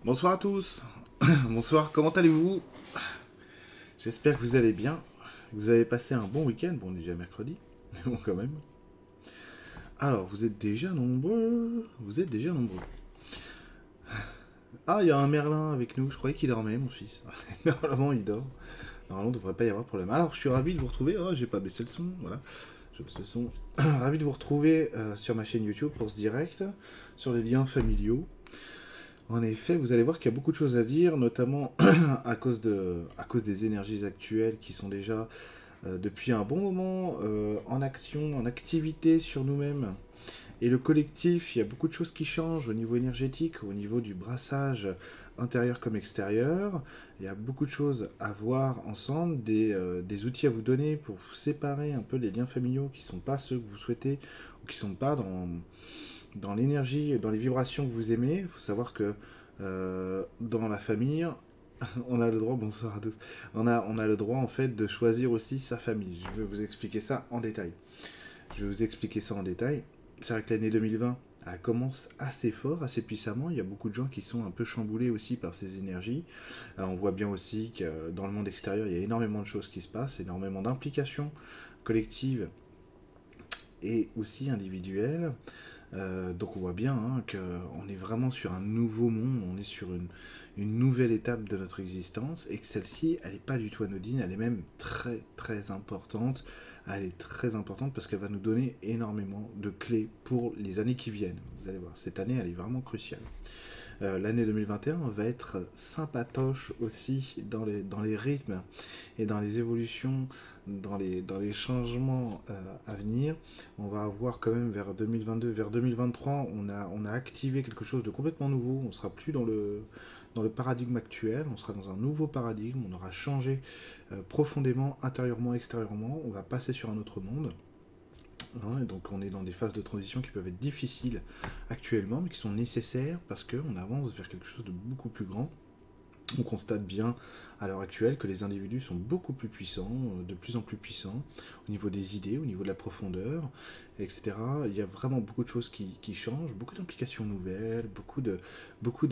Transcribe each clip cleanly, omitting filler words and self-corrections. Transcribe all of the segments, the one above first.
Bonsoir à tous. Bonsoir, comment allez-vous? J'espère que vous allez bien. Vous avez passé un bon week-end. Bon, on est déjà mercredi, mais bon, quand même. Alors, vous êtes déjà nombreux. Vous êtes déjà nombreux. Ah, il y a un Merlin avec nous. Je croyais qu'il dormait, mon fils. Normalement, il dort. Normalement, il ne devrait pas y avoir de problème. Alors, je suis ravi de vous retrouver. Oh, j'ai pas baissé le son. Voilà. Je baisse le son. Ravi de vous retrouver sur ma chaîne YouTube pour ce direct, sur les liens familiaux. En effet, vous allez voir qu'il y a beaucoup de choses à dire, notamment à cause des énergies actuelles qui sont déjà depuis un bon moment en action, en activité sur nous-mêmes. Et le collectif, il y a beaucoup de choses qui changent au niveau énergétique, au niveau du brassage intérieur comme extérieur. Il y a beaucoup de choses à voir ensemble, des outils à vous donner pour vous séparer un peu les liens familiaux qui ne sont pas ceux que vous souhaitez ou qui ne sont pas dans l'énergie, dans les vibrations que vous aimez. Il faut savoir que dans la famille, on a le droit, bonsoir à tous, on a le droit en fait de choisir aussi sa famille. Je vais vous expliquer ça en détail. Je vais vous expliquer ça en détail. C'est vrai que l'année 2020, elle commence assez fort, assez puissamment. Il y a beaucoup de gens qui sont un peu chamboulés aussi par ces énergies. On voit bien aussi que dans le monde extérieur, il y a énormément de choses qui se passent, énormément d'implications collectives et aussi individuelles. Donc on voit bien qu'on est vraiment sur un nouveau monde, on est sur une nouvelle étape de notre existence et que celle-ci, elle n'est pas du tout anodine, elle est même très très importante. Elle est très importante parce qu'elle va nous donner énormément de clés pour les années qui viennent. Vous allez voir, cette année, elle est vraiment cruciale. L'année 2021 va être sympatoche aussi dans les rythmes et dans les évolutions, dans les changements à venir. On va avoir quand même vers 2022, vers 2023, on a activé quelque chose de complètement nouveau. On ne sera plus dans le paradigme actuel, on sera dans un nouveau paradigme, on aura changé profondément, intérieurement, extérieurement, on va passer sur un autre monde. Hein, et donc on est dans des phases de transition qui peuvent être difficiles actuellement, mais qui sont nécessaires parce qu'on avance vers quelque chose de beaucoup plus grand. On constate bien à l'heure actuelle que les individus sont beaucoup plus puissants, de plus en plus puissants, au niveau des idées, au niveau de la profondeur, etc. Il y a vraiment beaucoup de choses qui changent, beaucoup d'implications nouvelles, beaucoup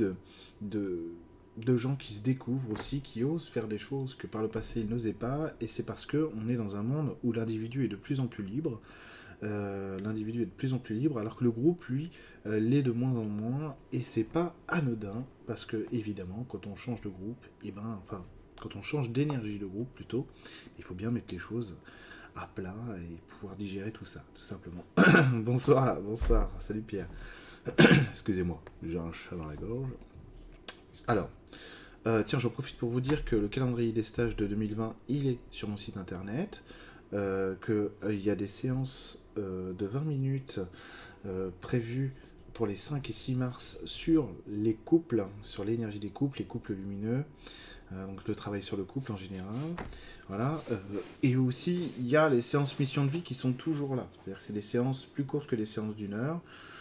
de gens qui se découvrent aussi, qui osent faire des choses que par le passé ils n'osaient pas, et c'est parce qu'on est dans un monde où l'individu est de plus en plus libre, l'individu est de plus en plus libre, alors que le groupe, lui, l'est de moins en moins, et c'est pas anodin, parce que, évidemment, quand on change de groupe, et ben, enfin, quand on change d'énergie de groupe, plutôt, il faut bien mettre les choses à plat et pouvoir digérer tout ça, tout simplement. Bonsoir, bonsoir, salut Pierre. Excusez-moi, j'ai un chat dans la gorge. Alors, tiens, j'en profite pour vous dire que le calendrier des stages de 2020, il est sur mon site internet, qu'il y a des séances de 20 minutes prévues pour les 5 et 6 mars sur les couples, sur l'énergie des couples, les couples lumineux, donc le travail sur le couple en général. Voilà. Et aussi, il y a les séances mission de vie qui sont toujours là. C'est-à-dire que c'est des séances plus courtes que les séances d'une heure.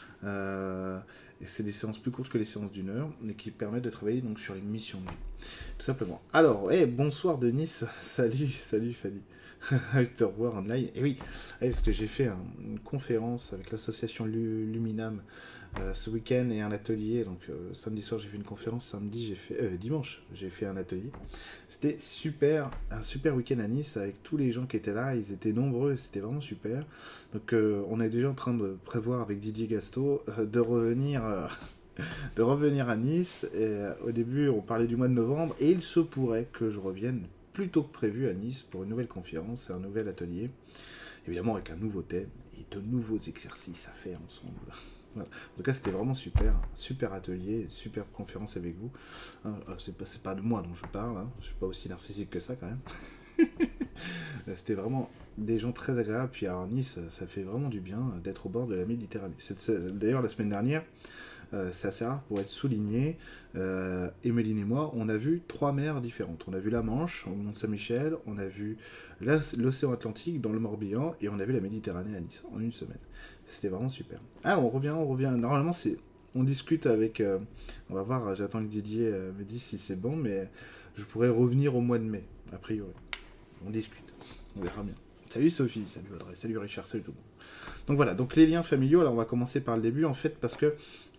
Et c'est des séances plus courtes que les séances d'une heure, mais qui permettent de travailler donc sur les missions de vie. Tout simplement. Alors, bonsoir Denis, salut Fanny. Ravi de te revoir en live. Et oui, parce que j'ai fait une conférence avec l'association Luminam ce week-end et un atelier. Donc samedi soir j'ai fait une conférence, dimanche j'ai fait un atelier. C'était super, un super week-end à Nice avec tous les gens qui étaient là. Ils étaient nombreux, c'était vraiment super. Donc on est déjà en train de prévoir avec Didier Gasto de revenir. De revenir à Nice. Et, au début, on parlait du mois de novembre et il se pourrait que je revienne plus tôt que prévu à Nice pour une nouvelle conférence et un nouvel atelier. Évidemment, avec un nouveau thème et de nouveaux exercices à faire ensemble. Voilà. En tout cas, c'était vraiment super. Super atelier, super conférence avec vous. Hein, c'est pas de moi dont je parle. Hein. Je suis pas aussi narcissique que ça quand même. C'était vraiment des gens très agréables. Puis alors Nice, ça fait vraiment du bien d'être au bord de la Méditerranée. D'ailleurs, la semaine dernière, c'est assez rare pour être souligné. Emeline et moi, on a vu 3 mers différentes. On a vu la Manche, au Mont-Saint-Michel, on a vu l'océan Atlantique dans le Morbihan, et on a vu la Méditerranée à Nice, en une semaine. C'était vraiment super. Ah, on revient. Normalement, on discute avec... on va voir, j'attends que Didier me dise si c'est bon, mais je pourrais revenir au mois de mai, a priori. On discute, on verra bien. Salut Sophie, salut Audrey, salut Richard, salut tout le monde. Donc voilà, donc les liens familiaux, alors on va commencer par le début en fait, parce que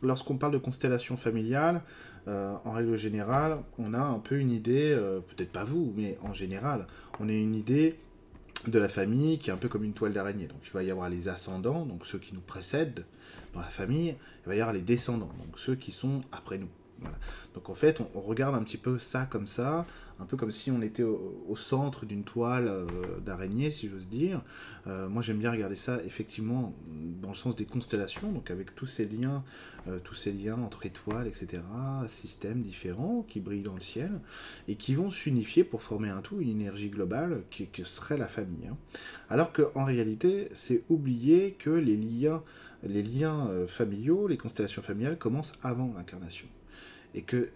lorsqu'on parle de constellation familiale, en règle générale, on a un peu une idée, peut-être pas vous, mais en général, on a une idée de la famille qui est un peu comme une toile d'araignée. Donc il va y avoir les ascendants, donc ceux qui nous précèdent dans la famille, il va y avoir les descendants, donc ceux qui sont après nous. Voilà. Donc en fait, on regarde un petit peu ça comme ça, un peu comme si on était au centre d'une toile d'araignée, si j'ose dire. Moi j'aime bien regarder ça effectivement dans le sens des constellations, donc avec tous ces liens entre étoiles, etc., systèmes différents qui brillent dans le ciel, et qui vont s'unifier pour former un tout, une énergie globale que serait la famille. Hein. Alors qu'en réalité, c'est oublier que les liens familiaux, les constellations familiales commencent avant l'incarnation. Et que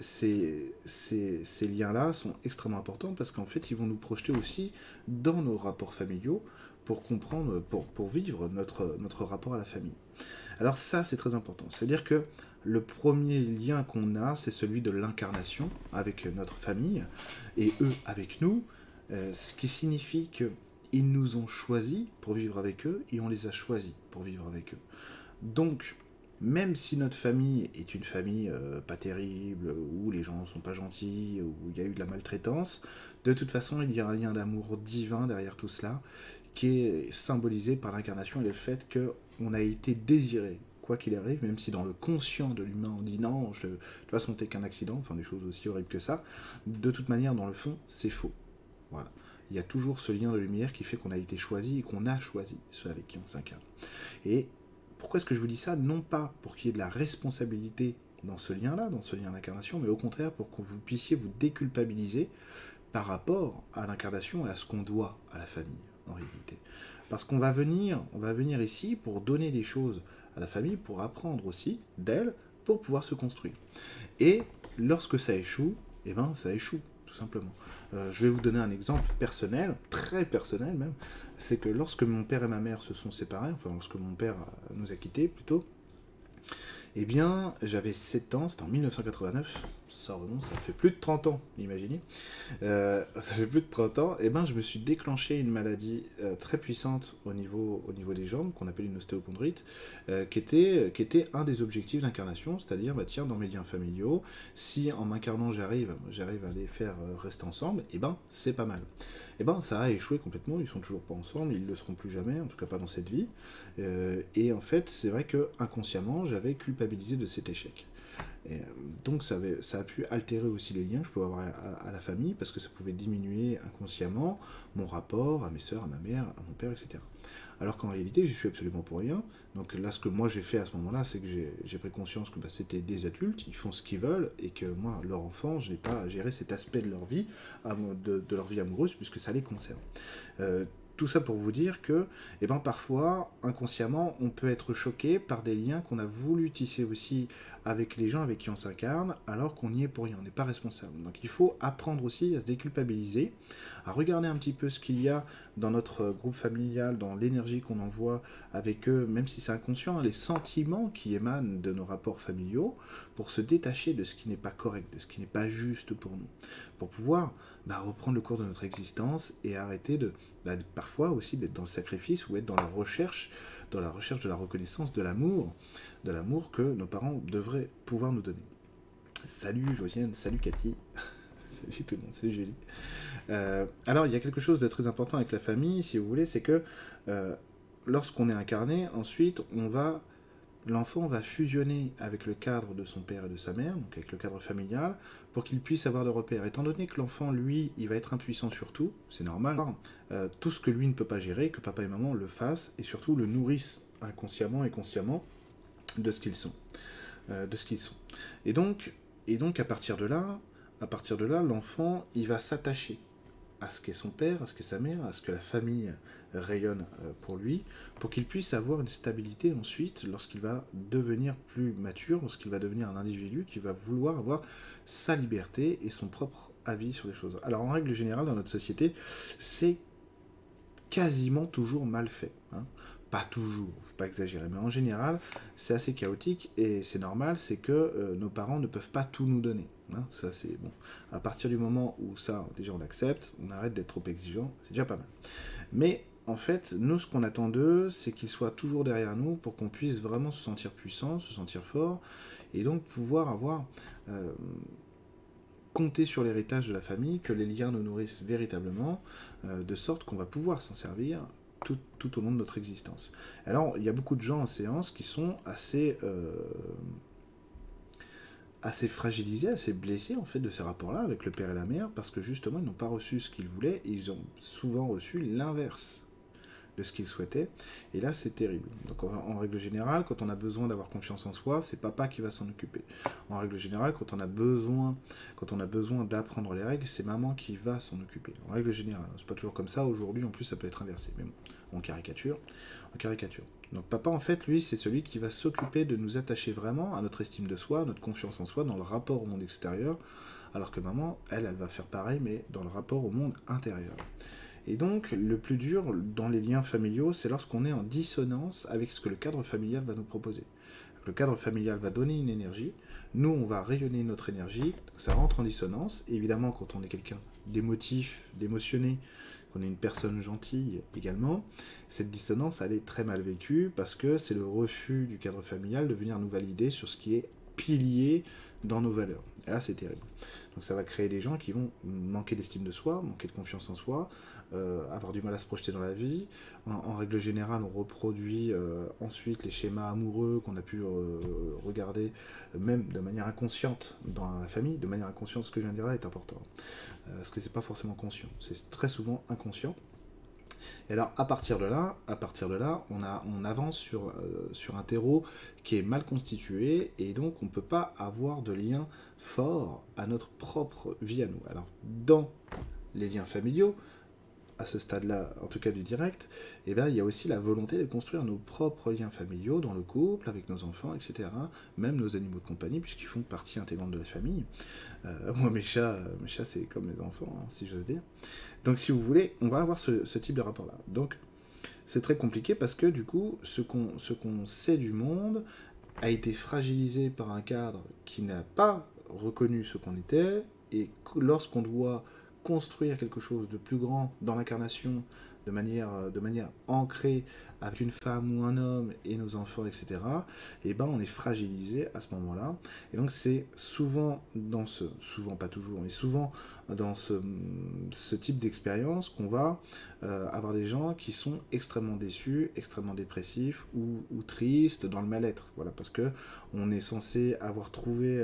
ces liens-là sont extrêmement importants parce qu'en fait, ils vont nous projeter aussi dans nos rapports familiaux pour comprendre, pour vivre notre rapport à la famille. Alors ça, c'est très important. C'est-à-dire que le premier lien qu'on a, c'est celui de l'incarnation avec notre famille et eux avec nous, ce qui signifie qu'ils nous ont choisis pour vivre avec eux et on les a choisis pour vivre avec eux. Donc, même si notre famille est une famille pas terrible, où les gens ne sont pas gentils, où il y a eu de la maltraitance, de toute façon, il y a un lien d'amour divin derrière tout cela, qui est symbolisé par l'incarnation et le fait qu'on a été désiré, quoi qu'il arrive, même si dans le conscient de l'humain on dit non, de toute façon t'es qu'un accident, enfin des choses aussi horribles que ça, de toute manière, dans le fond, c'est faux. Voilà. Il y a toujours ce lien de lumière qui fait qu'on a été choisi et qu'on a choisi ceux avec qui on s'incarne. Et pourquoi est-ce que je vous dis ça? Non pas pour qu'il y ait de la responsabilité dans ce lien-là, dans ce lien d'incarnation, mais au contraire pour que vous puissiez vous déculpabiliser par rapport à l'incarnation et à ce qu'on doit à la famille, en réalité. Parce qu'on va venir ici pour donner des choses à la famille, pour apprendre aussi d'elle, pour pouvoir se construire. Et lorsque ça échoue, eh ben ça échoue, tout simplement. Je vais vous donner un exemple personnel, très personnel même, c'est que lorsque mon père et ma mère se sont séparés, enfin lorsque mon père nous a quittés plutôt, eh bien j'avais 7 ans, c'était en 1989, ça remonte, ça fait plus de 30 ans, imaginez, ça fait plus de 30 ans, et ben je me suis déclenché une maladie très puissante au niveau des jambes, qu'on appelle une ostéochondrite, qui était un des objectifs d'incarnation, c'est-à-dire, bah, tiens, dans mes liens familiaux, si en m'incarnant j'arrive à les faire rester ensemble, et ben c'est pas mal. Et ben ça a échoué complètement, ils sont toujours pas ensemble, ils le seront plus jamais, en tout cas pas dans cette vie, et en fait c'est vrai que inconsciemment j'avais culpabilisé de cet échec. Et donc ça a pu altérer aussi les liens que je pouvais avoir à la famille, parce que ça pouvait diminuer inconsciemment mon rapport à mes soeurs, à ma mère, à mon père, etc. Alors qu'en réalité, je suis absolument pour rien. Donc là, ce que moi j'ai fait à ce moment-là, c'est que j'ai pris conscience que c'était des adultes, ils font ce qu'ils veulent, et que moi, leur enfant, je n'ai pas à gérer cet aspect de leur vie, de leur vie amoureuse, puisque ça les concerne. Tout ça pour vous dire que, eh ben, parfois, inconsciemment, on peut être choqué par des liens qu'on a voulu tisser aussi avec les gens avec qui on s'incarne, alors qu'on n'y est pour rien, on n'est pas responsable. Donc il faut apprendre aussi à se déculpabiliser, à regarder un petit peu ce qu'il y a dans notre groupe familial, dans l'énergie qu'on envoie avec eux, même si c'est inconscient, les sentiments qui émanent de nos rapports familiaux, pour se détacher de ce qui n'est pas correct, de ce qui n'est pas juste pour nous, pour pouvoir reprendre le cours de notre existence et arrêter parfois aussi d'être dans le sacrifice ou être dans la recherche de la reconnaissance, de l'amour que nos parents devraient pouvoir nous donner. Salut Josiane, salut Cathy, salut tout le monde, salut Julie. Alors il y a quelque chose de très important avec la famille, si vous voulez, c'est que lorsqu'on est incarné, ensuite l'enfant va fusionner avec le cadre de son père et de sa mère, donc avec le cadre familial, pour qu'il puisse avoir de repères. Étant donné que l'enfant, lui, il va être impuissant sur tout, c'est normal, tout ce que lui ne peut pas gérer, que papa et maman le fassent, et surtout le nourrissent inconsciemment et consciemment de ce qu'ils sont. Et donc à partir de là, l'enfant, il va s'attacher à ce qu'est son père, à ce qu'est sa mère, à ce que la famille rayonne pour lui, pour qu'il puisse avoir une stabilité ensuite lorsqu'il va devenir plus mature, lorsqu'il va devenir un individu qui va vouloir avoir sa liberté et son propre avis sur les choses. Alors en règle générale, dans notre société, c'est quasiment toujours mal fait. Hein. Pas toujours, faut pas exagérer, mais en général, c'est assez chaotique et c'est normal, c'est que nos parents ne peuvent pas tout nous donner. Hein. Ça, c'est bon. À partir du moment où ça, déjà on l'accepte, on arrête d'être trop exigeant, c'est déjà pas mal. Mais en fait, nous, ce qu'on attend d'eux, c'est qu'ils soient toujours derrière nous pour qu'on puisse vraiment se sentir puissant, se sentir fort, et donc pouvoir avoir compter sur l'héritage de la famille, que les liens nous nourrissent véritablement, de sorte qu'on va pouvoir s'en servir tout au long de notre existence. Alors, il y a beaucoup de gens en séance qui sont assez fragilisés, assez blessés en fait de ces rapports-là avec le père et la mère, parce que justement ils n'ont pas reçu ce qu'ils voulaient, et ils ont souvent reçu l'inverse de ce qu'ils souhaitaient, et là c'est terrible. Donc en règle générale, quand on a besoin d'avoir confiance en soi, c'est papa qui va s'en occuper. En règle générale, quand on a besoin d'apprendre les règles, c'est maman qui va s'en occuper. En règle générale, c'est pas toujours comme ça, aujourd'hui en plus ça peut être inversé, mais bon, on caricature. Donc papa en fait, lui, c'est celui qui va s'occuper de nous attacher vraiment à notre estime de soi, notre confiance en soi, dans le rapport au monde extérieur, alors que maman, elle va faire pareil, mais dans le rapport au monde intérieur. Et donc, le plus dur dans les liens familiaux, c'est lorsqu'on est en dissonance avec ce que le cadre familial va nous proposer. Le cadre familial va donner une énergie, nous, on va rayonner notre énergie, ça rentre en dissonance. Et évidemment, quand on est quelqu'un d'émotif, d'émotionné, qu'on est une personne gentille également, cette dissonance, elle est très mal vécue, parce que c'est le refus du cadre familial de venir nous valider sur ce qui est pilier dans nos valeurs. Et là, c'est terrible. Donc ça va créer des gens qui vont manquer d'estime de soi, manquer de confiance en soi, avoir du mal à se projeter dans la vie. En règle générale, on reproduit ensuite les schémas amoureux qu'on a pu regarder, même de manière inconsciente dans la famille. De manière inconsciente, ce que je viens de dire là est important. Parce que c'est pas forcément conscient, c'est très souvent inconscient. Et alors, à partir de là, on avance sur un terreau qui est mal constitué, et donc on ne peut pas avoir de lien fort à notre propre vie à nous. Alors, dans les liens familiaux, à ce stade-là, en tout cas du direct, eh bien, il y a aussi la volonté de construire nos propres liens familiaux dans le couple, avec nos enfants, etc. Même nos animaux de compagnie, puisqu'ils font partie intégrante de la famille. Moi, mes chats c'est comme mes enfants, hein, si j'ose dire. Donc, si vous voulez, on va avoir ce type de rapport-là. Donc, c'est très compliqué parce que, du coup, ce qu'on sait du monde a été fragilisé par un cadre qui n'a pas reconnu ce qu'on était, et lorsqu'on doit construire quelque chose de plus grand dans l'incarnation, de manière ancrée avec une femme ou un homme et nos enfants, etc., et ben on est fragilisé à ce moment-là. Et donc c'est souvent souvent pas toujours, mais souvent dans ce type d'expérience qu'on va avoir des gens qui sont extrêmement déçus, extrêmement dépressifs ou tristes, dans le mal-être. Voilà, parce que on est censé avoir trouvé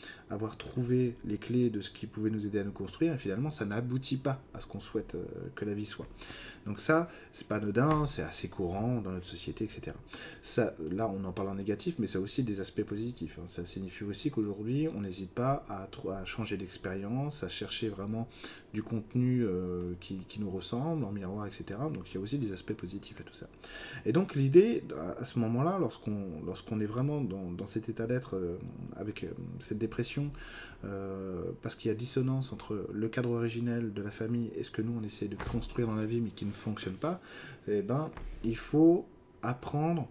les clés de ce qui pouvait nous aider à nous construire, et finalement ça n'aboutit pas à ce qu'on souhaite que la vie soit. Donc ça, c'est pas anodin, c'est assez courant dans notre société, etc. Ça, là, on en parle en négatif, mais ça a aussi des aspects positifs. Ça signifie aussi qu'aujourd'hui, on n'hésite pas à changer d'expérience, à chercher vraiment du contenu qui nous ressemble, en miroir, etc. Donc il y a aussi des aspects positifs à tout ça. Et donc l'idée, à ce moment-là, lorsqu'on est vraiment dans cet état d'être, avec cette dépression, parce qu'il y a dissonance entre le cadre originel de la famille et ce que nous on essaie de construire dans la vie mais qui ne fonctionne pas, eh ben, il faut apprendre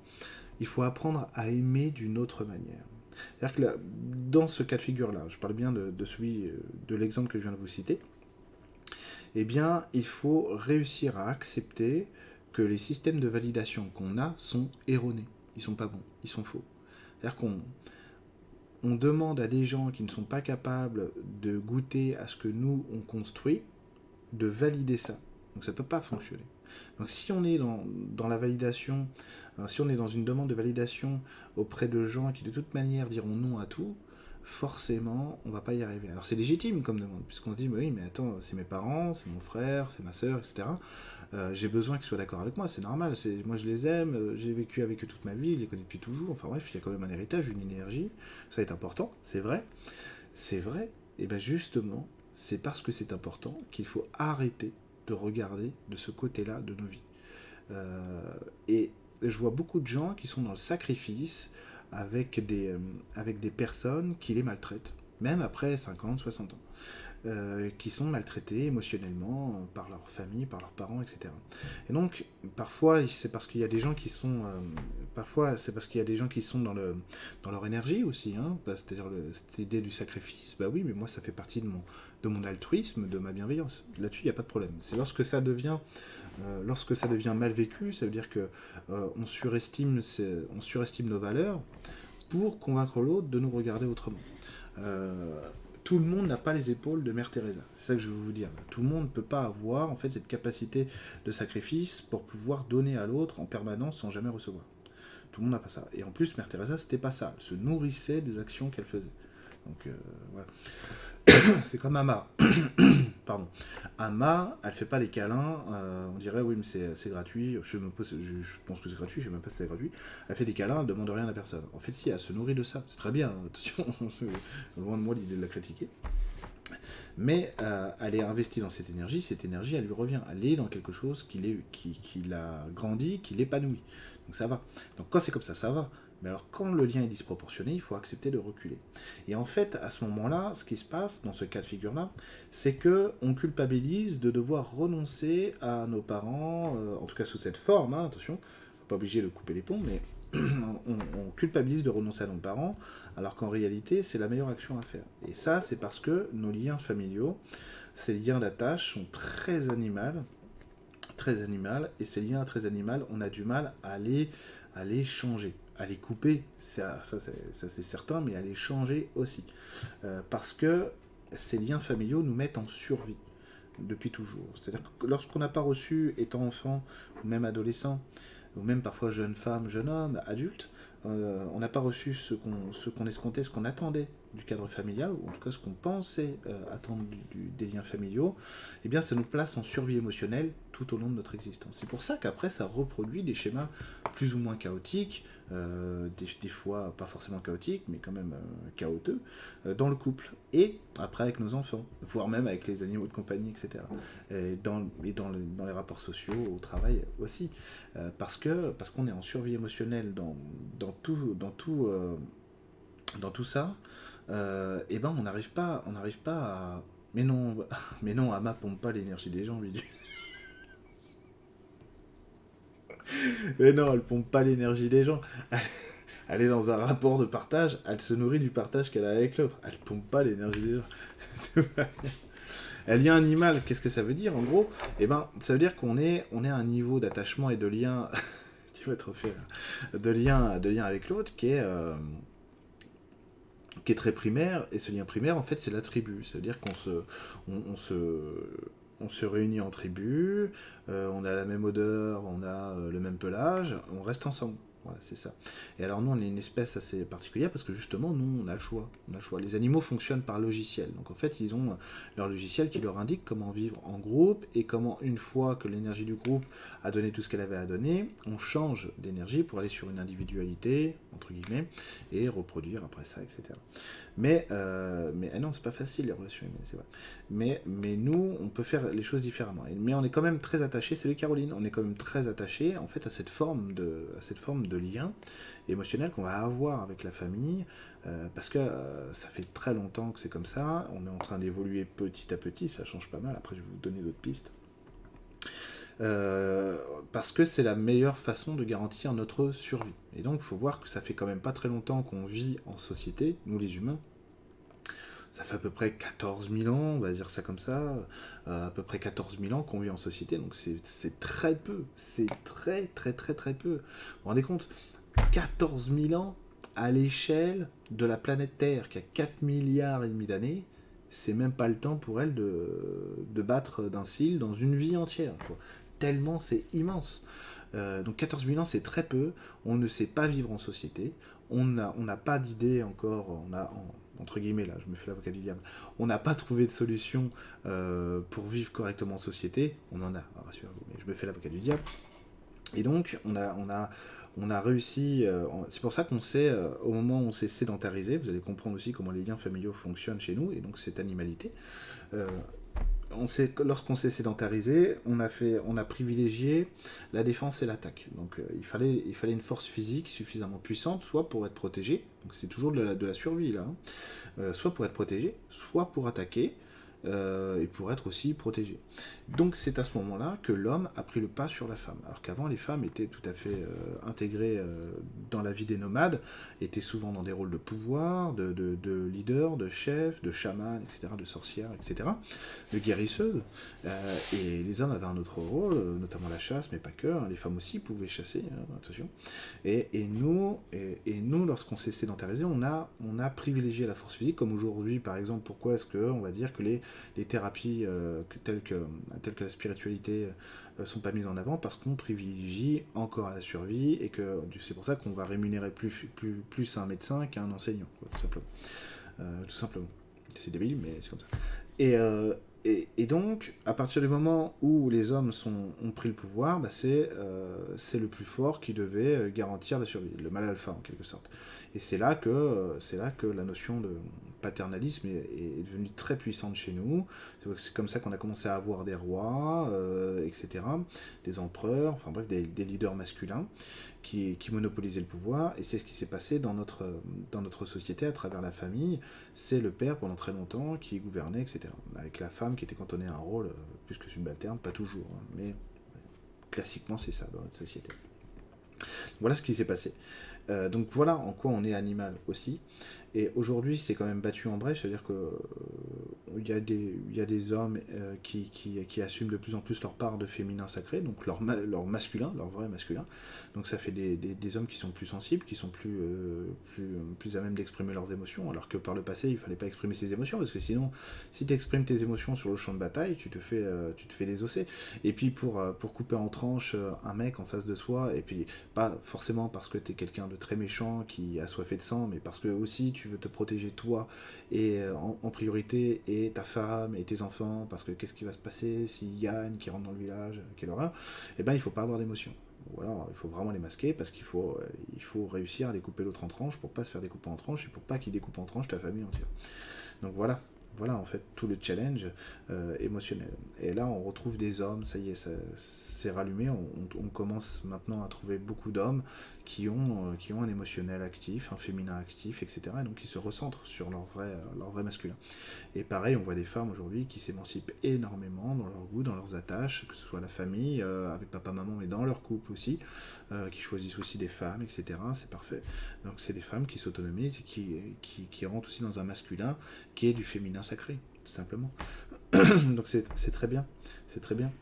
à aimer d'une autre manière. C'est-à-dire que là, dans ce cas de figure-là, je parle bien de l'exemple que je viens de vous citer, eh bien, il faut réussir à accepter que les systèmes de validation qu'on a sont erronés. Ils sont pas bons, ils sont faux. C'est-à-dire qu'on demande à des gens qui ne sont pas capables de goûter à ce que nous, on construit, de valider ça. Donc ça ne peut pas fonctionner. Donc si on est dans la validation, si on est dans une demande de validation auprès de gens qui de toute manière diront non à tout, forcément, on va pas y arriver. Alors c'est légitime comme demande, puisqu'on se dit, oui, mais attends, c'est mes parents, c'est mon frère, c'est ma soeur, etc. J'ai besoin qu'ils soient d'accord avec moi, c'est normal, moi je les aime, j'ai vécu avec eux toute ma vie, je les connais depuis toujours, enfin bref, il y a quand même un héritage, une énergie, ça est important, c'est vrai, et bien justement, c'est parce que c'est important qu'il faut arrêter de regarder de ce côté-là de nos vies. Et je vois beaucoup de gens qui sont dans le sacrifice, avec des personnes qui les maltraitent, même après 50, 60 ans, qui sont maltraités émotionnellement par leur famille, par leurs parents, etc. Et donc, parfois, c'est parce qu'il y a des gens qui sont, dans leur énergie aussi, hein, c'est-à-dire cette idée du sacrifice. Bah oui, mais moi, ça fait partie de mon altruisme, de ma bienveillance. Là-dessus, il n'y a pas de problème. C'est lorsque ça devient mal vécu, ça veut dire que on surestime nos valeurs, pour convaincre l'autre de nous regarder autrement. Tout le monde n'a pas les épaules de Mère Teresa. C'est ça que je veux vous dire. Tout le monde ne peut pas avoir en fait cette capacité de sacrifice pour pouvoir donner à l'autre en permanence sans jamais recevoir. Tout le monde n'a pas ça. Et en plus, Mère Teresa, c'était pas ça. Elle se nourrissait des actions qu'elle faisait. Donc voilà. C'est comme Ama. Pardon. Ama, elle fait pas des câlins. On dirait oui, mais c'est gratuit. Je pense que c'est gratuit. Je sais même pas si c'est gratuit. Elle fait des câlins, elle demande rien à personne. En fait, si, elle se nourrit de ça. C'est très bien. Attention, loin de moi l'idée de la critiquer. Mais elle est investie dans cette énergie, elle lui revient. Elle est dans quelque chose qui l'a grandi, qui l'épanouit. Donc ça va. Donc quand c'est comme ça va. Mais alors quand le lien est disproportionné, il faut accepter de reculer. Et en fait, à ce moment-là, ce qui se passe dans ce cas de figure-là, c'est qu'on culpabilise de devoir renoncer à nos parents, en tout cas sous cette forme, hein, attention, faut pas obligé de couper les ponts, mais on culpabilise de renoncer à nos parents, alors qu'en réalité, c'est la meilleure action à faire. Et ça, c'est parce que nos liens familiaux, ces liens d'attache sont très animaux, et ces liens très animaux, on a du mal à les changer, à les couper, ça c'est certain, mais à les changer aussi. Parce que ces liens familiaux nous mettent en survie depuis toujours. C'est-à-dire que lorsqu'on n'a pas reçu, étant enfant, ou même adolescent, ou même parfois jeune femme, jeune homme, adulte, on n'a pas reçu ce qu'on escomptait, ce qu'on attendait du cadre familial, ou en tout cas ce qu'on pensait attendre des liens familiaux, eh bien ça nous place en survie émotionnelle tout au long de notre existence. C'est pour ça qu'après ça reproduit des schémas plus ou moins chaotiques, des fois pas forcément chaotiques, mais quand même chaotiques, dans le couple, et après avec nos enfants, voire même avec les animaux de compagnie, etc. Et dans les rapports sociaux, au travail aussi. Parce qu'on est en survie émotionnelle dans tout ça, et ben on n'arrive pas à... Mais non, Ama pompe pas l'énergie des gens, lui. Mais non, elle pompe pas l'énergie des gens. Elle est dans un rapport de partage, elle se nourrit du partage qu'elle a avec l'autre. Elle pompe pas l'énergie des gens. Un lien animal, qu'est-ce que ça veut dire en gros? Eh ben, ça veut dire qu'on est à un niveau d'attachement et de lien, tu vas te refaire, de lien avec l'autre qui est très primaire, et ce lien primaire en fait c'est la tribu, c'est-à-dire on se réunit en tribu, on a la même odeur, on a le même pelage, on reste ensemble. Voilà, c'est ça. Et alors nous, on est une espèce assez particulière parce que justement, nous, on a le choix. Les animaux fonctionnent par logiciel. Donc en fait, ils ont leur logiciel qui leur indique comment vivre en groupe et comment, une fois que l'énergie du groupe a donné tout ce qu'elle avait à donner, on change d'énergie pour aller sur une individualité, entre guillemets, et reproduire après ça, etc. Mais non, c'est pas facile les relations humaines, c'est vrai. Mais nous, on peut faire les choses différemment. Mais on est quand même très attaché, c'est le Caroline, on est quand même très attaché en fait à cette forme de lien émotionnel qu'on va avoir avec la famille, parce que ça fait très longtemps que c'est comme ça, on est en train d'évoluer petit à petit, ça change pas mal, après je vais vous donner d'autres pistes. Parce que c'est la meilleure façon de garantir notre survie. Et donc il faut voir que ça fait quand même pas très longtemps qu'on vit en société, nous les humains. Ça fait à peu près 14 000 ans, on va dire ça comme ça, à peu près 14 000 ans qu'on vit en société, donc c'est très peu, c'est très peu. Vous vous rendez compte, 14 000 ans à l'échelle de la planète Terre, qui a 4 milliards et demi d'années, c'est même pas le temps pour elle de battre d'un cil dans une vie entière, quoi. Tellement c'est immense. Donc 14 000 ans, c'est très peu. On ne sait pas vivre en société. On n'a pas d'idée encore. Entre guillemets, là, je me fais l'avocat du diable. On n'a pas trouvé de solution pour vivre correctement en société. On en a, rassurez-vous, mais je me fais l'avocat du diable. Et donc, on a réussi. C'est pour ça qu'on sait, au moment où on s'est sédentarisé, vous allez comprendre aussi comment les liens familiaux fonctionnent chez nous, et donc cette animalité. Lorsqu'on s'est sédentarisé, on a privilégié la défense et l'attaque. Donc il fallait une force physique suffisamment puissante, soit pour être protégé, donc c'est toujours de la survie là, soit pour être protégé, soit pour attaquer. et pour être aussi protégé. Donc c'est à ce moment-là que l'homme a pris le pas sur la femme. Alors qu'avant, les femmes étaient tout à fait intégrées dans la vie des nomades, étaient souvent dans des rôles de pouvoir, de leader, de chef, de chaman, etc., de sorcière, etc., de guérisseuse. Et les hommes avaient un autre rôle, notamment la chasse, mais pas que. Hein, les femmes aussi pouvaient chasser, hein, attention. Et nous, lorsqu'on s'est sédentarisé, on a privilégié la force physique, comme aujourd'hui, par exemple. Pourquoi est-ce qu'on va dire que les thérapies telles que la spiritualité sont pas mises en avant? Parce qu'on privilégie encore la survie, et que c'est pour ça qu'on va rémunérer plus un médecin qu'un enseignant, quoi, tout simplement. Tout simplement. C'est débile, mais c'est comme ça. Et donc, à partir du moment où les hommes ont pris le pouvoir, bah c'est le plus fort qui devait garantir la survie, le mâle alpha en quelque sorte. Et c'est là que la notion de paternalisme est devenue très puissante chez nous. C'est comme ça qu'on a commencé à avoir des rois, etc., des empereurs, enfin bref, des leaders masculins qui monopolisaient le pouvoir. Et c'est ce qui s'est passé dans notre société à travers la famille. C'est le père pendant très longtemps qui gouvernait, etc. Avec la femme qui était cantonnée à un rôle plus que subalterne, pas toujours, hein, mais classiquement c'est ça dans notre société. Voilà ce qui s'est passé. Donc voilà en quoi on est animal aussi. Et aujourd'hui, c'est quand même battu en brèche, c'est-à-dire que il y a des hommes qui assument de plus en plus leur part de féminin sacré, donc leur masculin, leur vrai masculin. Donc ça fait des hommes qui sont plus sensibles, qui sont plus à même d'exprimer leurs émotions, alors que par le passé, il fallait pas exprimer ses émotions, parce que sinon, si tu exprimes tes émotions sur le champ de bataille, tu te fais désosser. Et puis pour couper en tranches un mec en face de soi, et puis pas forcément parce que tu es quelqu'un de très méchant qui a soifé de sang, mais parce que aussi tu veux te protéger toi et en priorité, et ta femme et tes enfants, parce que qu'est-ce qui va se passer si Yann qui rentre dans le village, quelle horreur. Eh ben il faut pas avoir d'émotion. Ou alors il faut vraiment les masquer, parce qu'il faut réussir à découper l'autre en tranches pour pas se faire découper en tranches, et pour pas qu'il découpe en tranches ta famille entière. Donc voilà en fait tout le challenge émotionnel. Et là on retrouve des hommes, ça y est, c'est rallumé, on commence maintenant à trouver beaucoup d'hommes qui ont un émotionnel actif, un féminin actif, etc. Et donc qui se recentrent sur leur vrai masculin. Et pareil, on voit des femmes aujourd'hui qui s'émancipent énormément dans leur goût, dans leurs attaches, que ce soit la famille, avec papa, maman, mais dans leur couple aussi, qui choisissent aussi des femmes, etc. C'est parfait. Donc c'est des femmes qui s'autonomisent et qui rentrent aussi dans un masculin qui est du féminin sacré, tout simplement. Donc c'est très bien. C'est très bien.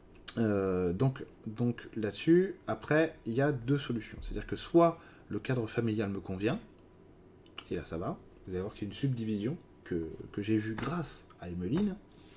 Donc là-dessus, après, il y a deux solutions. C'est-à-dire que soit le cadre familial me convient, et là ça va, vous allez voir qu'il y a une subdivision que j'ai vue grâce à Emmeline,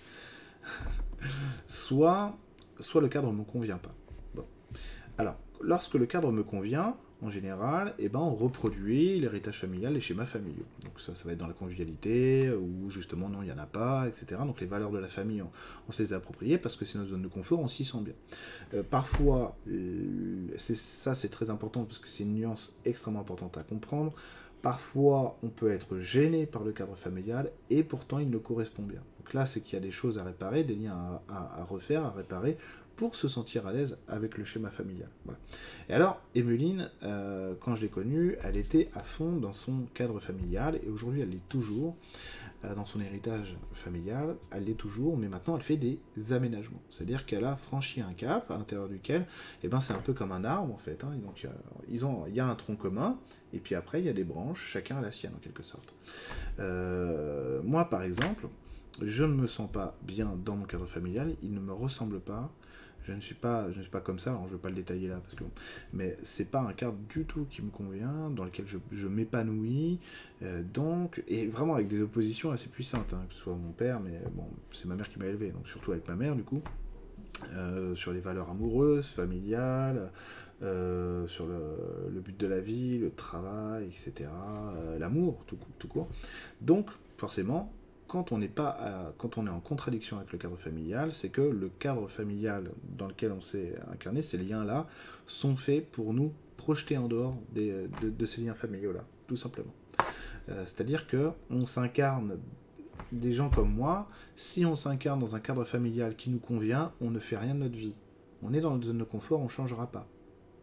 soit le cadre ne me convient pas. Bon. Alors, lorsque le cadre me convient, en général, eh ben, on reproduit l'héritage familial, les schémas familiaux. Donc ça va être dans la convivialité, ou justement non, il n'y en a pas, etc. Donc les valeurs de la famille, on se les a appropriées parce que c'est notre zone de confort, on s'y sent bien. Parfois, c'est très important parce que c'est une nuance extrêmement importante à comprendre. Parfois, on peut être gêné par le cadre familial et pourtant il nous correspond bien. Donc là, c'est qu'il y a des choses à réparer, des liens à refaire, à réparer, pour se sentir à l'aise avec le schéma familial. Voilà. Et alors, Emmeline, quand je l'ai connue, elle était à fond dans son cadre familial, et aujourd'hui elle l'est toujours, dans son héritage familial, elle l'est toujours, mais maintenant elle fait des aménagements. C'est-à-dire qu'elle a franchi un cap à l'intérieur duquel, eh ben, c'est un peu comme un arbre en fait, hein, et donc il y a un tronc commun, et puis après il y a des branches, chacun a la sienne en quelque sorte. Moi par exemple, je ne me sens pas bien dans mon cadre familial, il ne me ressemble pas. Je ne suis pas comme ça, alors je ne vais pas le détailler là, mais c'est pas un cadre du tout qui me convient, dans lequel je m'épanouis, donc, et vraiment avec des oppositions assez puissantes, hein, que ce soit mon père, mais bon, c'est ma mère qui m'a élevé, donc surtout avec ma mère du coup, sur les valeurs amoureuses, familiales, sur le but de la vie, le travail, etc., l'amour, tout court. Donc, forcément, quand on est en contradiction avec le cadre familial, c'est que le cadre familial dans lequel on s'est incarné, ces liens-là, sont faits pour nous projeter en dehors de ces liens familiaux-là, tout simplement. C'est-à-dire qu'on s'incarne, des gens comme moi, si on s'incarne dans un cadre familial qui nous convient, on ne fait rien de notre vie. On est dans notre zone de confort, on ne changera pas.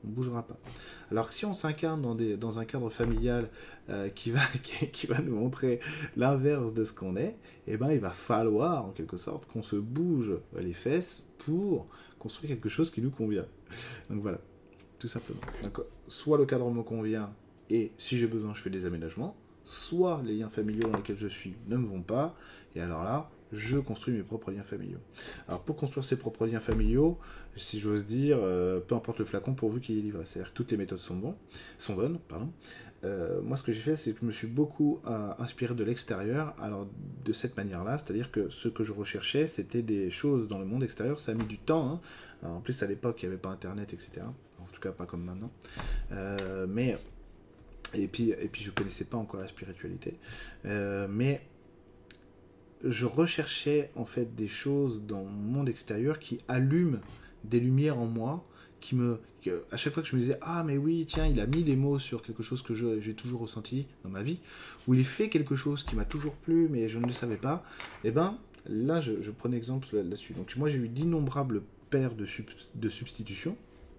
on ne bougera pas. Alors que si on s'incarne dans un cadre familial qui va, qui va nous montrer l'inverse de ce qu'on est, eh ben, il va falloir, en quelque sorte, qu'on se bouge les fesses pour construire quelque chose qui nous convient. Donc voilà, tout simplement. Donc, soit le cadre me convient, et si j'ai besoin, je fais des aménagements, soit les liens familiaux dans lesquels je suis ne me vont pas, et alors là, je construis mes propres liens familiaux. Alors pour construire ces propres liens familiaux, si j'ose dire, peu importe le flacon pourvu qu'il est livré. C'est-à-dire que toutes les méthodes sont bonnes. Moi, ce que j'ai fait, c'est que je me suis beaucoup inspiré de l'extérieur, alors de cette manière-là, c'est-à-dire que ce que je recherchais, c'était des choses dans le monde extérieur. Ça a mis du temps, hein. Alors, en plus, à l'époque, il n'y avait pas Internet, etc. En tout cas, pas comme maintenant. Et puis, je ne connaissais pas encore la spiritualité. Mais je recherchais en fait des choses dans mon monde extérieur qui allument des lumières en moi, à chaque fois que je me disais ah mais oui tiens il a mis des mots sur quelque chose que j'ai toujours ressenti dans ma vie, ou il fait quelque chose qui m'a toujours plu mais je ne le savais pas, et ben là je prenais exemple là-dessus. Donc moi j'ai eu d'innombrables paires de substitutions.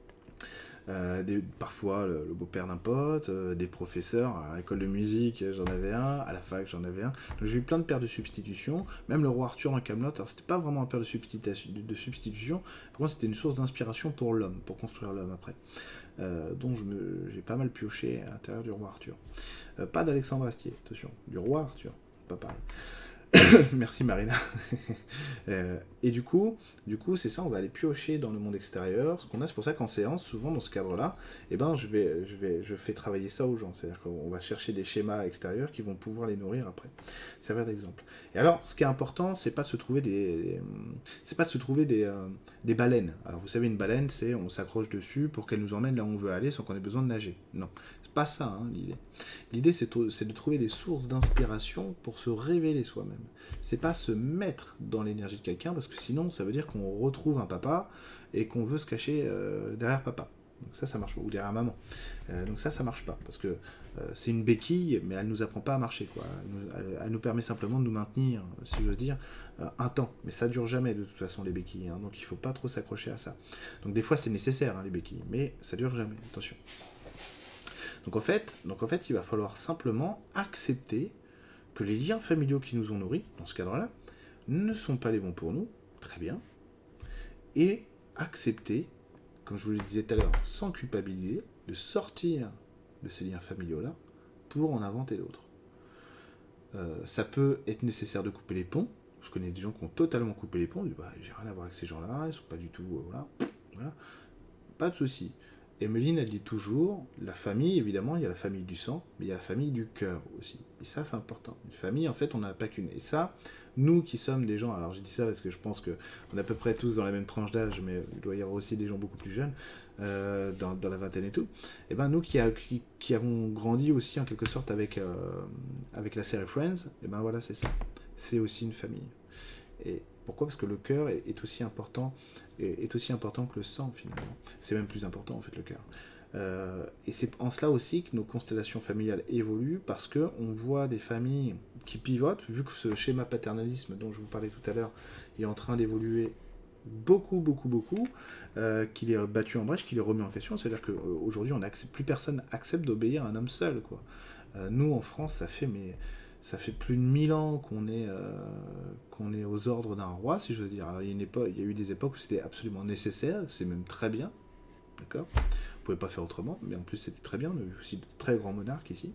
Parfois le beau-père d'un pote, des professeurs, à l'école de musique j'en avais un, à la fac j'en avais un. Donc j'ai eu plein de paires de substitutions, même le roi Arthur dans Camelot. Alors c'était pas vraiment un paire de substitution, par contre c'était une source d'inspiration pour l'homme, pour construire l'homme après. Dont j'ai pas mal pioché à l'intérieur du roi Arthur. Pas d'Alexandre Astier, attention, du roi Arthur, pas pareil. Merci Marina. Et du coup, c'est ça, on va aller piocher dans le monde extérieur. Ce qu'on a, c'est pour ça qu'en séance, souvent dans ce cadre-là, eh ben, je fais travailler ça aux gens. C'est-à-dire qu'on va chercher des schémas extérieurs qui vont pouvoir les nourrir après. Ça va être d'exemple. Et alors, ce qui est important, c'est pas de se trouver des baleines. Alors, vous savez, une baleine, c'est on s'accroche dessus pour qu'elle nous emmène là où on veut aller sans qu'on ait besoin de nager. Non, c'est pas ça hein, l'idée. L'idée, c'est de trouver des sources d'inspiration pour se révéler soi-même. C'est pas se mettre dans l'énergie de quelqu'un, parce que sinon, ça veut dire qu'on retrouve un papa et qu'on veut se cacher derrière papa. Donc ça marche pas. Ou derrière maman. Donc ça marche pas. Parce que c'est une béquille, mais elle nous apprend pas à marcher, quoi. Elle nous permet simplement de nous maintenir, si j'ose dire, un temps. Mais ça dure jamais, de toute façon, les béquilles. Hein. Donc il faut pas trop s'accrocher à ça. Donc des fois, c'est nécessaire, hein, les béquilles. Mais ça dure jamais. Attention. Donc en fait, il va falloir simplement accepter que les liens familiaux qui nous ont nourris, dans ce cadre-là, ne sont pas les bons pour nous, très bien, et accepter, comme je vous le disais tout à l'heure, sans culpabiliser, de sortir de ces liens familiaux-là pour en inventer d'autres. Ça peut être nécessaire de couper les ponts. Je connais des gens qui ont totalement coupé les ponts, ils disent bah, j'ai rien à voir avec ces gens-là, ils sont pas du tout... voilà. Pas de souci. Emeline, elle dit toujours, la famille, évidemment, il y a la famille du sang, mais il y a la famille du cœur aussi. Et ça, c'est important. Une famille, en fait, on n'a pas qu'une. Et ça, nous qui sommes des gens, alors je dis ça parce que je pense qu'on est à peu près tous dans la même tranche d'âge, mais il doit y avoir aussi des gens beaucoup plus jeunes, dans la vingtaine et tout, et ben nous qui avons grandi aussi en quelque sorte avec la série Friends, et ben voilà, c'est ça. C'est aussi une famille. Et pourquoi ? Parce que le cœur est aussi important que le sang, finalement. C'est même plus important, en fait, le cœur. Et c'est en cela aussi que nos constellations familiales évoluent, parce qu'on voit des familles qui pivotent, vu que ce schéma paternalisme dont je vous parlais tout à l'heure est en train d'évoluer beaucoup, qu'il est battu en brèche, qu'il est remis en question. C'est-à-dire qu'aujourd'hui, plus personne accepte d'obéir à un homme seul, quoi. Nous, en France, ça fait plus de 1000 ans qu'on est aux ordres d'un roi, si je veux dire. Alors, il y a eu des époques où c'était absolument nécessaire, c'est même très bien, d'accord ? On ne pouvait pas faire autrement, mais en plus c'était très bien, on a eu aussi de très grands monarques ici.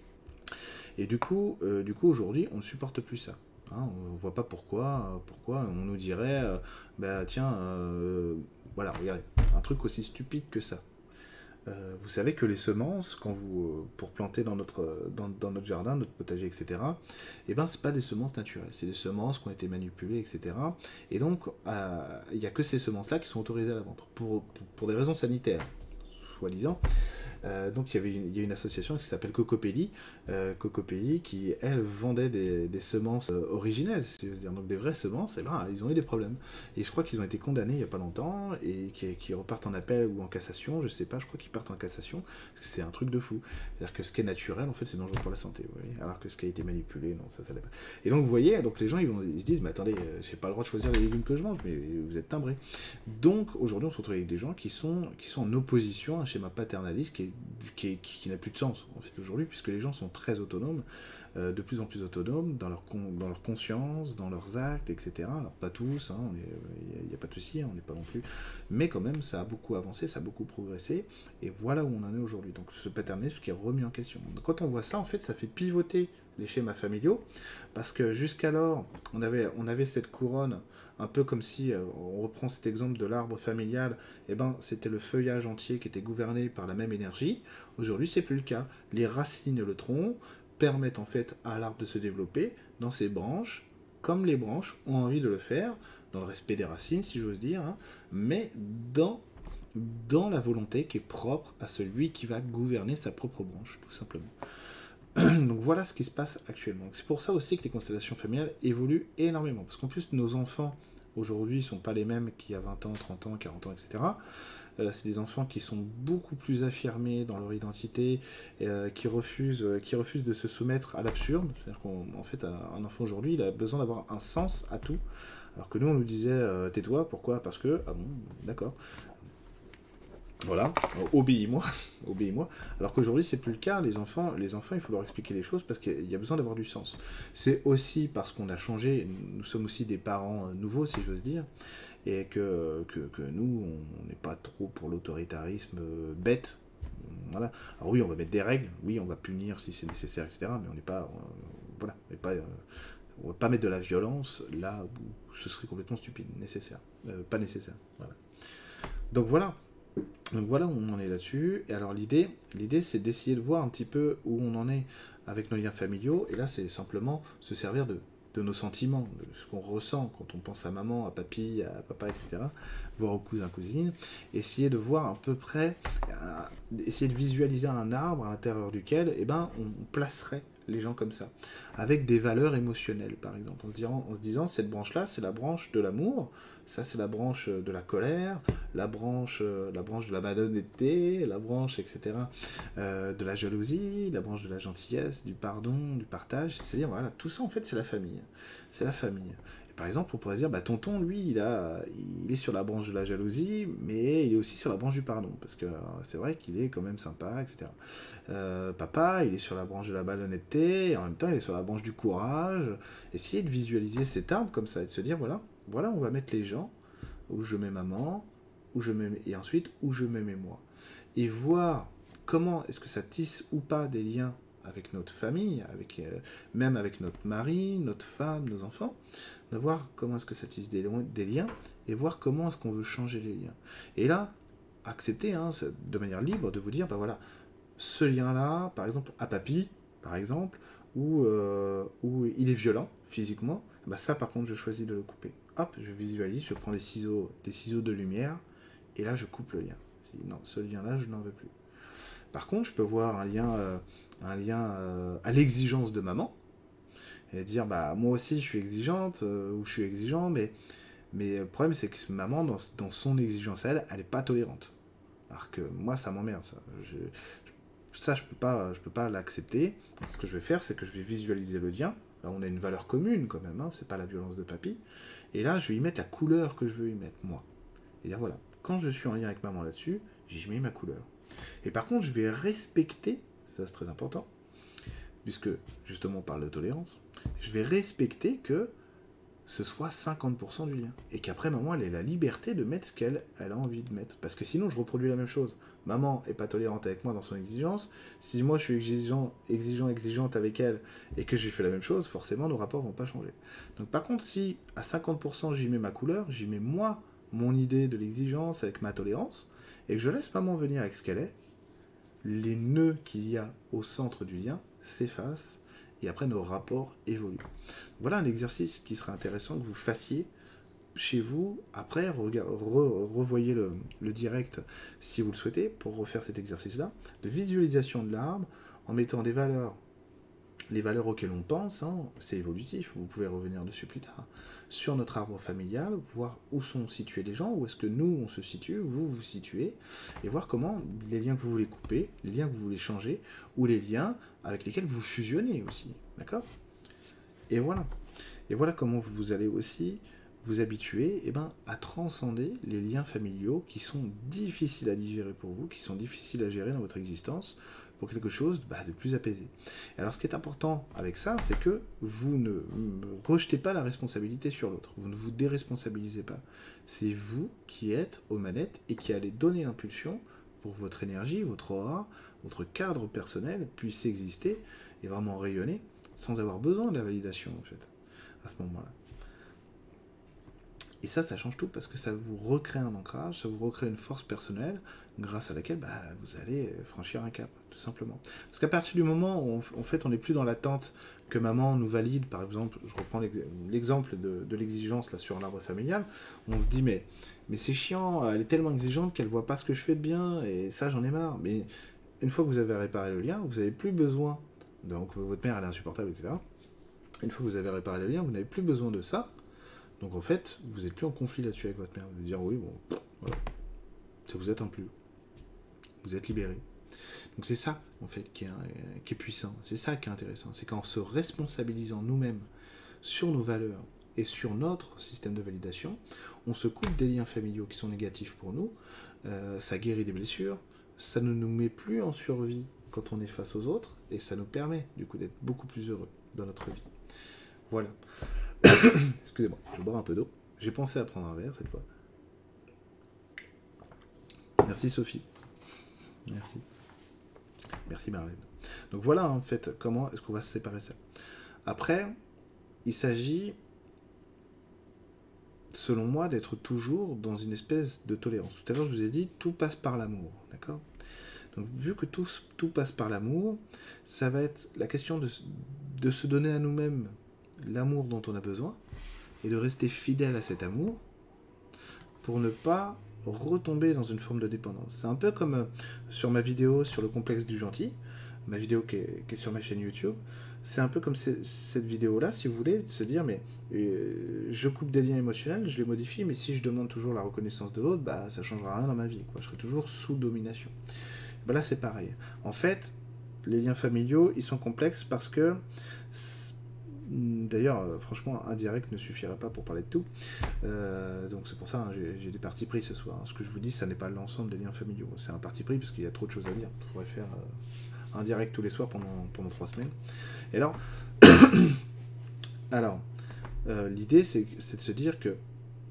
Et du coup aujourd'hui, on ne supporte plus ça. Hein, on ne voit pas pourquoi on nous dirait, bah tiens, voilà, regardez, un truc aussi stupide que ça. Vous savez que les semences, pour planter dans notre jardin, notre potager, etc., eh ben, c'est pas des semences naturelles, c'est des semences qui ont été manipulées, etc. Et donc, il n'y a que ces semences-là qui sont autorisées à la vente, pour des raisons sanitaires, soi-disant. Donc il y a une association qui s'appelle Cocopelli, Cocopelli qui, elle, vendait des semences originelles, c'est-à-dire donc des vraies semences, et ben ils ont eu des problèmes. Et je crois qu'ils ont été condamnés il n'y a pas longtemps, et qui repartent en appel ou en cassation, je sais pas, je crois qu'ils partent en cassation, parce que c'est un truc de fou. C'est-à-dire que ce qui est naturel, en fait, c'est dangereux pour la santé, vous voyez, alors que ce qui a été manipulé, non, ça l'est pas. Et donc vous voyez, donc les gens ils se disent, mais attendez, j'ai pas le droit de choisir les légumes que je mange, mais vous êtes timbrés. Donc aujourd'hui on se retrouve avec des gens qui sont en opposition à un schéma paternaliste qui n'a plus de sens en fait aujourd'hui, puisque les gens sont très autonomes, de plus en plus autonomes dans dans leur conscience, dans leurs actes, etc. Alors pas tous, hein, il n'y a pas de souci, hein, on n'est pas non plus, mais quand même ça a beaucoup avancé, ça a beaucoup progressé, et voilà où on en est aujourd'hui. Donc ce paternalisme qui est remis en question. Donc quand on voit ça, en fait, ça fait pivoter les schémas familiaux, parce que jusqu'alors, on avait cette couronne, un peu comme si, on reprend cet exemple de l'arbre familial, eh ben, c'était le feuillage entier qui était gouverné par la même énergie. Aujourd'hui, c'est plus le cas. Les racines et le tronc permettent en fait à l'arbre de se développer dans ses branches, comme les branches ont envie de le faire, dans le respect des racines, si j'ose dire, hein, mais dans la volonté qui est propre à celui qui va gouverner sa propre branche, tout simplement. Donc voilà ce qui se passe actuellement. C'est pour ça aussi que les constellations familiales évoluent énormément. Parce qu'en plus, nos enfants, aujourd'hui, ne sont pas les mêmes qu'il y a 20 ans, 30 ans, 40 ans, etc. C'est des enfants qui sont beaucoup plus affirmés dans leur identité, qui refusent de se soumettre à l'absurde. C'est-à-dire qu'en fait, un enfant aujourd'hui, il a besoin d'avoir un sens à tout. Alors que nous, on nous disait, tais-toi, pourquoi? Parce que, ah bon, d'accord. Voilà, obéis-moi, obéis-moi. Alors qu'aujourd'hui, c'est plus le cas. Les enfants, il faut leur expliquer les choses parce qu'il y a besoin d'avoir du sens. C'est aussi parce qu'on a changé. Nous sommes aussi des parents nouveaux, si j'ose dire, et que nous, on n'est pas trop pour l'autoritarisme bête. Voilà. Alors oui, on va mettre des règles. Oui, on va punir si c'est nécessaire, etc. Mais on n'est pas, voilà, on va pas mettre de la violence là où ce serait complètement stupide, nécessaire, pas nécessaire. Voilà. Donc voilà. Donc voilà où on en est là-dessus. Et alors l'idée c'est d'essayer de voir un petit peu où on en est avec nos liens familiaux. Et là, c'est simplement se servir de nos sentiments, de ce qu'on ressent quand on pense à maman, à papy, à papa, etc. Voire aux cousins, cousines. Essayer de voir à peu près, essayer de visualiser un arbre à l'intérieur duquel, eh ben, on placerait les gens comme ça, avec des valeurs émotionnelles, par exemple, en se disant cette branche-là, c'est la branche de l'amour, ça c'est la branche de la colère, la branche de la malhonnêteté, la branche, etc., de la jalousie, la branche de la gentillesse, du pardon, du partage, c'est-à-dire, voilà, tout ça, en fait, c'est la famille. C'est la famille. Et par exemple, on pourrait dire, bah, tonton, lui, il est sur la branche de la jalousie, mais il est aussi sur la branche du pardon, parce que c'est vrai qu'il est quand même sympa, etc. Papa, il est sur la branche de la malhonnêteté, et en même temps, il est sur la branche du courage. Essayez de visualiser cet arbre comme ça, et de se dire, voilà, on va mettre les gens, où je mets maman, et ensuite où je mets moi. Et voir comment est-ce que ça tisse ou pas des liens avec notre famille, même avec notre mari, notre femme, nos enfants, de voir comment est-ce que ça tisse des liens, et voir comment est-ce qu'on veut changer les liens. Et là, accepter, hein, de manière libre, de vous dire, bah voilà, ce lien-là, par exemple, à papy, par exemple, où il est violent physiquement, bah ça par contre je choisis de le couper. Hop, je visualise, je prends des ciseaux de lumière, et là je coupe le lien. Je dis, non, ce lien-là, je n'en veux plus. Par contre, je peux voir un lien à l'exigence de maman, et dire, bah moi aussi je suis exigeante, ou je suis exigeant, mais le problème c'est que maman, dans son exigence à elle, elle n'est pas tolérante. Alors que moi, ça m'emmerde, ça. Je peux pas l'accepter. Ce que je vais faire, c'est que je vais visualiser le lien. Là, on a une valeur commune quand même, hein, c'est pas la violence de papy. Et là, je vais y mettre la couleur que je veux y mettre, moi. Et là, voilà. Quand je suis en lien avec maman là-dessus, j'y mets ma couleur. Et par contre, je vais respecter, ça c'est très important, puisque justement on parle de tolérance, je vais respecter que ce soit 50% du lien. Et qu'après, maman, elle ait la liberté de mettre ce qu'elle a envie de mettre. Parce que sinon, je reproduis la même chose. Maman est pas tolérante avec moi dans son exigence. Si moi, je suis exigeante avec elle, et que je lui fais la même chose, forcément, nos rapports vont pas changer. Donc, par contre, si à 50%, j'y mets ma couleur, j'y mets moi, mon idée de l'exigence avec ma tolérance, et que je laisse maman venir avec ce qu'elle est, les nœuds qu'il y a au centre du lien s'effacent, et après nos rapports évoluent. Voilà un exercice qui serait intéressant que vous fassiez chez vous. Après, revoyez le direct si vous le souhaitez pour refaire cet exercice-là de visualisation de l'arbre en mettant des valeurs. Les valeurs auxquelles on pense, hein, c'est évolutif, vous pouvez revenir dessus plus tard, sur notre arbre familial, voir où sont situés les gens, où est-ce que nous on se situe, vous vous situez, et voir comment les liens que vous voulez couper, les liens que vous voulez changer, ou les liens avec lesquels vous fusionnez aussi, d'accord? Et voilà. Et voilà comment vous allez aussi vous habituer à transcender les liens familiaux qui sont difficiles à digérer pour vous, qui sont difficiles à gérer dans votre existence, pour quelque chose de plus apaisé. Alors ce qui est important avec ça, c'est que vous ne rejetez pas la responsabilité sur l'autre, vous ne vous déresponsabilisez pas. C'est vous qui êtes aux manettes et qui allez donner l'impulsion pour que votre énergie, votre aura, votre cadre personnel puisse exister et vraiment rayonner sans avoir besoin de la validation en fait, à ce moment-là. Et ça change tout parce que ça vous recrée un ancrage, ça vous recrée une force personnelle grâce à laquelle vous allez franchir un cap, tout simplement. Parce qu'à partir du moment où en fait, on n'est plus dans l'attente que maman nous valide, par exemple, je reprends l'exemple de l'exigence là sur l'arbre familial, on se dit mais c'est chiant, elle est tellement exigeante qu'elle voit pas ce que je fais de bien, et ça j'en ai marre. Mais une fois que vous avez réparé le lien, vous n'avez plus besoin, donc votre mère elle est insupportable, etc. Une fois que vous avez réparé le lien, vous n'avez plus besoin de ça. Donc en fait, vous n'êtes plus en conflit là-dessus avec votre mère. Vous dire oui, bon, voilà. Vous êtes un plus. Vous êtes libéré. Donc c'est ça, en fait, qui est puissant. C'est ça qui est intéressant. C'est qu'en se responsabilisant nous-mêmes sur nos valeurs et sur notre système de validation, on se coupe des liens familiaux qui sont négatifs pour nous. Ça guérit des blessures. Ça ne nous met plus en survie quand on est face aux autres. Et ça nous permet, du coup, d'être beaucoup plus heureux dans notre vie. Voilà. Excusez-moi, je bois un peu d'eau. J'ai pensé à prendre un verre cette fois. Merci Sophie. Merci. Merci Marlène. Donc voilà en fait comment est-ce qu'on va se séparer ça. Après, il s'agit, selon moi, d'être toujours dans une espèce de tolérance. Tout à l'heure je vous ai dit, tout passe par l'amour, d'accord? Donc vu que tout passe par l'amour, ça va être la question de se donner à nous-mêmes l'amour dont on a besoin, et de rester fidèle à cet amour pour ne pas retomber dans une forme de dépendance. C'est un peu comme sur ma vidéo sur le complexe du gentil, ma vidéo qui est sur ma chaîne YouTube, c'est un peu comme cette vidéo-là, si vous voulez, de se dire, mais je coupe des liens émotionnels, je les modifie, mais si je demande toujours la reconnaissance de l'autre, ça ne changera rien dans ma vie, quoi. Je serai toujours sous domination. Là, c'est pareil. En fait, les liens familiaux, ils sont complexes parce que d'ailleurs, franchement, un direct ne suffirait pas pour parler de tout. Donc c'est pour ça, hein, j'ai des partis pris ce soir. Ce que je vous dis, ça n'est pas l'ensemble des liens familiaux. C'est un parti pris parce qu'il y a trop de choses à dire. Il faudrait faire un direct tous les soirs pendant 3 semaines. Et alors, l'idée, c'est de se dire que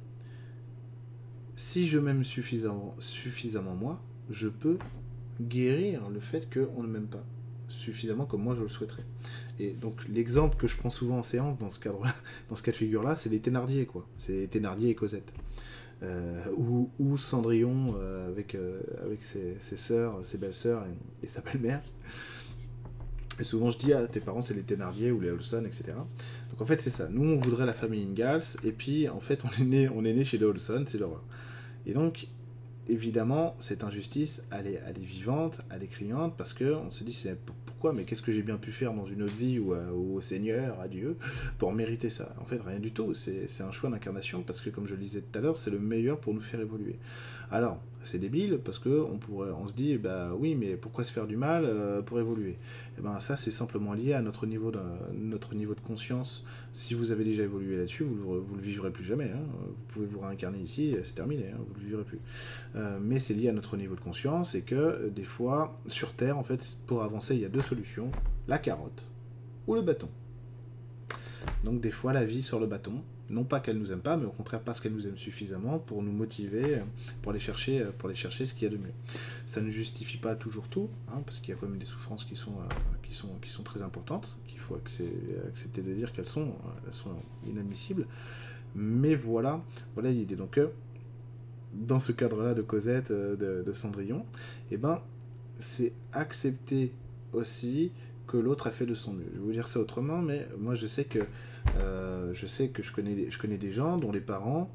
si je m'aime suffisamment moi, je peux guérir le fait qu'on ne m'aime pas suffisamment comme moi je le souhaiterais. Et donc l'exemple que je prends souvent en séance dans ce cas de figure-là, c'est les Thénardier, quoi. C'est Thénardier et Cosette. Ou Cendrillon avec ses sœurs, ses belles-sœurs et sa belle-mère. Et souvent je dis, tes parents c'est les Thénardier ou les Olson, etc. Donc en fait c'est ça. Nous on voudrait la famille Ingalls, et puis en fait on est né chez les Olson, c'est l'horreur. Et donc évidemment, cette injustice, elle est vivante, elle est criante, parce qu'on se dit, pourquoi, mais qu'est-ce que j'ai bien pu faire dans une autre vie, ou au Seigneur, à Dieu, pour mériter ça? En fait, rien du tout, c'est un choix d'incarnation, parce que, comme je le disais tout à l'heure, c'est le meilleur pour nous faire évoluer. Alors, c'est débile, parce qu'on se dit, oui, mais pourquoi se faire du mal pour évoluer? Et ça, c'est simplement lié à notre niveau de conscience. Si vous avez déjà évolué là-dessus, vous le vivrez plus jamais. Hein. Vous pouvez vous réincarner ici, c'est terminé, hein, vous le vivrez plus. Mais c'est lié à notre niveau de conscience, et que des fois, sur Terre, en fait, pour avancer, il y a 2 solutions, la carotte ou le bâton. Donc des fois, la vie sur le bâton, non pas qu'elle nous aime pas, mais au contraire parce qu'elle nous aime suffisamment pour nous motiver, pour aller chercher ce qu'il y a de mieux. Ça ne justifie pas toujours tout, hein, parce qu'il y a quand même des souffrances qui sont très importantes, qu'il faut accepter de dire qu'elles sont inadmissibles. Mais voilà l'idée. Donc dans ce cadre-là de Cosette, de Cendrillon, c'est accepter aussi que l'autre a fait de son mieux. Je vais vous dire ça autrement, mais moi je sais que je connais des gens dont les parents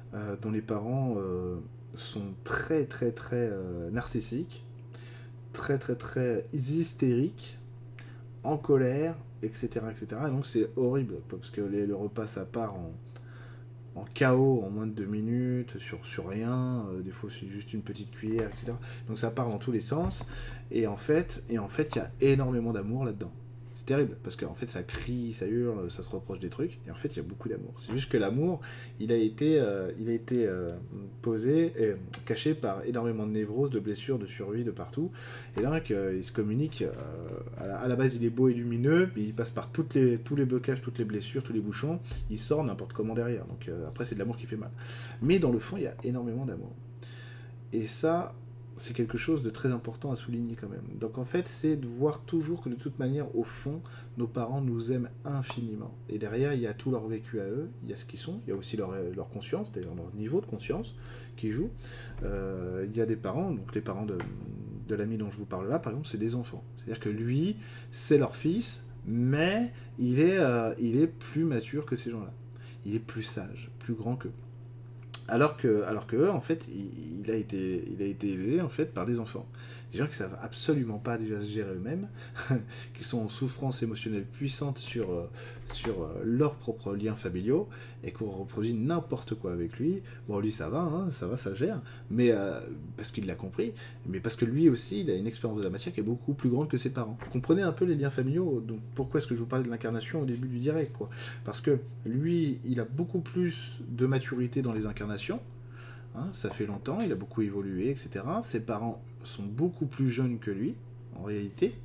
sont très très très narcissiques, très très très hystériques, en colère, etc. etc. Et donc c'est horrible, parce que le repas ça part en chaos en moins de 2 minutes, sur rien, des fois c'est juste une petite cuillère, etc. Donc ça part dans tous les sens, et en fait, il y a énormément d'amour là-dedans. C'est terrible, parce qu'en fait ça crie, ça hurle, ça se reproche des trucs, et en fait il y a beaucoup d'amour. C'est juste que l'amour, il a été posé, et caché par énormément de névroses, de blessures, de survie, de partout, et donc il se communique, à la base il est beau et lumineux, puis il passe par tous les blocages, toutes les blessures, tous les bouchons, il sort n'importe comment derrière, donc après c'est de l'amour qui fait mal. Mais dans le fond il y a énormément d'amour. Et ça, c'est quelque chose de très important à souligner quand même. Donc en fait, c'est de voir toujours que de toute manière, au fond, nos parents nous aiment infiniment. Et derrière, il y a tout leur vécu à eux, il y a ce qu'ils sont, il y a aussi leur conscience, d'ailleurs leur niveau de conscience qui joue. Il y a des parents, donc les parents de l'ami dont je vous parle là, par exemple, c'est des enfants. C'est-à-dire que lui, c'est leur fils, mais il est plus mature que ces gens-là. Il est plus sage, plus grand qu'eux. Alors que eux, en fait, il a été élevé en fait par des enfants. Des gens qui savent absolument pas déjà se gérer eux-mêmes, qui sont en souffrance émotionnelle puissante sur leurs propres liens familiaux, et qu'on reproduit n'importe quoi avec lui. Bon, lui ça va, hein, ça gère, mais parce qu'il l'a compris, mais parce que lui aussi, il a une expérience de la matière qui est beaucoup plus grande que ses parents. Vous comprenez un peu les liens familiaux, donc pourquoi est-ce que je vous parlais de l'incarnation au début du direct, quoi. Parce que lui, il a beaucoup plus de maturité dans les incarnations, hein, ça fait longtemps, il a beaucoup évolué, etc. Ses parents sont beaucoup plus jeunes que lui, en réalité,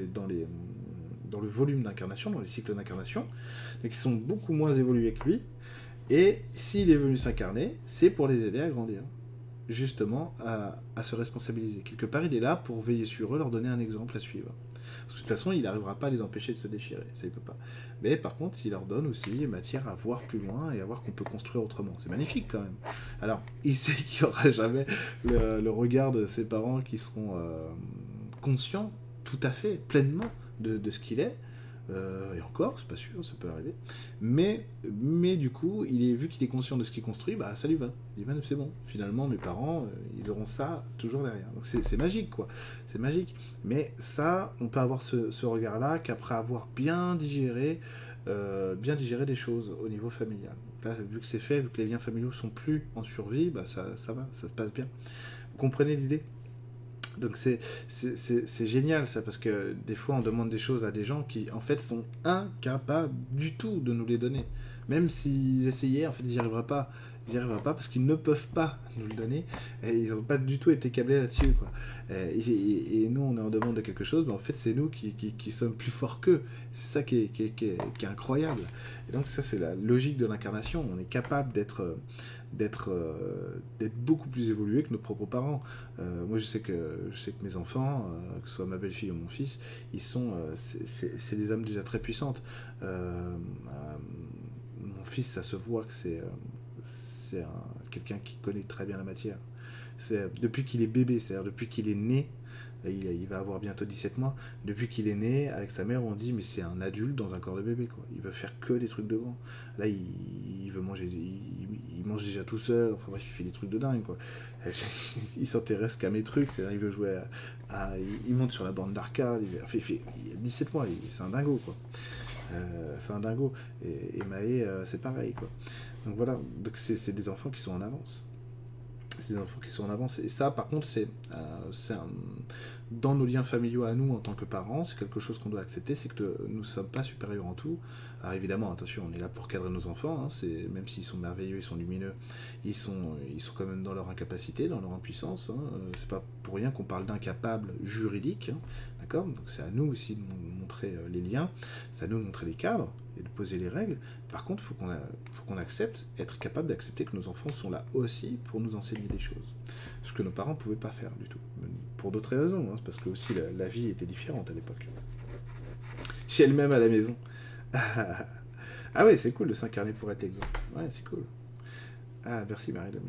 dans le volume d'incarnation, dans les cycles d'incarnation, donc ils sont beaucoup moins évolués que lui, et s'il est venu s'incarner, c'est pour les aider à grandir, justement à se responsabiliser. Quelque part, il est là pour veiller sur eux, leur donner un exemple à suivre. Parce que de toute façon, il n'arrivera pas à les empêcher de se déchirer, ça il peut pas. Mais par contre, il leur donne aussi matière à voir plus loin et à voir qu'on peut construire autrement. C'est magnifique quand même. Alors, il sait qu'il n'y aura jamais le regard de ses parents qui seront conscients, tout à fait, pleinement, de ce qu'il est. Et encore, c'est pas sûr, ça peut arriver. Mais du coup, vu qu'il est conscient de ce qu'il construit, bah ça lui va. Il dit, bah, c'est bon, finalement, mes parents, ils auront ça toujours derrière. Donc c'est magique, quoi. C'est magique. Mais ça, on peut avoir ce regard-là qu'après avoir bien digéré des choses au niveau familial. Là, vu que c'est fait, vu que les liens familiaux sont plus en survie, bah ça va, ça se passe bien. Vous comprenez l'idée ? Donc c'est génial ça, parce que des fois on demande des choses à des gens qui en fait sont incapables du tout de nous les donner. Même s'ils essayaient, en fait ils n'y arriveraient pas. Ils n'y arriveraient pas parce qu'ils ne peuvent pas nous le donner. Et ils n'ont pas du tout été câblés là-dessus, quoi. Et nous on est en demande de quelque chose, mais en fait c'est nous qui sommes plus forts qu'eux. C'est ça qui est incroyable. Et donc ça c'est la logique de l'incarnation. On est capable d'être beaucoup plus évolué que nos propres parents. Moi, je sais que mes enfants, que ce soit ma belle-fille ou mon fils, c'est des âmes déjà très puissantes. Mon fils, ça se voit que c'est quelqu'un qui connaît très bien la matière. Depuis qu'il est bébé, c'est-à-dire depuis qu'il est né, il va avoir bientôt 17 mois. Depuis qu'il est né, avec sa mère, on dit mais c'est un adulte dans un corps de bébé, quoi. Il veut faire que des trucs de grand. Là, il veut manger, il mange déjà tout seul. Enfin bref, il fait des trucs de dingue, quoi. Il s'intéresse qu'à mes trucs. C'est-à-dire, il veut jouer il monte sur la borne d'arcade. Il a 17 mois. C'est un dingo, quoi. C'est un dingo. Et Maë, c'est pareil, quoi. Donc voilà. Donc c'est des enfants qui sont en avance. C'est des enfants qui sont en avance. Et ça, par contre, dans nos liens familiaux à nous, en tant que parents, c'est quelque chose qu'on doit accepter, c'est que nous ne sommes pas supérieurs en tout. Alors évidemment, attention, on est là pour cadrer nos enfants, hein, même s'ils sont merveilleux, ils sont lumineux, ils sont quand même dans leur incapacité, dans leur impuissance. Hein. C'est pas pour rien qu'on parle d'incapable juridique, hein, d'accord ? Donc c'est à nous aussi de montrer les liens, c'est à nous de montrer les cadres et de poser les règles. Par contre, il faut qu'on accepte, être capable d'accepter que nos enfants sont là aussi pour nous enseigner des choses. Ce que nos parents ne pouvaient pas faire du tout. Pour d'autres raisons, hein, parce que aussi la vie était différente à l'époque. Chez elle-même à la maison. Ah ouais, c'est cool de s'incarner pour être exemple. Ouais, c'est cool. Ah, merci Marie-Dominique.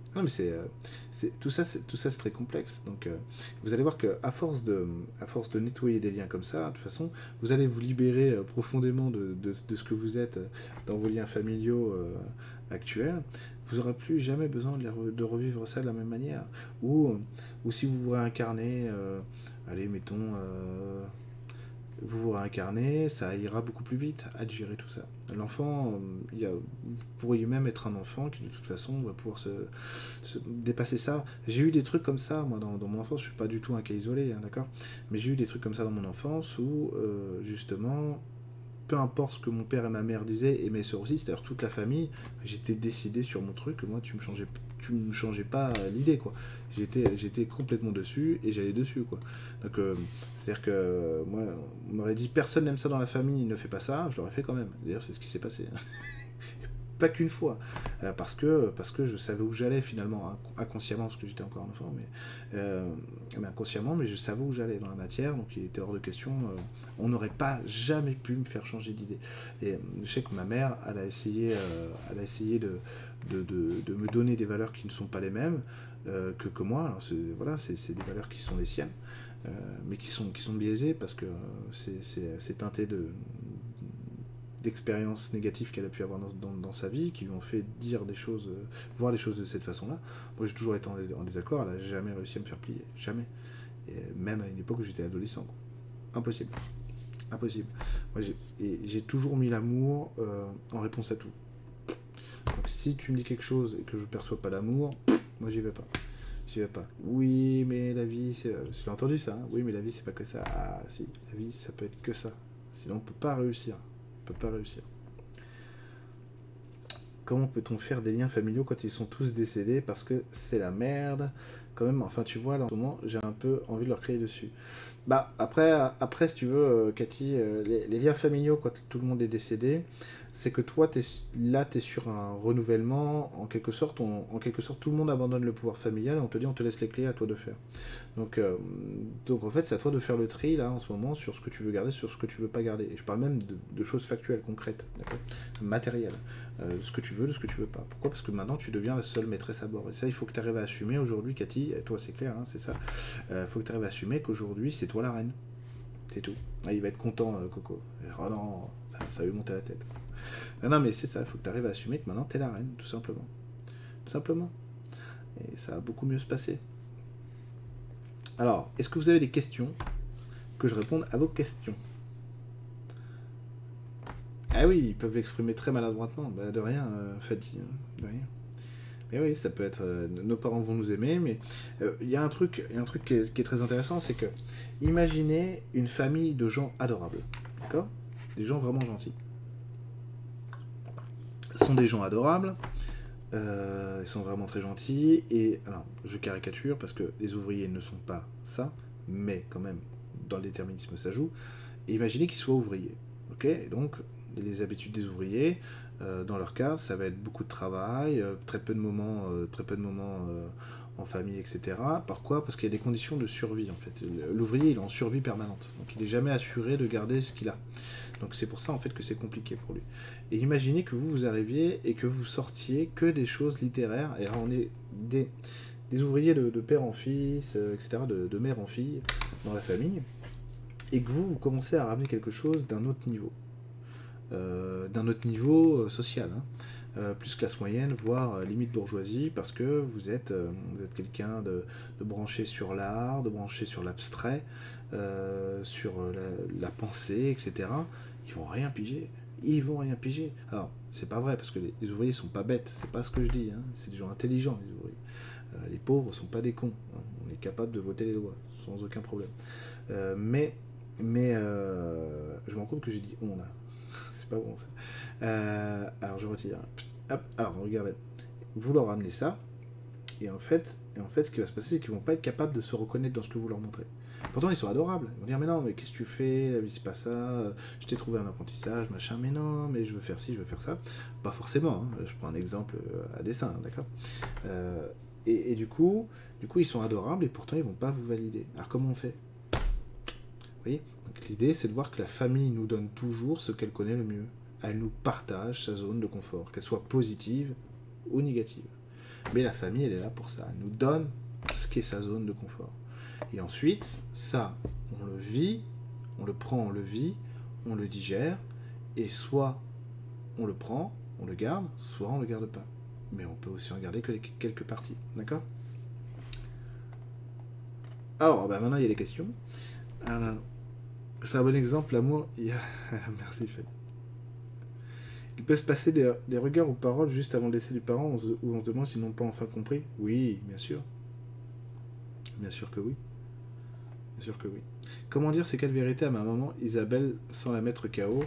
Non, mais tout ça, tout ça, c'est très complexe. Donc, vous allez voir que à force de nettoyer des liens comme ça, de toute façon, vous allez vous libérer profondément de ce que vous êtes dans vos liens familiaux actuels. Vous n'aurez plus jamais besoin de revivre ça de la même manière. Ou si vous vous réincarnez, allez, mettons, vous vous réincarnez, ça ira beaucoup plus vite à digérer tout ça. L'enfant, vous pourriez même être un enfant qui de toute façon va pouvoir se dépasser ça. J'ai eu des trucs comme ça, moi, dans mon enfance, je suis pas du tout un cas isolé, hein, d'accord. Mais j'ai eu des trucs comme ça dans mon enfance où, justement, peu importe ce que mon père et ma mère disaient, et mes soeurs aussi, c'est-à-dire toute la famille, j'étais décidé sur mon truc, moi tu me changeais pas l'idée, quoi. J'étais complètement dessus, et j'allais dessus, quoi. Donc, c'est-à-dire que, moi, on m'aurait dit, personne n'aime ça dans la famille, ne fait pas ça, je l'aurais fait quand même. D'ailleurs, c'est ce qui s'est passé. Pas qu'une fois, parce que je savais où j'allais finalement, hein, inconsciemment, parce que j'étais encore un enfant, mais inconsciemment, mais je savais où j'allais dans la matière, donc il était hors de question, on n'aurait pas jamais pu me faire changer d'idée. Et je sais que ma mère, elle a essayé de me donner des valeurs qui ne sont pas les mêmes que moi, alors voilà, c'est des valeurs qui sont les siennes, mais qui sont biaisées parce que c'est teinté d'expériences négatives qu'elle a pu avoir dans sa vie, qui lui ont fait dire des choses, voir les choses de cette façon-là. Moi, j'ai toujours été en désaccord, elle n'a jamais réussi à me faire plier. Jamais. Et même à une époque où j'étais adolescent. Quoi. Impossible. Impossible. Moi, j'ai toujours mis l'amour en réponse à tout. Donc, si tu me dis quelque chose et que je ne perçois pas l'amour, moi, j'y vais pas. J'y vais pas. Oui, mais la vie, c'est... J'ai entendu ça. Hein. Oui, mais la vie, c'est pas que ça. Ah, si. La vie, ça peut être que ça. Sinon, on peut pas réussir. On peut pas réussir. Comment peut-on faire des liens familiaux quand ils sont tous décédés? Parce que c'est la merde. Quand même, enfin, tu vois, là, en ce moment, j'ai un peu envie de leur crier dessus. Bah, après si tu veux, Cathy, les liens familiaux, quand tout le monde est décédé, c'est que toi, là, tu es sur un renouvellement. En quelque sorte, tout le monde abandonne le pouvoir familial et on te dit, on te laisse les clés à toi de faire. Donc, donc en fait, c'est à toi de faire le tri, là, en ce moment, sur ce que tu veux garder, sur ce que tu veux pas garder. Et je parle même de choses factuelles, concrètes, matérielles. De ce que tu veux, de ce que tu veux pas. Pourquoi? Parce que maintenant, tu deviens la seule maîtresse à bord. Et ça, il faut que tu arrives à assumer aujourd'hui, Cathy, et toi, c'est clair, hein, c'est ça. Il faut que tu arrives à assumer qu'aujourd'hui, c'est toi la reine. C'est tout. Ah, il va être content, Coco. Oh non, ça lui monter à la tête. Non, mais c'est ça, il faut que tu arrives à assumer que maintenant, tu es la reine, tout simplement. Tout simplement. Et ça va beaucoup mieux se passer. Alors, est-ce que vous avez des questions? Que je réponde à vos questions. Ah oui, ils peuvent l'exprimer très maladroitement. Bah, de rien, Fatih. De rien. Mais oui, ça peut être... nos parents vont nous aimer, mais il y a un truc qui est très intéressant, c'est que imaginez une famille de gens adorables. D'accord? Des gens vraiment gentils. Ce sont des gens adorables. Ils sont vraiment très gentils. Et alors, je caricature parce que les ouvriers ne sont pas ça, mais quand même, dans le déterminisme, ça joue. Et imaginez qu'ils soient ouvriers. Ok? Donc, les habitudes des ouvriers, dans leur cas, ça va être beaucoup de travail, très peu de moments, en famille, etc. Pourquoi? Parce qu'il y a des conditions de survie, en fait. L'ouvrier, il est en survie permanente. Donc, il n'est jamais assuré de garder ce qu'il a. Donc, c'est pour ça, en fait, que c'est compliqué pour lui. Et imaginez que vous arriviez et que vous sortiez que des choses littéraires. Et là, on est des ouvriers de père en fils, etc., de mère en fille, dans la famille. Et que vous commencez à ramener quelque chose d'un autre niveau. Social, hein. Plus classe moyenne, voire limite bourgeoisie, parce que vous êtes quelqu'un de branché sur l'art, de branché sur l'abstrait, sur la pensée, etc. Ils vont rien piger. Ils vont rien piger. Alors, c'est pas vrai, parce que les ouvriers sont pas bêtes, c'est pas ce que je dis, hein. C'est des gens intelligents, les ouvriers. Les pauvres sont pas des cons, hein. On est capable de voter les lois, sans aucun problème. Je me rends compte que j'ai dit on là. C'est pas bon ça. Alors je retire. Hop, alors regardez. Vous leur ramenez ça, et en fait, ce qui va se passer, c'est qu'ils vont pas être capables de se reconnaître dans ce que vous leur montrez. Pourtant, ils sont adorables. Ils vont dire, mais non, mais qu'est-ce que tu fais? La vie, c'est pas ça. Je t'ai trouvé un apprentissage, machin. Mais non, mais je veux faire ci, je veux faire ça. Pas forcément. Hein. Je prends un exemple à dessein, d'accord. Et du coup, ils sont adorables, et pourtant, ils vont pas vous valider. Alors comment on fait? Vous voyez? Donc, l'idée, c'est de voir que la famille nous donne toujours ce qu'elle connaît le mieux. Elle nous partage sa zone de confort, qu'elle soit positive ou négative. Mais la famille, elle est là pour ça. Elle nous donne ce qu'est sa zone de confort. Et ensuite, ça, on le vit, on le prend, on le vit, on le digère, et soit on le prend, on le garde, soit on le garde pas. Mais on peut aussi en garder que quelques parties, d'accord? Alors, bah maintenant il y a des questions. C'est un bon exemple, l'amour, il y a... Merci Fanny. Il peut se passer des regards ou paroles juste avant le décès du parent où on se demande s'ils n'ont pas enfin compris. Oui, bien sûr. Bien sûr que oui. Bien sûr que oui. Comment dire ces quatre vérités à ma maman Isabelle sans la mettre KO?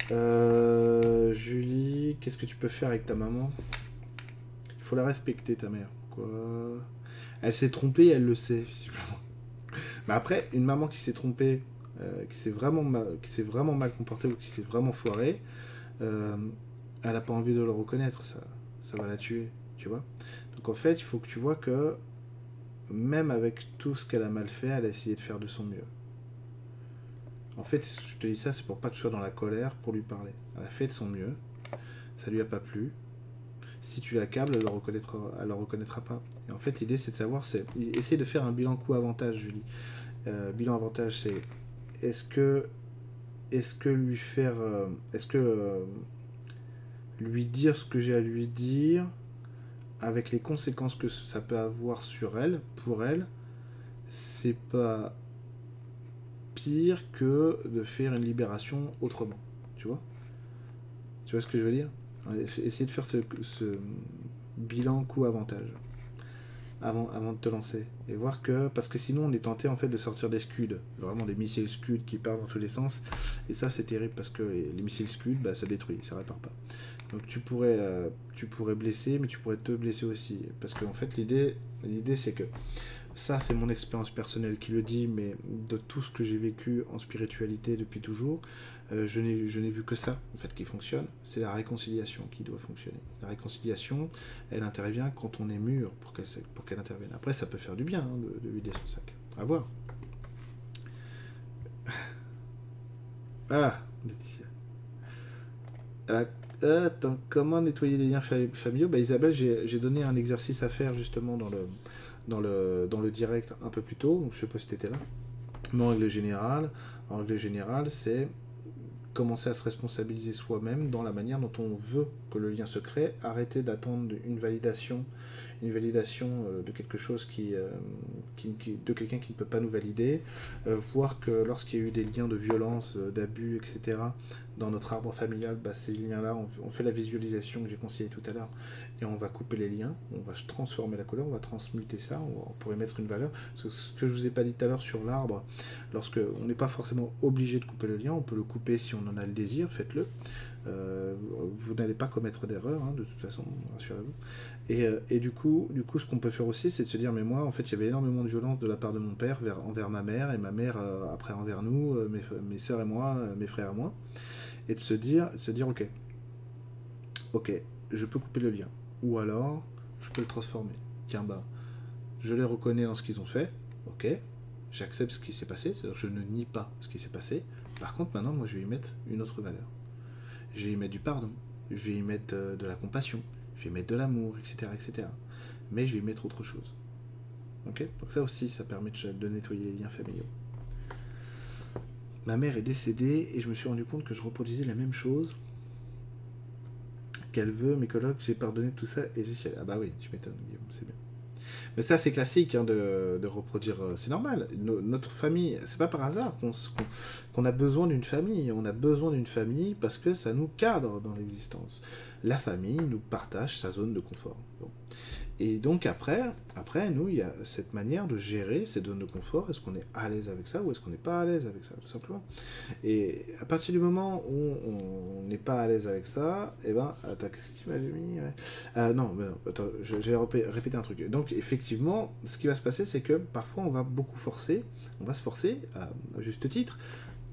Julie, qu'est-ce que tu peux faire avec ta maman? Il faut la respecter, ta mère. Quoi? Elle s'est trompée, elle le sait, visiblement. Mais après, une maman qui s'est trompée, qui s'est vraiment mal comportée ou qui s'est vraiment foirée, euh, elle n'a pas envie de le reconnaître, ça va la tuer, tu vois. Donc en fait, il faut que tu vois que même avec tout ce qu'elle a mal fait, elle a essayé de faire de son mieux. En fait, je te dis ça, c'est pour pas que tu sois dans la colère pour lui parler. Elle a fait de son mieux, ça lui a pas plu. Si tu l'accables, elle le reconnaîtra pas. Et en fait, l'idée, c'est de savoir, c'est essayer de faire un bilan coût-avantage, Julie. Bilan avantage, c'est est-ce que lui faire, est-ce que lui dire ce que j'ai à lui dire, avec les conséquences que ça peut avoir sur elle, pour elle, c'est pas pire que de faire une libération autrement. Tu vois? Tu vois ce que je veux dire? Essayer de faire ce bilan coût-avantage avant de te lancer. Et voir que... Parce que sinon, on est tenté en fait de sortir des scuds. Vraiment des missiles scuds qui partent dans tous les sens. Et ça, c'est terrible parce que les missiles scuds, bah, ça détruit, ça répare pas. Donc tu pourrais blesser, mais tu pourrais te blesser aussi. Parce qu'en fait, l'idée c'est que ça, c'est mon expérience personnelle qui le dit, mais de tout ce que j'ai vécu en spiritualité depuis toujours, je n'ai vu que ça, en fait, qui fonctionne. C'est la réconciliation qui doit fonctionner. La réconciliation, elle intervient quand on est mûr pour qu'elle intervienne. Après, ça peut faire du bien, hein, de vider son sac. À voir. Ah, Laetitia. Attends, comment nettoyer les liens familiaux? Bah, Isabelle, j'ai donné un exercice à faire justement dans le direct un peu plus tôt. Je sais pas si tu étais là. Mais en règle générale, c'est commencer à se responsabiliser soi-même dans la manière dont on veut que le lien se crée, arrêter d'attendre une validation de quelque chose de quelqu'un qui ne peut pas nous valider, voir que lorsqu'il y a eu des liens de violence, d'abus, etc., dans notre arbre familial, bah, ces liens-là, on fait la visualisation que j'ai conseillée tout à l'heure, et on va couper les liens, on va transformer la couleur, on va transmuter ça, on pourrait mettre une valeur. Ce que je vous ai pas dit tout à l'heure sur l'arbre, lorsque on n'est pas forcément obligé de couper le lien, on peut le couper si on en a le désir, faites-le. Vous n'allez pas commettre d'erreur, hein, de toute façon, rassurez-vous. Et du coup, ce qu'on peut faire aussi, c'est de se dire, mais moi, en fait, il y avait énormément de violence de la part de mon père envers ma mère, et ma mère après envers nous, mes soeurs et moi, mes frères et moi, et de se dire, ok, je peux couper le lien, ou alors, je peux le transformer. Tiens, bah, je les reconnais dans ce qu'ils ont fait, ok, j'accepte ce qui s'est passé, c'est-à-dire que je ne nie pas ce qui s'est passé. Par contre, maintenant, moi, je vais y mettre une autre valeur. Je vais y mettre du pardon, je vais y mettre de la compassion, je vais y mettre de l'amour, etc., etc. Mais je vais y mettre autre chose. Ok? Donc ça aussi, ça permet de nettoyer les liens familiaux. Ma mère est décédée et je me suis rendu compte que je reproduisais la même chose qu'elle veut, mes colocs, j'ai pardonné tout ça et j'ai chialé. Ah bah oui, tu m'étonnes, Guillaume, c'est bien. Mais ça, c'est classique hein, de reproduire. C'est normal. Notre famille, c'est pas par hasard qu'on a besoin d'une famille. On a besoin d'une famille parce que ça nous cadre dans l'existence. La famille nous partage sa zone de confort. Bon. Et donc après, nous, il y a cette manière de gérer cette zone de confort. Est-ce qu'on est à l'aise avec ça ou est-ce qu'on n'est pas à l'aise avec ça, tout simplement. Et à partir du moment où on n'est pas à l'aise avec ça, eh ben, attends, qu'est-ce que tu m'avais mis non, attends, j'ai répété un truc. Donc effectivement, ce qui va se passer, c'est que parfois on va se forcer, à juste titre,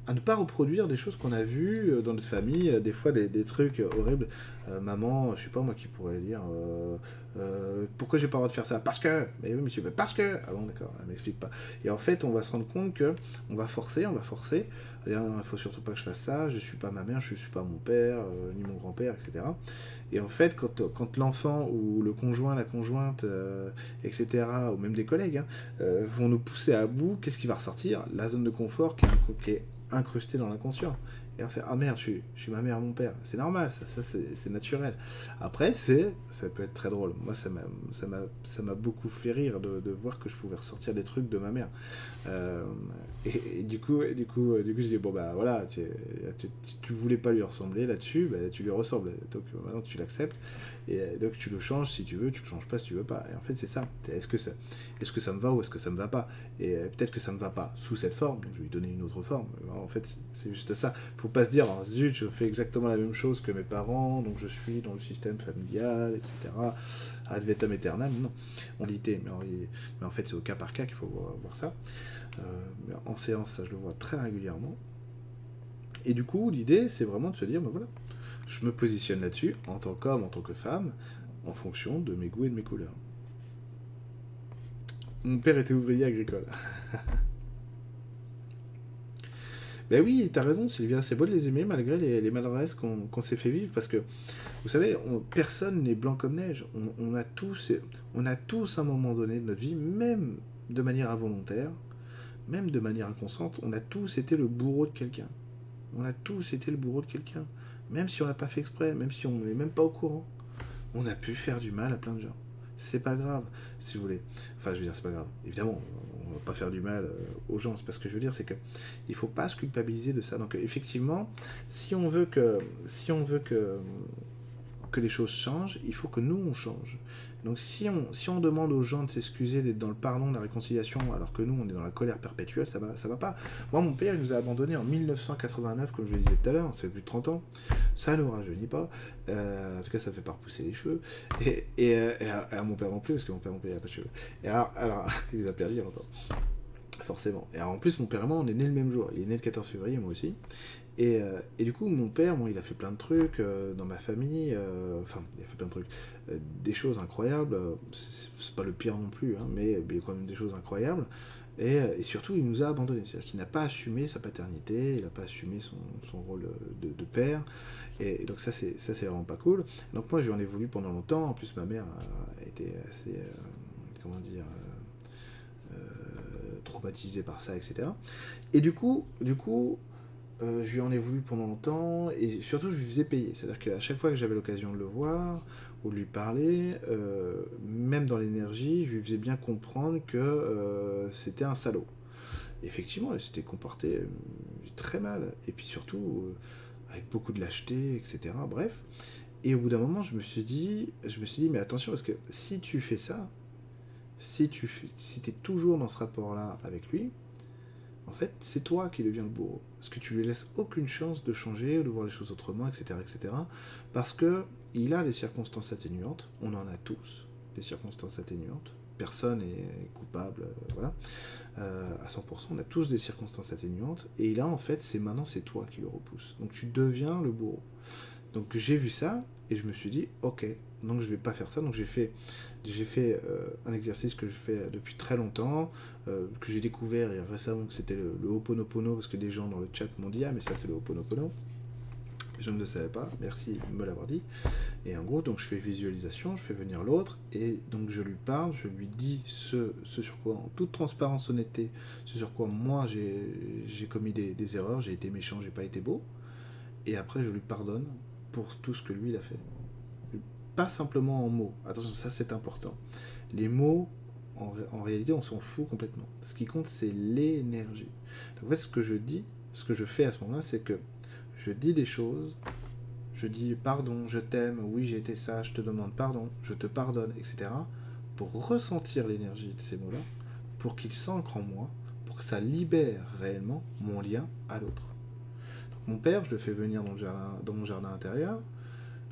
à ne pas reproduire des choses qu'on a vues dans notre famille, des fois des trucs horribles. Maman, je sais pas moi qui pourrait dire pourquoi j'ai pas le droit de faire ça? Parce que. Mais oui, monsieur, parce que. Ah bon, d'accord, elle m'explique pas. Et en fait, on va se rendre compte que on va forcer. Il faut surtout pas que je fasse ça, je suis pas ma mère, je suis pas mon père, ni mon grand-père, etc. Et en fait, quand l'enfant ou le conjoint, la conjointe, etc., ou même des collègues, hein, vont nous pousser à bout, qu'est-ce qui va ressortir? La zone de confort qui est incrustée dans l'inconscient. Et on fait, ah merde, je suis ma mère, mon père. C'est normal, ça c'est naturel. Après, ça peut être très drôle. Moi, ça m'a beaucoup fait rire de voir que je pouvais ressortir des trucs de ma mère. Euh, et du coup, je dis, bon bah voilà, tu voulais pas lui ressembler là-dessus, bah, tu lui ressembles. Donc maintenant tu l'acceptes. Et donc tu le changes si tu veux, tu le changes pas si tu veux pas. Et en fait, c'est ça. Est-ce que ça me va ou est-ce que ça me va pas? Et peut-être que ça me va pas sous cette forme, donc je vais lui donner une autre forme. En fait, c'est juste ça. Faut pas se dire, oh, zut, je fais exactement la même chose que mes parents, donc je suis dans le système familial, etc. Ad vitam aeternam, non. On dit, mais en fait, c'est au cas par cas qu'il faut voir ça. En séance, ça je le vois très régulièrement. Et du coup, l'idée, c'est vraiment de se dire, ben voilà, je me positionne là-dessus, en tant qu'homme, en tant que femme, en fonction de mes goûts et de mes couleurs. Mon père était ouvrier agricole. Ben oui, t'as raison, Sylvia, c'est beau de les aimer malgré les maladresses qu'on s'est fait vivre, parce que, vous savez, personne n'est blanc comme neige. On a tous, à un moment donné de notre vie, même de manière involontaire, même de manière inconsciente, on a tous été le bourreau de quelqu'un. On a tous été le bourreau de quelqu'un. Même si on l'a pas fait exprès, même si on n'est même pas au courant. On a pu faire du mal à plein de gens. C'est pas grave, si vous voulez. Enfin, je veux dire, c'est pas grave. Évidemment, on va pas faire du mal aux gens. C'est parce que je veux dire, c'est que il faut pas se culpabiliser de ça. Donc, effectivement, si on veut que les choses changent, il faut que nous, on change. Donc si on demande aux gens de s'excuser, d'être dans le pardon, la réconciliation, alors que nous, on est dans la colère perpétuelle, ça va pas. Moi, mon père, il nous a abandonnés en 1989, comme je le disais tout à l'heure, ça fait plus de 30 ans. Ça ne nous rajeunit pas. En tout cas, ça ne fait pas repousser les cheveux. Et à mon père non plus, parce que mon père, il n'a pas de cheveux. Et alors il les a perdus il y a longtemps. Forcément. Et alors, en plus, mon père et moi, on est nés le même jour. Il est né le 14 février, moi aussi. Et du coup, mon père, bon, il a fait plein de trucs dans ma famille. Enfin, il a fait plein de trucs. Des choses incroyables. C'est pas le pire non plus, hein, mais il y a quand même des choses incroyables. Et surtout, il nous a abandonnés. C'est-à-dire qu'il n'a pas assumé sa paternité, il n'a pas assumé son rôle de père. Et donc ça, c'est vraiment pas cool. Donc moi, je lui en ai voulu pendant longtemps. En plus, ma mère a été assez... comment dire traumatisée par ça, etc. Et du coup je lui en ai voulu pendant longtemps, et surtout je lui faisais payer. C'est-à-dire qu'à chaque fois que j'avais l'occasion de le voir, ou de lui parler, même dans l'énergie, je lui faisais bien comprendre que c'était un salaud. Et effectivement, elle s'était comportée très mal, et puis surtout avec beaucoup de lâcheté, etc. Bref. Et au bout d'un moment, je me suis dit, mais attention, parce que si tu fais ça, si t'es toujours dans ce rapport-là avec lui, en fait, c'est toi qui deviens le bourreau. Parce que tu lui laisses aucune chance de changer, de voir les choses autrement, etc. etc. Parce que il a des circonstances atténuantes, on en a tous des circonstances atténuantes, personne n'est coupable, voilà, à 100%, on a tous des circonstances atténuantes, et là, en fait, maintenant, c'est toi qui le repousse. Donc tu deviens le bourreau. Donc j'ai vu ça, et je me suis dit, ok, donc je vais pas faire ça. Donc j'ai fait un exercice que je fais depuis très longtemps, que j'ai découvert récemment, que c'était le Ho'oponopono, parce que des gens dans le chat m'ont dit, ah mais ça c'est le Ho'oponopono. Je ne le savais pas, merci de me l'avoir dit. Et en gros, donc je fais visualisation, je fais venir l'autre, et donc je lui parle, je lui dis ce sur quoi, en toute transparence, honnêteté, ce sur quoi moi j'ai commis des erreurs, j'ai été méchant, j'ai pas été beau, et après je lui pardonne pour tout ce que lui il a fait. Pas simplement en mots, attention, ça c'est important. Les mots, en réalité, on s'en fout complètement. Ce qui compte, c'est l'énergie. Donc, en fait, ce que je fais à ce moment-là, c'est que je dis des choses, je dis pardon, je t'aime, oui j'ai été sage, je te demande pardon, je te pardonne, etc. Pour ressentir l'énergie de ces mots-là, pour qu'ils s'ancrent en moi, pour que ça libère réellement mon lien à l'autre. Donc mon père, je le fais venir dans mon jardin intérieur,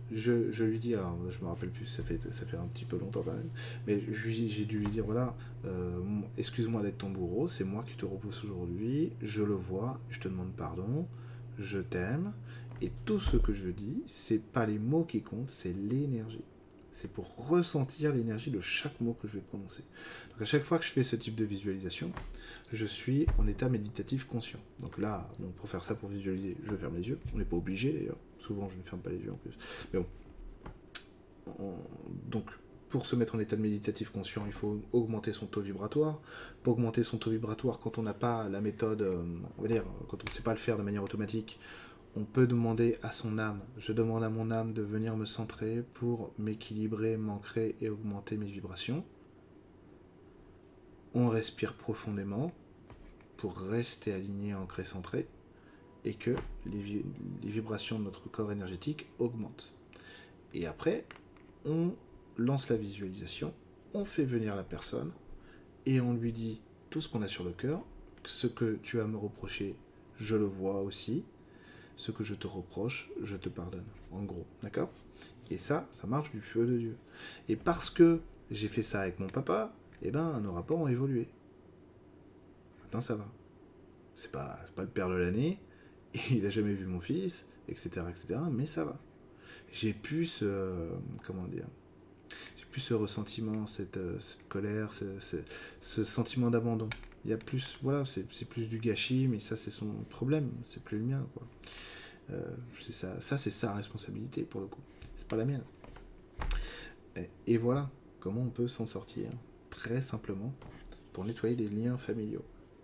je lui dis, alors je me rappelle plus, ça fait un petit peu longtemps quand même, mais j'ai dû lui dire, voilà, excuse-moi d'être ton bourreau, c'est moi qui te repousse aujourd'hui, je le vois, je te demande pardon, je t'aime, et tout ce que je dis, c'est pas les mots qui comptent, c'est l'énergie. C'est pour ressentir l'énergie de chaque mot que je vais prononcer. Donc à chaque fois que je fais ce type de visualisation, je suis en état méditatif conscient. Donc là, bon, pour faire ça, pour visualiser, je ferme les yeux. On n'est pas obligé d'ailleurs. Souvent, je ne ferme pas les yeux en plus. Mais bon. Donc, pour se mettre en état de méditatif conscient, il faut augmenter son taux vibratoire. Pour augmenter son taux vibratoire, quand on n'a pas la méthode, on va dire, quand on ne sait pas le faire de manière automatique, on peut demander à son âme, je demande à mon âme de venir me centrer pour m'équilibrer, m'ancrer et augmenter mes vibrations. On respire profondément pour rester aligné, ancré, centré, et que les vibrations de notre corps énergétique augmentent. Et après, on lance la visualisation, on fait venir la personne, et on lui dit tout ce qu'on a sur le cœur, ce que tu as à me reprocher, je le vois aussi, ce que je te reproche, je te pardonne, en gros, d'accord? Et ça marche du feu de Dieu. Et parce que j'ai fait ça avec mon papa, eh ben, nos rapports ont évolué. Maintenant, ça va. C'est pas le père de l'année, il a jamais vu mon fils, etc., mais ça va. J'ai plus comment dire, j'ai plus ce ressentiment, cette colère, ce sentiment d'abandon. Il y a plus, voilà, c'est plus du gâchis, mais ça c'est son problème, c'est plus le mien, quoi. C'est ça c'est sa responsabilité pour le coup, c'est pas la mienne. Et voilà comment on peut s'en sortir très simplement pour nettoyer des liens familiaux.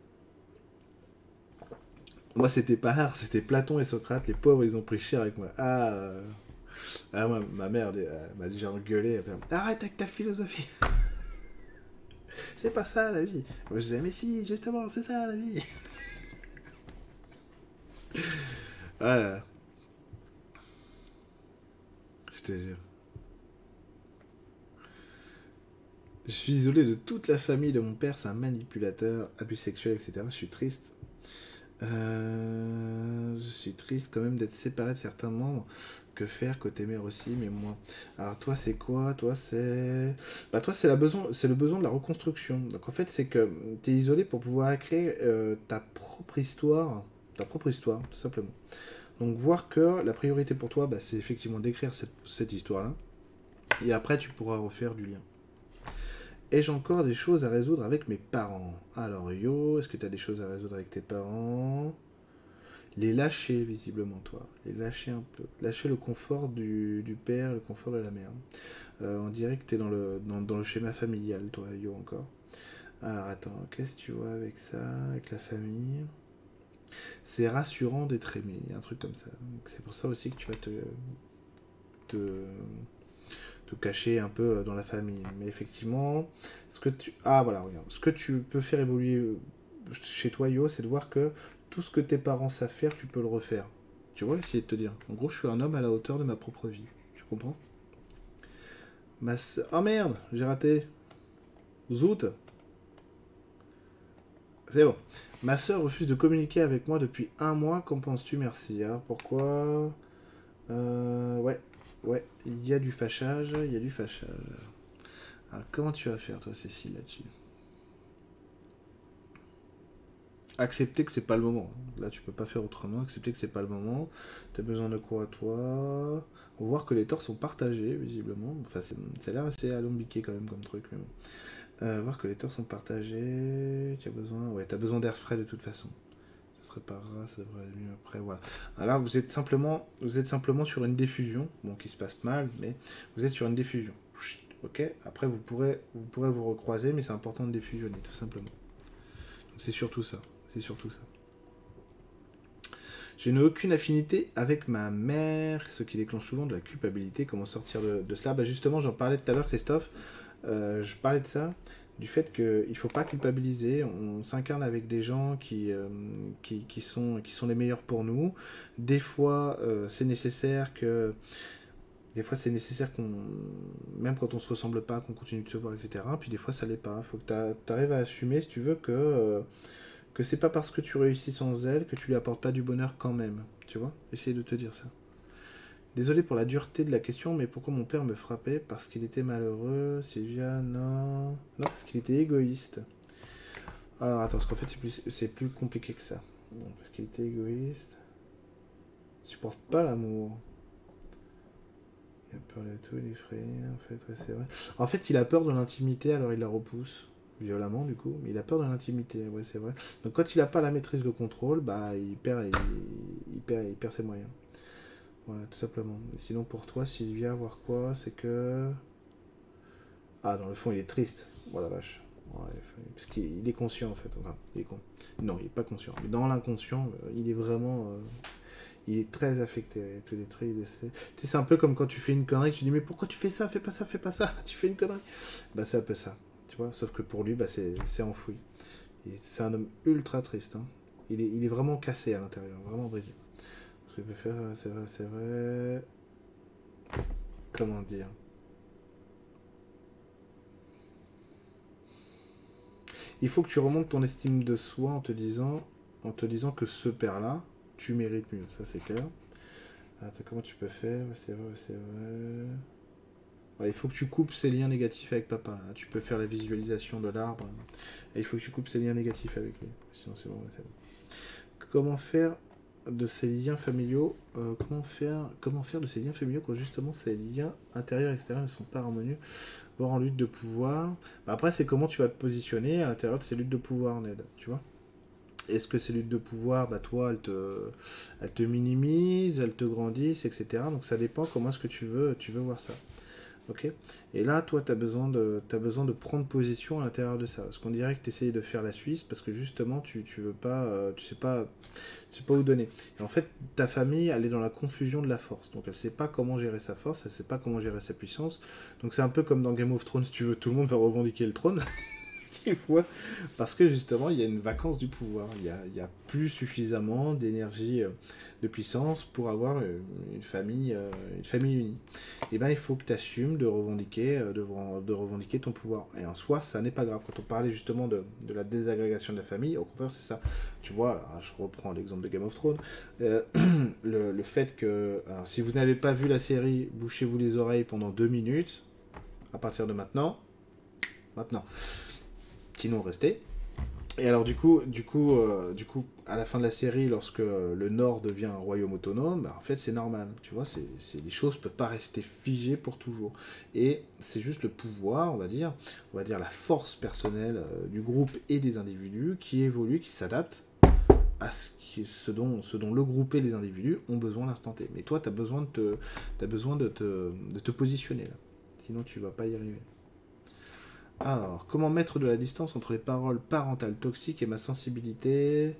Moi c'était pas l'art, c'était Platon et Socrate, les pauvres ils ont pris cher avec moi. Moi, ma mère m'a déjà engueulé, elle fait, arrête avec ta philosophie. C'est pas ça la vie. Moi je disais mais si, justement c'est ça la vie. Voilà, je te jure. Je suis isolé de toute la famille de mon père, c'est un manipulateur, abus sexuel, etc. Je suis triste. Je suis triste quand même d'être séparé de certains membres. Que faire côté mère aussi, mais moi. Alors toi c'est quoi? Toi c'est. Bah toi c'est le besoin de la reconstruction. Donc en fait c'est que tu es isolé pour pouvoir créer ta propre histoire. Ta propre histoire, tout simplement. Donc voir que la priorité pour toi, bah, c'est effectivement d'écrire cette histoire-là. Et après tu pourras refaire du lien. Ai-je encore des choses à résoudre avec mes parents? Alors Yo, est-ce que tu as des choses à résoudre avec tes parents? Les lâcher visiblement toi, les lâcher un peu, lâcher le confort du père, le confort de la mère. On dirait que tu es dans le schéma familial toi Yo encore. Alors attends, qu'est-ce que tu vois avec ça, avec la famille? C'est rassurant d'être aimé, un truc comme ça. C'est pour ça aussi que tu vas te, te cacher un peu dans la famille. Mais effectivement, voilà, regarde. Ce que tu peux faire évoluer chez toi, Yo, c'est de voir que tout ce que tes parents savent faire, tu peux le refaire. Tu vois, essayer de te dire. En gros, je suis un homme à la hauteur de ma propre vie. Tu comprends? Oh merde, j'ai raté. Zout. C'est bon. Ma soeur refuse de communiquer avec moi depuis un mois. Qu'en penses-tu? Merci. Alors pourquoi? Ouais. Ouais, il y a du fâchage, il y a du fâchage. Alors, comment tu vas faire, toi, Cécile, là-dessus? Accepter que c'est pas le moment. Là, tu peux pas faire autrement. Accepter que c'est pas le moment. T'as besoin de quoi, toi? On va voir que les torts sont partagés, visiblement. Enfin, ça a l'air assez alambiqué quand même comme truc, mais bon. Voir que les torts sont partagés. Tu as besoin. Ouais, t'as besoin d'air frais de toute façon. Ça serait pas grave, ça devrait aller mieux après, voilà. Alors, vous êtes simplement sur une diffusion, bon, qui se passe mal, mais vous êtes sur une diffusion. Ok. Après, vous pourrez vous recroiser, mais c'est important de défusionner, tout simplement. Donc, c'est surtout ça. C'est surtout ça. Je n'ai aucune affinité avec ma mère, ce qui déclenche souvent de la culpabilité. Comment sortir de cela? Bah justement, j'en parlais tout à l'heure, Christophe. Je parlais de ça, du fait qu'il ne faut pas culpabiliser. On s'incarne avec des gens qui sont les meilleurs pour nous. Des fois, c'est nécessaire que... Des fois, c'est nécessaire qu'on... Même quand on se ressemble pas, qu'on continue de se voir, etc. Puis des fois, ça l'est pas. Il faut que tu arrives à assumer, si tu veux, que c'est pas parce que tu réussis sans elle que tu lui apportes pas du bonheur quand même. Tu vois? Essaye de te dire ça. Désolé pour la dureté de la question, mais pourquoi mon père me frappait? Parce qu'il était malheureux, Sylvia, non. Non, parce qu'il était égoïste. Alors attends, parce qu'en fait c'est plus compliqué que ça. Bon, parce qu'il était égoïste. Il supporte pas l'amour. Il a peur de tout, il est effrayé, en fait, ouais, c'est vrai. En fait, il a peur de l'intimité, alors il la repousse. Violemment, du coup, mais il a peur de l'intimité, ouais, c'est vrai. Donc quand il n'a pas la maîtrise de contrôle, bah, il perd ses moyens. Voilà, tout simplement. Et sinon, pour toi, Sylvia, voir quoi? C'est que. Ah, dans le fond, il est triste. Voilà, vache. Ouais, parce qu'il est conscient, en fait. Enfin, il est con. Non, il n'est pas conscient. Mais dans l'inconscient, il est vraiment. Il est très affecté. Tous les traits, tu sais, c'est un peu comme quand tu fais une connerie, tu dis, mais pourquoi tu fais ça? Fais pas ça, fais pas ça. Tu fais une connerie. Bah, c'est un peu ça. Tu vois, sauf que pour lui, bah, c'est enfoui. C'est un homme ultra triste. Hein. Il est vraiment cassé à l'intérieur, vraiment brisé. Ce que je peux faire, c'est vrai, c'est vrai. Comment dire? Il faut que tu remontes ton estime de soi en te disant que ce père-là, tu mérites mieux. Ça, c'est clair. Attends, comment tu peux faire? C'est vrai, c'est vrai. Ouais, il faut que tu coupes ces liens négatifs avec papa. Là. Tu peux faire la visualisation de l'arbre. Et il faut que tu coupes ces liens négatifs avec lui. Sinon, c'est bon, c'est bon. Comment faire de ces liens familiaux comment faire de ces liens familiaux quand justement ces liens intérieurs et extérieurs ne sont pas harmonieux, voire en lutte de pouvoir. Bah après, c'est comment tu vas te positionner à l'intérieur de ces luttes de pouvoir, Ned, tu vois. Est-ce que ces luttes de pouvoir, bah toi, elles te minimisent, elles te grandissent, etc. Donc ça dépend comment est-ce que tu veux voir ça. Ok. Et là, toi, t'as besoin de prendre position à l'intérieur de ça. Parce qu'on dirait que tu essayes de faire la Suisse parce que justement, tu veux pas, tu sais pas où donner. Et en fait, ta famille, elle est dans la confusion de la force. Donc, elle sait pas comment gérer sa force, elle sait pas comment gérer sa puissance. Donc, c'est un peu comme dans Game of Thrones, si tu veux, tout le monde va revendiquer le trône. Tu vois, parce que justement, il y a une vacance du pouvoir. Il y a plus suffisamment d'énergie, de puissance pour avoir une famille unie. Et ben, il faut que tu assumes de revendiquer ton pouvoir. Et en soi, ça n'est pas grave. Quand on parlait justement de la désagrégation de la famille, au contraire, c'est ça. Tu vois, alors, je reprends l'exemple de Game of Thrones. euh, le fait que, alors, si vous n'avez pas vu la série, bouchez-vous les oreilles pendant 2 minutes. À partir de maintenant. Sinon, restez. Et alors à la fin de la série, lorsque le Nord devient un royaume autonome, bah, en fait c'est normal, tu vois, les choses peuvent pas rester figées pour toujours. Et c'est juste le pouvoir, on va dire la force personnelle du groupe et des individus qui évolue, qui s'adapte à ce dont le groupe et les individus ont besoin à l'instant T. Mais toi, t'as besoin de te positionner là, sinon tu vas pas y arriver. Alors, comment mettre de la distance entre les paroles parentales toxiques et ma sensibilité?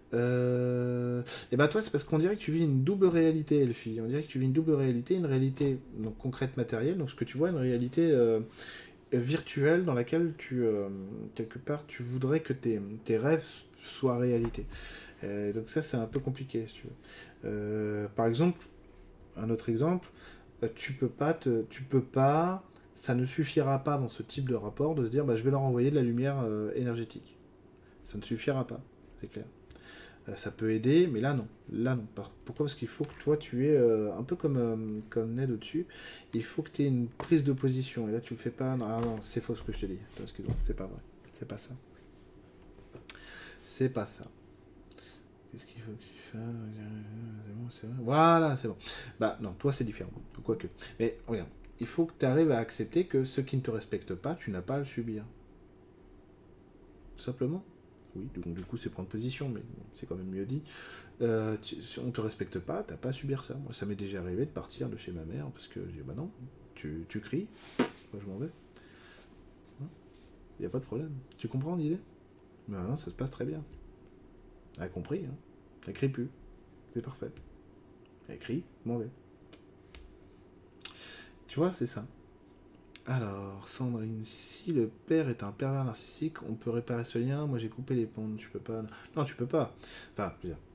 Et bah toi, c'est parce qu'on dirait que tu vis une double réalité, Elfie. On dirait que tu vis une double réalité, une réalité donc concrète, matérielle, donc ce que tu vois, une réalité virtuelle dans laquelle quelque part, tu voudrais que tes rêves soient réalité. Donc ça, c'est un peu compliqué, si tu veux. Par exemple, un autre exemple, tu peux pas, ça ne suffira pas dans ce type de rapport de se dire bah, je vais leur envoyer de la lumière énergétique. Ça ne suffira pas, c'est clair. Ça peut aider, mais là non. Là non. Pourquoi? Parce qu'il faut que toi tu aies, un peu comme Ned au-dessus, il faut que tu aies une prise de position. Et là tu le fais pas. Non, ah non, c'est faux ce que je te dis. Attends, excuse-moi, c'est pas vrai. C'est pas ça. C'est pas ça. Qu'est-ce qu'il faut que tu fasses? C'est bon, c'est vrai. Voilà, c'est bon. Bah non, toi c'est différent. Quoique. Mais regarde, il faut que tu arrives à accepter que ce qui ne te respecte pas, tu n'as pas à le subir. Tout simplement. Oui, donc du coup c'est prendre position, mais bon, c'est quand même mieux dit. Si on te respecte pas, t'as pas à subir ça. Moi ça m'est déjà arrivé de partir de chez ma mère parce que j'ai dit bah non, tu cries, moi je m'en vais. Il n'y a pas de problème. Tu comprends l'idée? Mais non, ça se passe très bien. Elle a compris, hein. Elle crie plus. C'est parfait. Elle crie, m'en vais. Tu vois, c'est ça. Alors, Sandrine, si le père est un pervers narcissique, on peut réparer ce lien. Moi, j'ai coupé les ponts. Tu peux pas. Non, tu peux pas. Enfin, je veux dire,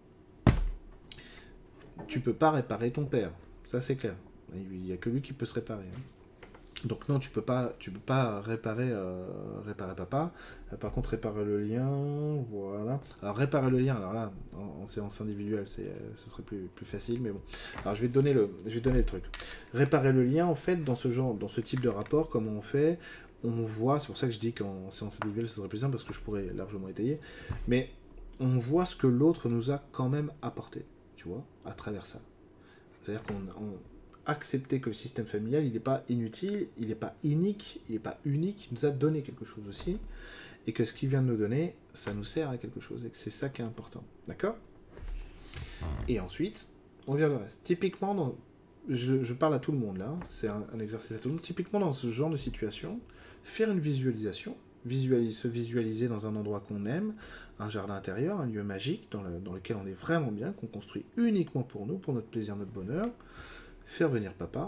tu peux pas réparer ton père. Ça, c'est clair. Il n'y a que lui qui peut se réparer. Hein. Donc non, tu peux pas réparer papa. Par contre, réparer le lien, voilà. Alors réparer le lien, alors là, en séance individuelle, ce serait plus facile, mais bon. Alors je vais te donner le truc. Réparer le lien, en fait, dans ce type de rapport, comment on fait, on voit, c'est pour ça que je dis qu'en séance individuelle, ce serait plus simple parce que je pourrais largement étayer, mais on voit ce que l'autre nous a quand même apporté, tu vois, à travers ça. C'est-à-dire qu'on accepter que le système familial, il n'est pas inutile, il n'est pas inique, il n'est pas unique, il nous a donné quelque chose aussi, et que ce qu'il vient de nous donner, ça nous sert à quelque chose, et que c'est ça qui est important. D'accord? Et ensuite, on vient le reste. Typiquement, je parle à tout le monde là, c'est un exercice à tout le monde. Typiquement, dans ce genre de situation, faire une visualisation, se visualiser dans un endroit qu'on aime, un jardin intérieur, un lieu magique dans lequel on est vraiment bien, qu'on construit uniquement pour nous, pour notre plaisir, notre bonheur. Faire venir papa.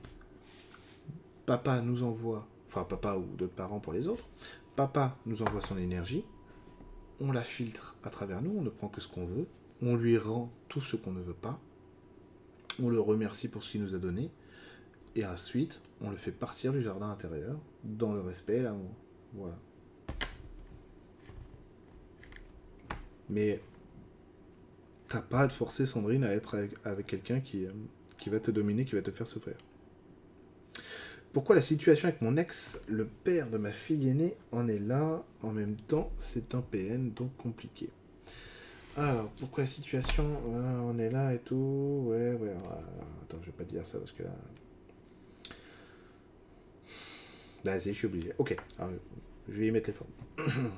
Papa nous envoie, enfin papa ou d'autres parents pour les autres. Papa nous envoie son énergie. On la filtre à travers nous, on ne prend que ce qu'on veut. On lui rend tout ce qu'on ne veut pas. On le remercie pour ce qu'il nous a donné. Et ensuite, on le fait partir du jardin intérieur, dans le respect, l'amour. Voilà. Mais t'as pas à te forcer, Sandrine, à être avec quelqu'un qui va te dominer, qui va te faire souffrir. Pourquoi la situation avec mon ex, le père de ma fille aînée, en est là? En même temps, c'est un PN, donc compliqué. Alors, pourquoi la situation, on est là et tout? Ouais. Attends, je vais pas te dire ça parce que là... Vas-y, je suis obligé. Ok, alors, je vais y mettre les formes.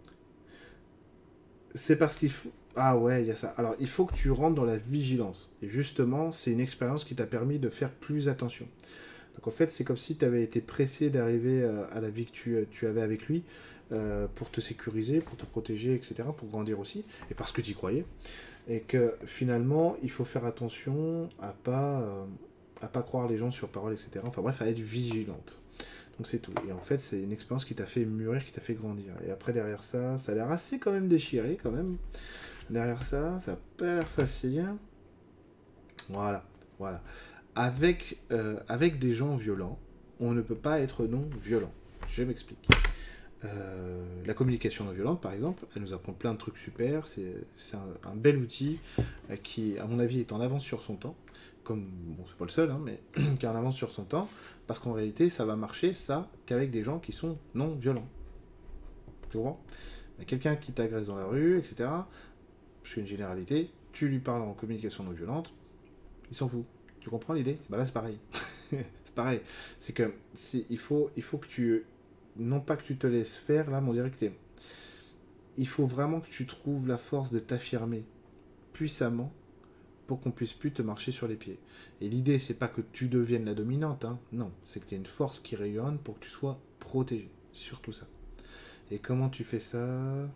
C'est parce qu'il faut... Ah ouais, il y a ça. Alors, il faut que tu rentres dans la vigilance. Et justement, c'est une expérience qui t'a permis de faire plus attention. Donc en fait, c'est comme si tu avais été pressé d'arriver à la vie que tu avais avec lui pour te sécuriser, pour te protéger, etc., pour grandir aussi, et parce que tu y croyais. Et que finalement, il faut faire attention à pas croire les gens sur parole, etc. Enfin bref, à être vigilante. Donc c'est tout. Et en fait, c'est une expérience qui t'a fait mûrir, qui t'a fait grandir. Et après, derrière ça, ça a l'air assez quand même déchiré, quand même. Derrière ça, ça n'a pas l'air facile. Voilà. Avec des gens violents, on ne peut pas être non violent. Je m'explique. La communication non violente, par exemple, elle nous apprend plein de trucs super. C'est un bel outil qui, à mon avis, est en avance sur son temps. Comme, bon, c'est pas le seul, hein, mais qui est en avance sur son temps. Parce qu'en réalité, ça va marcher, ça, qu'avec des gens qui sont non violents. Tu vois? Quelqu'un qui t'agresse dans la rue, etc. Je fais une généralité. Tu lui parles en communication non violente, il s'en fout. Tu comprends l'idée? Bah là, c'est pareil. C'est pareil. C'est que il faut que tu... Non pas que tu te laisses faire, là, mon direct. Il faut vraiment que tu trouves la force de t'affirmer puissamment pour qu'on puisse plus te marcher sur les pieds. Et l'idée, c'est pas que tu deviennes la dominante, hein. Non. C'est que tu aies une force qui rayonne pour que tu sois protégé. C'est surtout ça. Et comment tu fais ça?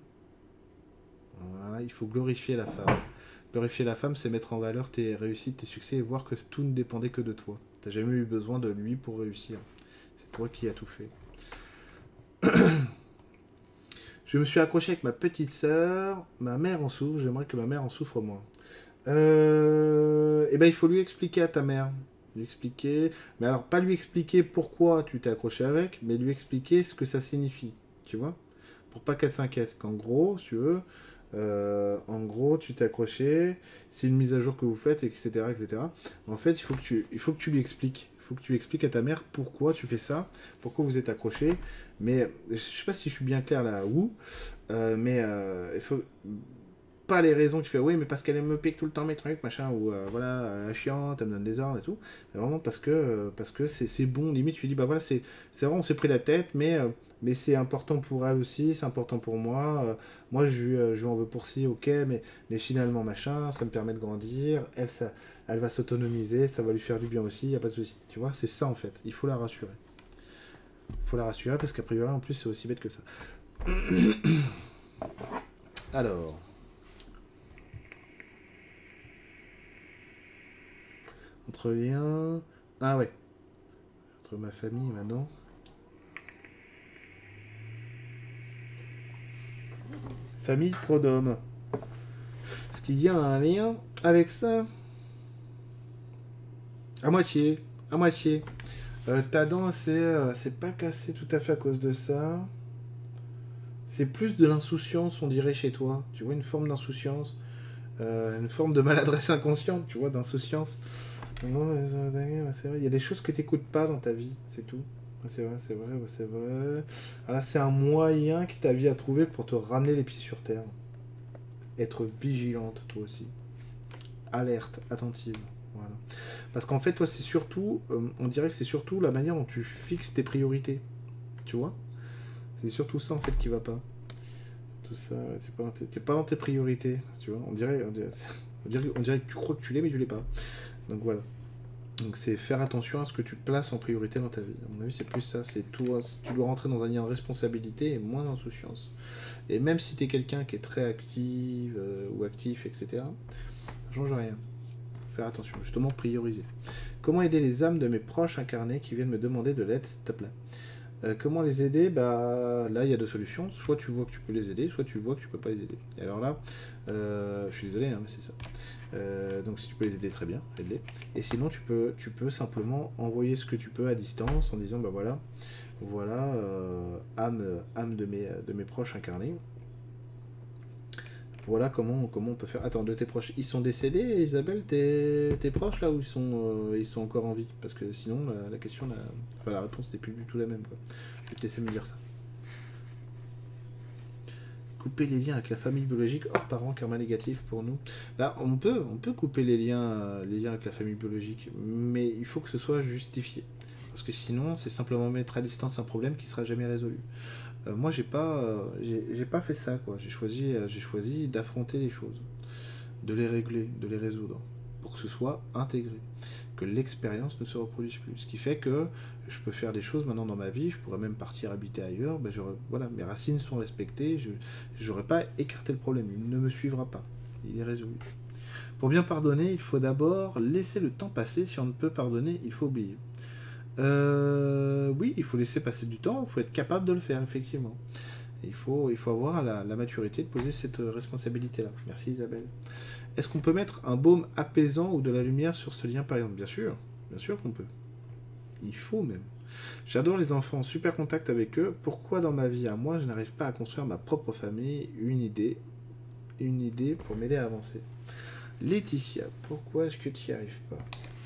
Voilà, il faut glorifier la femme. Glorifier la femme, c'est mettre en valeur tes réussites, tes succès et voir que tout ne dépendait que de toi. T'as jamais eu besoin de lui pour réussir. C'est toi qui as tout fait. Je me suis accroché avec ma petite sœur. Ma mère en souffre. J'aimerais que ma mère en souffre moins. Eh ben, il faut lui expliquer à ta mère. Lui expliquer. Mais alors, pas lui expliquer pourquoi tu t'es accroché avec, mais lui expliquer ce que ça signifie. Tu vois? Pour pas qu'elle s'inquiète. Qu'en gros, si tu veux... en gros, tu t'es accroché, c'est une mise à jour que vous faites, etc., etc. En fait, il faut que tu lui expliques. Il faut que tu expliques à ta mère pourquoi tu fais ça, pourquoi vous êtes accroché. Mais je sais pas si je suis bien clair là où, mais il faut pas les raisons qui fait oui, mais parce qu'elle me pique tout le temps mes trucs, machin, ou voilà, elle est chiante, elle me donne des ordres et tout. Mais vraiment parce que c'est bon. Limite, tu lui dis bah voilà, c'est vrai, on s'est pris la tête, mais c'est important pour elle aussi, c'est important pour moi. Moi, je lui en veux pour si, ok, mais finalement, machin, ça me permet de grandir. Elle va s'autonomiser, ça va lui faire du bien aussi, il n'y a pas de souci. Tu vois, c'est ça en fait. Il faut la rassurer. Il faut la rassurer parce qu'a priori, en plus, c'est aussi bête que ça. Alors. Entre liens. Ah ouais. Entre ma famille maintenant. Famille Prodome. Est-ce qu'il y a un lien avec ça? À moitié. À moitié. Ta dent, c'est pas cassé tout à fait à cause de ça. C'est plus de l'insouciance, on dirait, chez toi. Tu vois, une forme d'insouciance. Une forme de maladresse inconsciente, tu vois, d'insouciance. Non, c'est vrai. Il y a des choses que tu n'écoutes pas dans ta vie, c'est tout. Ouais, c'est vrai, c'est vrai, ouais, c'est vrai. Alors là, c'est un moyen que ta vie a trouvé pour te ramener les pieds sur terre. Être vigilante, toi aussi. Alerte, attentive. Voilà. Parce qu'en fait, toi, c'est surtout, on dirait que c'est surtout la manière dont tu fixes tes priorités. Tu vois. C'est surtout ça, en fait, qui va pas. Tout ça, ouais, t'es pas dans tes priorités. Tu vois. On dirait que tu crois que tu l'es, mais tu l'es pas. Donc voilà. Donc c'est faire attention à ce que tu places en priorité dans ta vie. À mon avis, c'est plus ça. C'est toi, tu dois rentrer dans un lien de responsabilité et moins d'insouciance. Et même si tu es quelqu'un qui est très actif ou actif, etc., ça change rien. Faire attention, justement prioriser. Comment aider les âmes de mes proches incarnés qui viennent me demander de l'aide, s'il te plaît. Comment les aider? Bah là, il y a deux solutions. Soit tu vois que tu peux les aider, soit tu vois que tu peux pas les aider. Et alors là, je suis désolé, hein, mais c'est ça. Donc si tu peux les aider, très bien, aide-les. Et sinon, tu peux simplement envoyer ce que tu peux à distance en disant, bah voilà, voilà, âme de mes proches incarnés. Voilà comment on peut faire. Attends, de tes proches, ils sont décédés, Isabelle, tes proches là, ou ils sont encore en vie? Parce que sinon, la question, enfin, la réponse n'est plus du tout la même, quoi. Je vais te laisser me dire ça. Couper les liens avec la famille biologique hors parents, karma négatif pour nous. Bah, on peut couper les liens avec la famille biologique, mais il faut que ce soit justifié. Parce que sinon, c'est simplement mettre à distance un problème qui sera jamais résolu. Moi, j'ai pas fait ça, quoi. J'ai choisi d'affronter les choses, de les régler, de les résoudre, pour que ce soit intégré, que l'expérience ne se reproduise plus. Ce qui fait que je peux faire des choses maintenant dans ma vie, je pourrais même partir habiter ailleurs, ben voilà, mes racines sont respectées, je n'aurais pas écarté le problème, il ne me suivra pas, il est résolu. Pour bien pardonner, il faut d'abord laisser le temps passer, si on ne peut pardonner, il faut oublier. Oui, il faut laisser passer du temps, il faut être capable de le faire, effectivement. Il faut avoir la maturité de poser cette responsabilité-là. Merci Isabelle. Est-ce qu'on peut mettre un baume apaisant ou de la lumière sur ce lien par exemple? Bien sûr qu'on peut. Il faut même. J'adore les enfants, super contact avec eux. Pourquoi dans ma vie à moi je n'arrive pas à construire ma propre famille? Une idée pour m'aider à avancer. Laetitia, pourquoi est-ce que tu n'y arrives pas?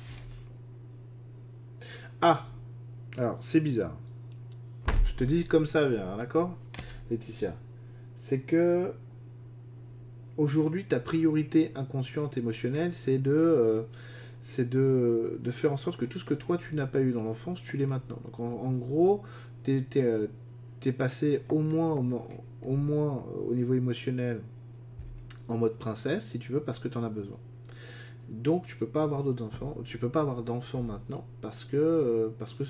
Ah, alors c'est bizarre. Je te dis comme ça vient, d'accord, Laetitia? C'est que aujourd'hui ta priorité inconsciente émotionnelle, c'est de faire en sorte que tout ce que toi tu n'as pas eu dans l'enfance, tu l'aies maintenant. Donc en gros, t'es passé au moins au niveau émotionnel en mode princesse, si tu veux, parce que tu en as besoin. Donc tu peux pas avoir d'autres enfants, tu peux pas avoir d'enfants maintenant parce que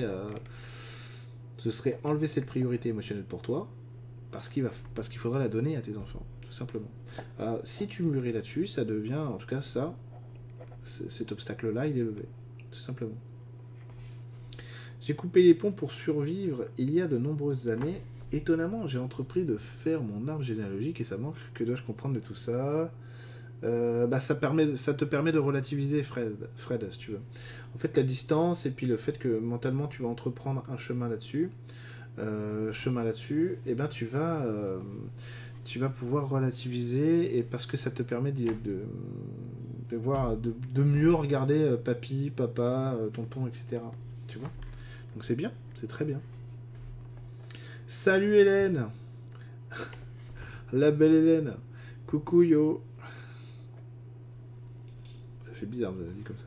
ce serait enlever cette priorité émotionnelle pour toi parce qu'il faudra la donner à tes enfants, tout simplement. Alors, si tu mûris là-dessus, ça devient, en tout cas ça, cet obstacle-là, il est levé, tout simplement. J'ai coupé les ponts pour survivre il y a de nombreuses années. Étonnamment, j'ai entrepris de faire mon arbre généalogique et ça manque. Que dois-je comprendre de tout ça? Ça te permet de relativiser, Fred, si tu veux. En fait, la distance et puis le fait que mentalement tu vas entreprendre un chemin là-dessus, et ben tu vas pouvoir relativiser et parce que ça te permet de voir, de mieux regarder papy, papa, tonton, etc. Tu vois? Donc c'est bien, c'est très bien. Salut Hélène, la belle Hélène. Coucou yo. Ça fait bizarre de la dire comme ça.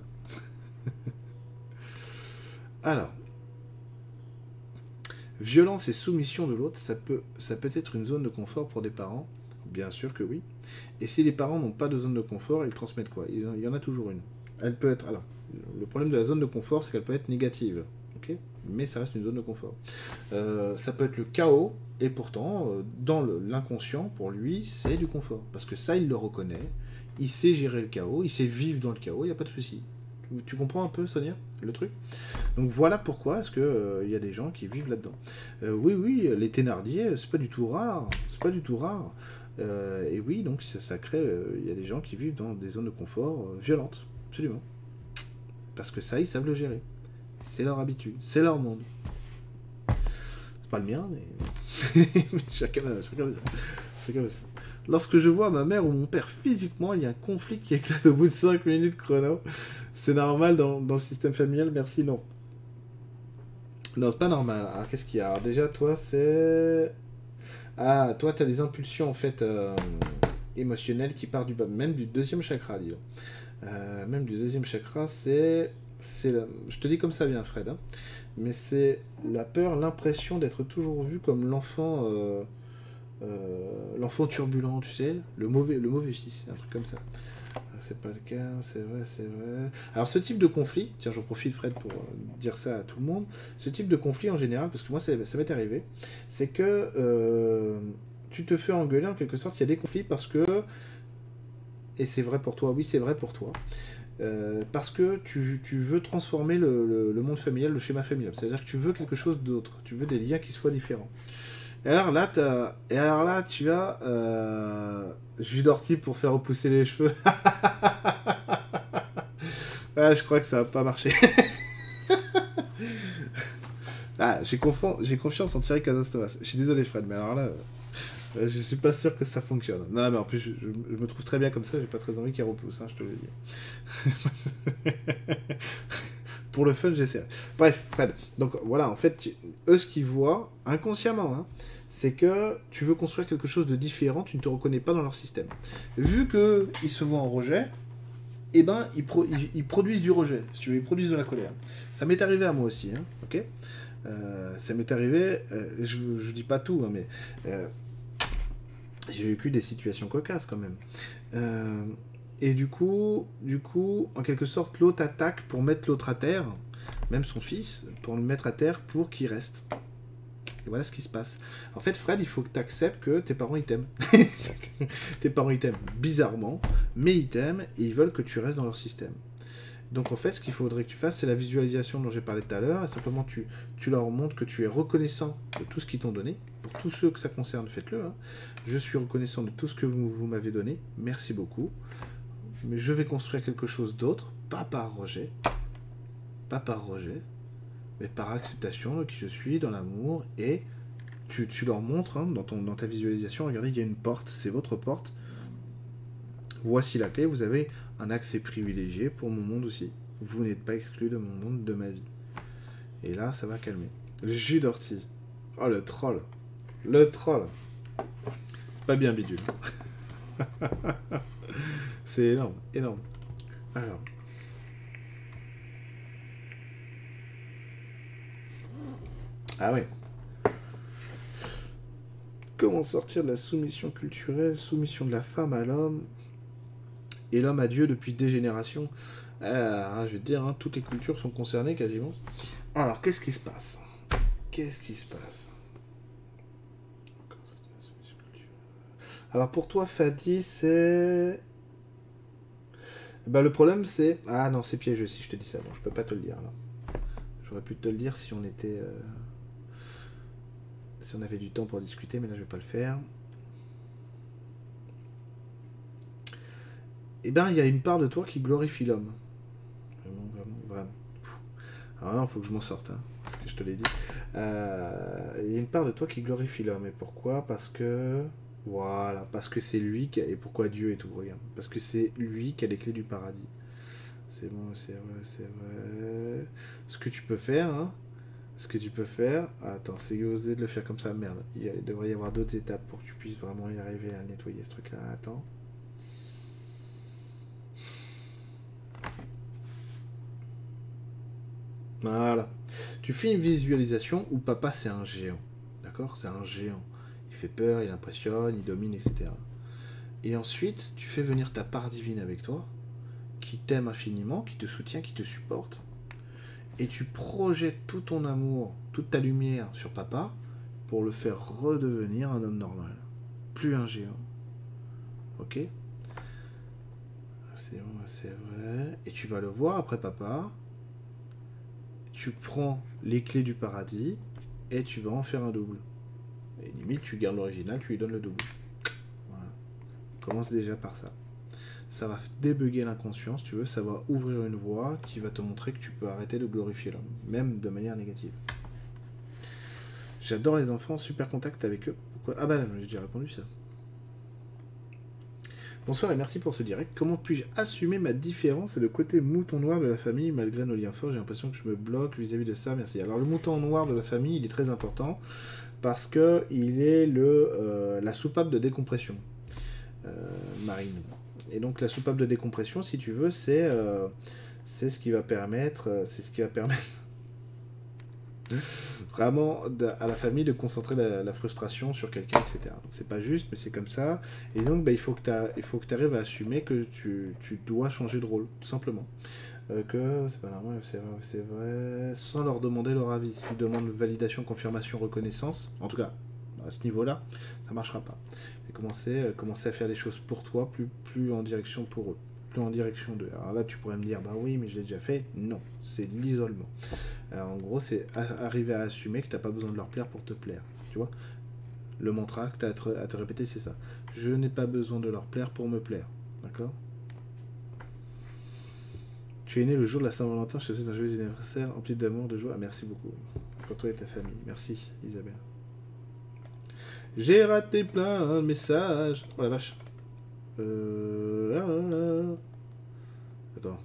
Alors, violence et soumission de l'autre, ça peut être une zone de confort pour des parents. Bien sûr que oui. Et si les parents n'ont pas de zone de confort, ils transmettent quoi? Il y en a toujours une. Elle peut être. Alors, le problème de la zone de confort, c'est qu'elle peut être négative. Ok, mais ça reste une zone de confort. Ça peut être le chaos, et pourtant, dans l'inconscient, pour lui, c'est du confort. Parce que ça, il le reconnaît. Il sait gérer le chaos, il sait vivre dans le chaos, il n'y a pas de souci. Tu comprends un peu, Sonia, le truc? Donc voilà pourquoi est-ce que y a des gens qui vivent là-dedans. Oui, les Thénardier, c'est pas du tout rare. C'est pas du tout rare. Et oui, donc ça crée. Il y a des gens qui vivent dans des zones de confort violentes. Absolument. Parce que ça, ils savent le gérer. C'est leur habitude, c'est leur monde. C'est pas le mien, mais... mais chacun a ça. Lorsque je vois ma mère ou mon père physiquement, il y a un conflit qui éclate au bout de 5 minutes chrono. C'est normal dans le système familial, merci, non. Non, c'est pas normal. Alors, qu'est-ce qu'il y a? Alors, déjà, toi, c'est... Ah, toi, t'as des impulsions, en fait, émotionnelles qui partent du bas, même du deuxième chakra, disons. Même du deuxième chakra, je te dis comme ça vient, Fred, hein. Mais c'est la peur, l'impression d'être toujours vu comme l'enfant turbulent, tu sais, le mauvais fils, un truc comme ça. C'est pas le cas, c'est vrai, c'est vrai. Alors ce type de conflit, tiens, j'en profite Fred pour dire ça à tout le monde, ce type de conflit en général, parce que moi ça m'est arrivé, c'est que tu te fais engueuler en quelque sorte, il y a des conflits parce que, et c'est vrai pour toi, oui c'est vrai pour toi, parce que tu veux transformer le monde familial, le schéma familial, c'est-à-dire que tu veux quelque chose d'autre, tu veux des liens qui soient différents. Et alors là, tu as jus d'ortie pour faire repousser les cheveux. Ouais, je crois que ça va pas marcher. Ah, j'ai confiance en Thierry Casastomas. Je suis désolé, Fred, mais alors là, je suis pas sûr que ça fonctionne. Non, mais en plus, je me trouve très bien comme ça, j'ai pas très envie qu'il repousse, hein, je te le dis. Pour le fun, j'essaie. Bref, Fred. Donc voilà, en fait, eux, ce qu'ils voient, inconsciemment, hein, c'est que tu veux construire quelque chose de différent, tu ne te reconnais pas dans leur système. Vu qu'ils se voient en rejet, eh ben, ils produisent du rejet, si tu veux, ils produisent de la colère. Ça m'est arrivé à moi aussi, hein, ok. Ça m'est arrivé, je dis pas tout, hein, mais j'ai vécu des situations cocasses quand même. Et du coup, en quelque sorte, l'autre attaque pour mettre l'autre à terre, même son fils, pour le mettre à terre pour qu'il reste. Et voilà ce qui se passe. En fait, Fred, il faut que tu acceptes que tes parents, ils t'aiment. Tes parents, ils t'aiment bizarrement, mais ils t'aiment et ils veulent que tu restes dans leur système. Donc en fait, ce qu'il faudrait que tu fasses, c'est la visualisation dont j'ai parlé tout à l'heure, et simplement tu leur montres que tu es reconnaissant de tout ce qu'ils t'ont donné. Pour tous ceux que ça concerne, faites-le, hein. Je suis reconnaissant de tout ce que vous m'avez donné, merci beaucoup. Mais je vais construire quelque chose d'autre, pas par rejet, mais par acceptation de qui je suis, dans l'amour, et tu leur montres, hein, dans ta visualisation, regardez, il y a une porte, c'est votre porte, voici la clé, vous avez un accès privilégié pour mon monde aussi. Vous n'êtes pas exclu de mon monde, de ma vie. Et là, ça va calmer. Le jus d'ortie. Oh, le troll. Le troll. C'est pas bien bidule. C'est énorme, énorme. Alors. Ah ouais. Comment sortir de la soumission culturelle, soumission de la femme à l'homme et l'homme à Dieu depuis des générations. Je vais te dire, hein, toutes les cultures sont concernées quasiment. Alors, qu'est-ce qui se passe? Alors, pour toi, Fadi, c'est... Bah, le problème, c'est... Ah non, c'est piégeux si je te dis ça. Bon, je peux pas te le dire, là. J'aurais pu te le dire si on était... Si on avait du temps pour discuter, mais là, je vais pas le faire. Eh ben, il y a une part de toi qui glorifie l'homme. Vraiment. Alors là, il faut que je m'en sorte, hein, parce que je te l'ai dit. Il y a une part de toi qui glorifie l'homme. Et pourquoi? Parce que... Voilà, parce que c'est lui qui a... Et pourquoi Dieu et tout, regarde. Parce que c'est lui qui a les clés du paradis. C'est bon, c'est vrai. Ce que tu peux faire, hein. Attends, c'est oser de le faire comme ça, merde. Il devrait y avoir d'autres étapes pour que tu puisses vraiment y arriver à nettoyer ce truc-là. Attends. Voilà. Tu fais une visualisation où papa c'est un géant. D'accord? C'est un géant. Il fait peur, il impressionne, il domine, etc. Et ensuite, tu fais venir ta part divine avec toi, qui t'aime infiniment, qui te soutient, qui te supporte. Et tu projettes tout ton amour, toute ta lumière sur papa pour le faire redevenir un homme normal. Plus un géant. Ok? C'est bon, c'est vrai. Et tu vas le voir après papa. Tu prends les clés du paradis et tu vas en faire un double. Et limite, tu gardes l'original, tu lui donnes le double. Voilà. Commence déjà par ça. ça va débugger l'inconscient, si tu veux, ça va ouvrir une voie qui va te montrer que tu peux arrêter de glorifier l'homme, même de manière négative. J'adore les enfants, super contact avec eux. Pourquoi? Ah bah j'ai déjà répondu ça. Bonsoir et merci pour ce direct. Comment puis-je assumer ma différence et le côté mouton noir de la famille malgré nos liens forts? J'ai l'impression que je me bloque vis-à-vis de ça. Merci. Alors le mouton noir de la famille, il est très important parce que il est la soupape de décompression marine. Et donc la soupape de décompression, si tu veux, c'est ce qui va permettre, vraiment à la famille de concentrer la frustration sur quelqu'un, etc. Donc c'est pas juste, mais c'est comme ça. Et donc bah, il faut que tu arrives à assumer que tu dois changer de rôle, tout simplement. Que c'est pas normal, c'est vrai, sans leur demander leur avis. Si tu demandes validation, confirmation, reconnaissance, en tout cas à ce niveau-là, ça marchera pas. Et commencer à faire des choses pour toi, plus en direction pour eux, plus en direction d'eux. Alors là, tu pourrais me dire, bah oui, mais je l'ai déjà fait. Non, c'est l'isolement. Alors, en gros, c'est arriver à assumer que tu n'as pas besoin de leur plaire pour te plaire. Tu vois? Le mantra que tu as à te répéter, c'est ça. Je n'ai pas besoin de leur plaire pour me plaire. D'accord? Tu es né le jour de la Saint-Valentin, je te souhaite un joyeux anniversaire empli d'amour, de joie. Ah, merci beaucoup. Pour toi et ta famille. Merci, Isabelle. J'ai raté plein de messages. Oh la vache. Attends.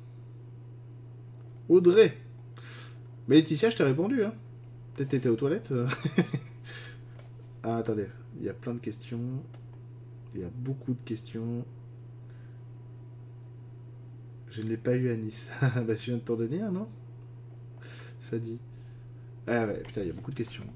Audrey. Mais Laetitia, je t'ai répondu, hein. Peut-être t'étais aux toilettes. Ah, attendez. Il y a plein de questions. Il y a beaucoup de questions. Je ne l'ai pas eu à Nice. Bah, je viens de t'en donner un, non? Fadi. Ah ouais, putain, il y a beaucoup de questions.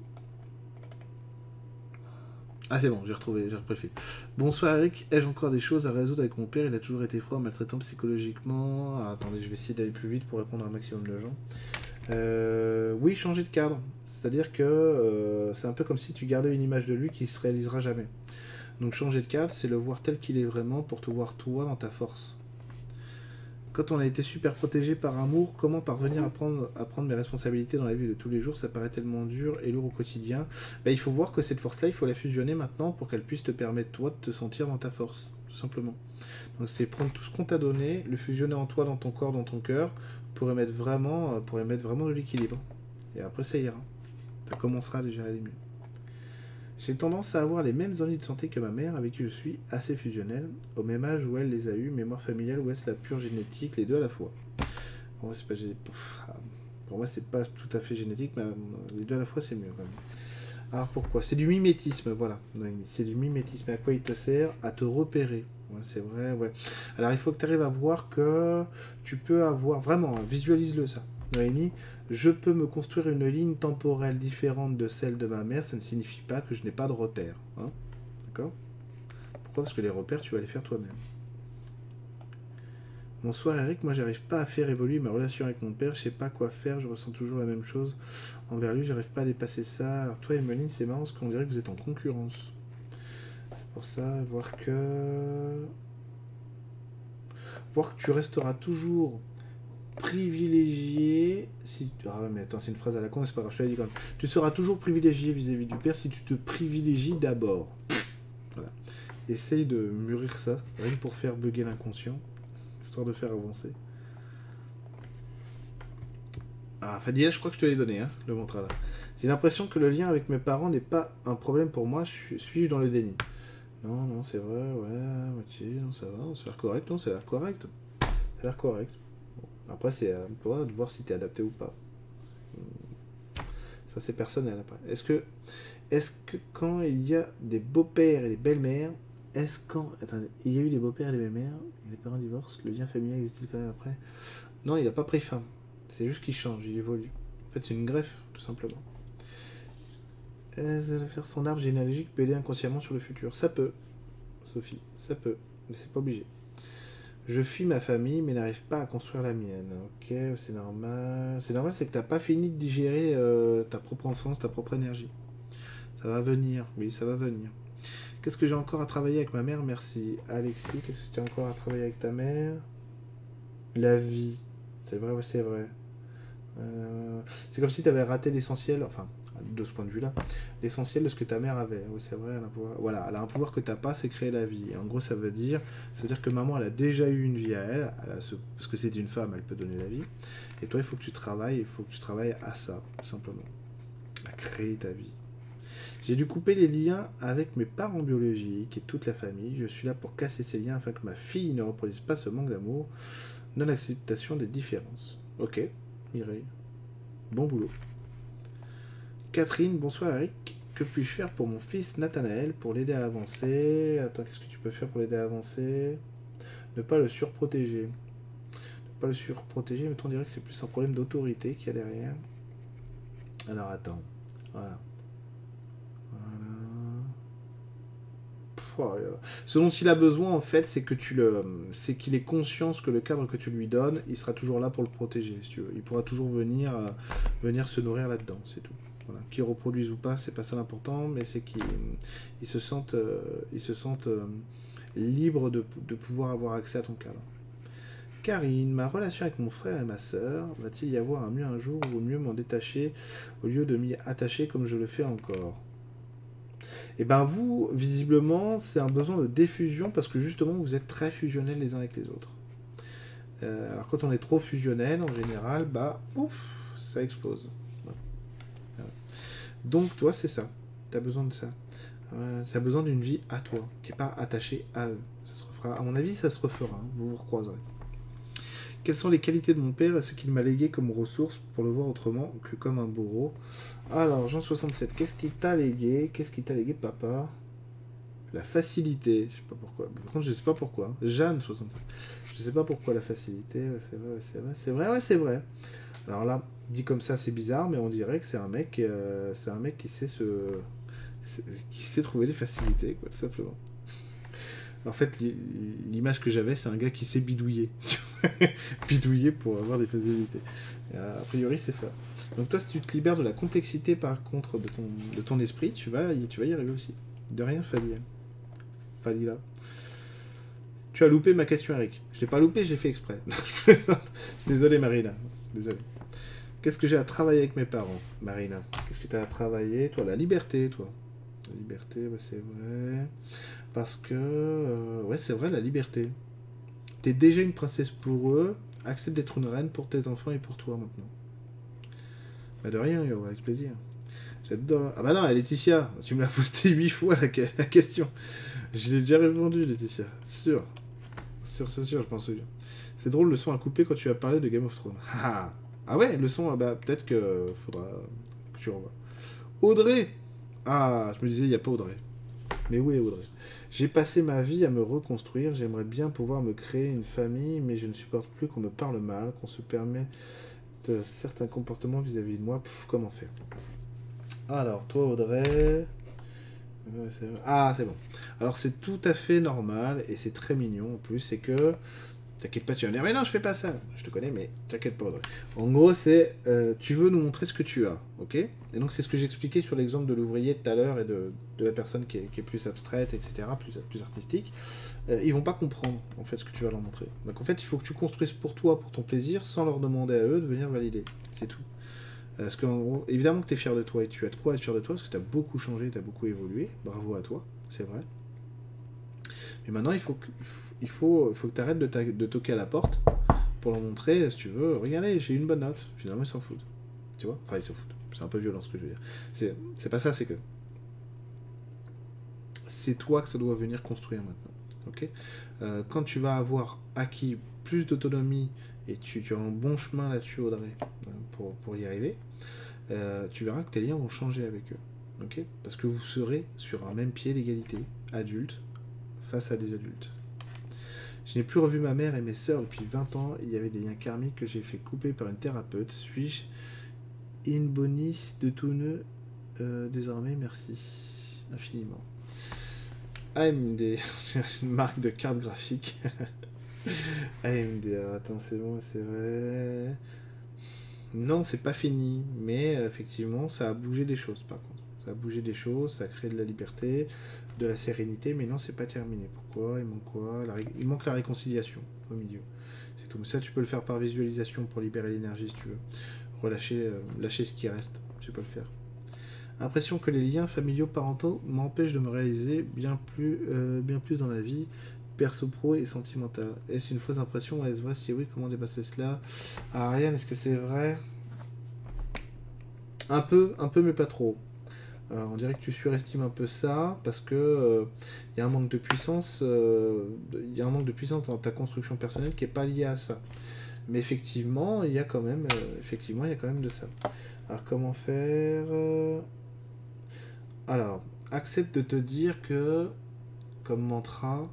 Ah c'est bon, j'ai repris le fil. Bonsoir Eric, ai-je encore des choses à résoudre avec mon père? Il a toujours été froid, maltraitant psychologiquement. Ah, attendez, je vais essayer d'aller plus vite pour répondre à un maximum de gens. Oui, changer de cadre. C'est-à-dire que c'est un peu comme si tu gardais une image de lui qui se réalisera jamais. Donc changer de cadre, c'est le voir tel qu'il est vraiment pour te voir toi dans ta force. Quand on a été super protégé par amour, comment parvenir à prendre mes responsabilités dans la vie de tous les jours? Ça paraît tellement dur et lourd au quotidien. Il faut voir que cette force-là, il faut la fusionner maintenant pour qu'elle puisse te permettre, toi, de te sentir dans ta force, tout simplement. Donc c'est prendre tout ce qu'on t'a donné, le fusionner en toi, dans ton corps, dans ton cœur, pour émettre vraiment de l'équilibre. Et après, ça ira. Ça commencera déjà à aller mieux. J'ai tendance à avoir les mêmes ennuis de santé que ma mère, avec qui je suis assez fusionnel, au même âge où elle les a eus, mémoire familiale ou est-ce la pure génétique, les deux à la fois. Pour moi, c'est pas Pour moi, c'est pas tout à fait génétique, mais les deux à la fois, c'est mieux quand même. Alors pourquoi? C'est du mimétisme, voilà. C'est du mimétisme. À quoi il te sert? À te repérer. Ouais, c'est vrai, ouais. Alors il faut que tu arrives à voir que tu peux avoir, vraiment, visualise-le ça. Noémie, je peux me construire une ligne temporelle différente de celle de ma mère, ça ne signifie pas que je n'ai pas de repères. Hein. D'accord? Pourquoi? Parce que les repères, tu vas les faire toi-même. Bonsoir Eric, moi j'arrive pas à faire évoluer ma relation avec mon père, je sais pas quoi faire, je ressens toujours la même chose envers lui, j'arrive pas à dépasser ça. Alors toi Emeline, c'est marrant parce qu'on dirait que vous êtes en concurrence. C'est pour ça, voir que tu resteras toujours privilégié si... Ah ouais, mais attends, c'est une phrase à la con, mais c'est pas grave, je te l'ai dit quand même. Tu seras toujours privilégié vis-à-vis du père si tu te privilégies d'abord. Voilà. Essaye de mûrir ça, rien que pour faire bugger l'inconscient, histoire de faire avancer. Ah, Fadila, je crois que je te l'ai donné, hein, le mantra là. J'ai l'impression que le lien avec mes parents n'est pas un problème pour moi, suis-je dans le déni? Non, non, c'est vrai, ouais, moitié, non, ça va, ça a l'air correct, non, ça a l'air correct. Ça a l'air correct. Après, c'est à toi de voir si t'es adapté ou pas. Ça, c'est personnel après. Est-ce que quand il y a des beaux-pères et des belles-mères, attendez, il y a eu des beaux-pères et des belles-mères, et les parents divorcent, le lien familial existe-t-il quand même après? Non, il n'a pas pris fin. C'est juste qu'il change, il évolue. En fait, c'est une greffe, tout simplement. Faire son arbre généalogique peut aider inconsciemment sur le futur. Ça peut, Sophie, ça peut, mais c'est pas obligé. Je fuis ma famille, mais n'arrive pas à construire la mienne. Ok, c'est normal. C'est normal, c'est que t'as pas fini de digérer ta propre enfance, ta propre énergie. Ça va venir, oui, ça va venir. Qu'est-ce que j'ai encore à travailler avec ma mère? Merci. Alexis, qu'est-ce que tu as encore à travailler avec ta mère? La vie. C'est vrai, ouais, c'est vrai. C'est comme si tu avais raté l'essentiel, enfin, de ce point de vue-là. L'essentiel de ce que ta mère avait. Oui, c'est vrai, elle a un pouvoir. Voilà, elle a un pouvoir que t'as pas, c'est créer la vie. Et en gros, ça veut dire que maman, elle a déjà eu une vie à elle, parce que c'est une femme, elle peut donner la vie. Et toi, il faut que tu travailles, à ça, tout simplement. À créer ta vie. J'ai dû couper les liens avec mes parents biologiques et toute la famille. Je suis là pour casser ces liens afin que ma fille ne reproduise pas ce manque d'amour, non-acceptation des différences. Ok, Mireille. Bon boulot. Catherine, bonsoir Eric. Que puis-je faire pour mon fils Nathanaël pour l'aider à avancer? Attends, qu'est-ce que tu peux faire pour l'aider à avancer? Ne pas le surprotéger. Ne pas le surprotéger, mais on dirait que c'est plus un problème d'autorité qu'il y a derrière. Alors attends. Voilà. Ce dont il a besoin, en fait, c'est que c'est qu'il ait conscience que le cadre que tu lui donnes, il sera toujours là pour le protéger, si tu veux. Il pourra toujours venir se nourrir là-dedans, c'est tout. Voilà. Qu'il reproduise ou pas, c'est pas ça l'important, mais c'est qu'il se sente libre de pouvoir avoir accès à ton cadre. Karine, ma relation avec mon frère et ma sœur, va-t-il y avoir un mieux un jour ou mieux m'en détacher au lieu de m'y attacher comme je le fais encore? Et ben vous, visiblement, c'est un besoin de diffusion parce que justement, vous êtes très fusionnels les uns avec les autres. Alors quand on est trop fusionnel, en général, bah, ouf, ça explose. Ouais. Donc toi, c'est ça. Tu as besoin de ça. Tu as besoin d'une vie à toi, qui n'est pas attachée à eux. Ça se refera. À mon avis, ça se refera. Hein. Vous vous recroiserez. Quelles sont les qualités de mon père et ce qu'il m'a légué comme ressources pour le voir autrement que comme un bourreau? Alors, Jean 67, qu'est-ce qu'il t'a légué? Qu'est-ce qu'il t'a légué de papa? La facilité, je sais pas pourquoi. Par contre, je sais pas pourquoi. Jeanne 67. Je sais pas pourquoi la facilité. Ouais, c'est vrai, c'est vrai, c'est vrai, ouais, c'est vrai. Alors là, dit comme ça, c'est bizarre, mais on dirait que c'est un mec qui sait qui sait trouver des facilités, quoi, tout simplement. En fait, l'image que j'avais, c'est un gars qui sait bidouiller. Bidouiller pour avoir des facilités. A priori, c'est ça. Donc toi, si tu te libères de la complexité, par contre, de ton esprit, tu vas y arriver aussi. De rien, Fadila. Tu as loupé ma question, Eric. Je l'ai pas loupé, j'ai fait exprès. Désolé, Marina. Désolé. Qu'est-ce que j'ai à travailler avec mes parents, Marina? Qu'est-ce que tu as à travailler? Toi, la liberté, toi. La liberté, ouais, c'est vrai. Parce que... ouais, c'est vrai, la liberté. T'es déjà une princesse pour eux. Accepte d'être une reine pour tes enfants et pour toi, maintenant. Bah de rien, yo, avec plaisir. J'adore. Ah bah non, Laetitia, tu me l'as posté 8 fois la question. Je l'ai déjà répondu, Laetitia. Sûr, je pense bien. C'est drôle, le son a coupé quand tu as parlé de Game of Thrones. Ah ouais, le son, bah peut-être que faudra que tu revoies. Audrey. Ah, je me disais, il n'y a pas Audrey. Mais où est Audrey? J'ai passé ma vie à me reconstruire, j'aimerais bien pouvoir me créer une famille, mais je ne supporte plus qu'on me parle mal, qu'on se permette certains comportements vis-à-vis de moi. Comment faire? Alors, toi, Audrey... Ah, c'est bon. Alors, c'est tout à fait normal, et c'est très mignon, en plus, c'est que... T'inquiète pas, tu vas me dire, mais non, je fais pas ça. Je te connais, mais t'inquiète pas, Audrey. En gros, c'est, tu veux nous montrer ce que tu as, ok? Et donc, c'est ce que j'expliquais sur l'exemple de l'ouvrier tout à l'heure et de la personne qui est plus abstraite, etc., plus artistique. Ils vont pas comprendre, en fait, ce que tu vas leur montrer. Donc, en fait, il faut que tu construises pour toi, pour ton plaisir, sans leur demander à eux de venir valider. C'est tout. Parce que, en gros, évidemment que tu es fier de toi, et tu as de quoi être fier de toi, parce que tu as beaucoup changé, tu as beaucoup évolué. Bravo à toi, c'est vrai. Mais maintenant, il faut que tu arrêtes de toquer à la porte pour leur montrer, si tu veux, regardez, j'ai une bonne note. Finalement, ils s'en foutent. Tu vois? Enfin, ils s'en foutent. C'est un peu violent ce que je veux dire. C'est pas ça, c'est que c'est toi que ça doit venir construire maintenant. Ok? Quand tu vas avoir acquis plus d'autonomie et tu as un bon chemin là-dessus, Audrey, pour y arriver, tu verras que tes liens vont changer avec eux. Ok? Parce que vous serez sur un même pied d'égalité, adulte, face à des adultes. Je n'ai plus revu ma mère et mes sœurs depuis 20 ans. Il y avait des liens karmiques que j'ai fait couper par une thérapeute. Suis-je in bonis de tout nœud désormais? Merci infiniment. AMD, une marque de carte graphique. AMD, attends, c'est bon, c'est vrai. Non, c'est pas fini, mais effectivement, ça a bougé des choses par contre. Ça a bougé des choses, ça a créé de la liberté, de la sérénité, mais non, c'est pas terminé. Pourquoi? Il manque quoi? Il manque la réconciliation au milieu. C'est tout. Mais ça, tu peux le faire par visualisation pour libérer l'énergie si tu veux. Relâcher, lâcher ce qui reste. Tu peux le faire. Impression que les liens familiaux parentaux m'empêchent de me réaliser bien plus dans ma vie perso pro et sentimentale. Est-ce une fausse impression? Est-ce vrai? Si oui, comment dépasser cela? Ariane, est-ce que c'est vrai? Un peu, mais pas trop. On dirait que tu surestimes un peu ça parce que il y a un manque de puissance, il y a un manque de puissance dans ta construction personnelle qui est pas lié à ça. Mais effectivement, il y a quand même, effectivement, il y a quand même de ça. Alors comment faire? Alors, accepte de te dire que, comme mantra,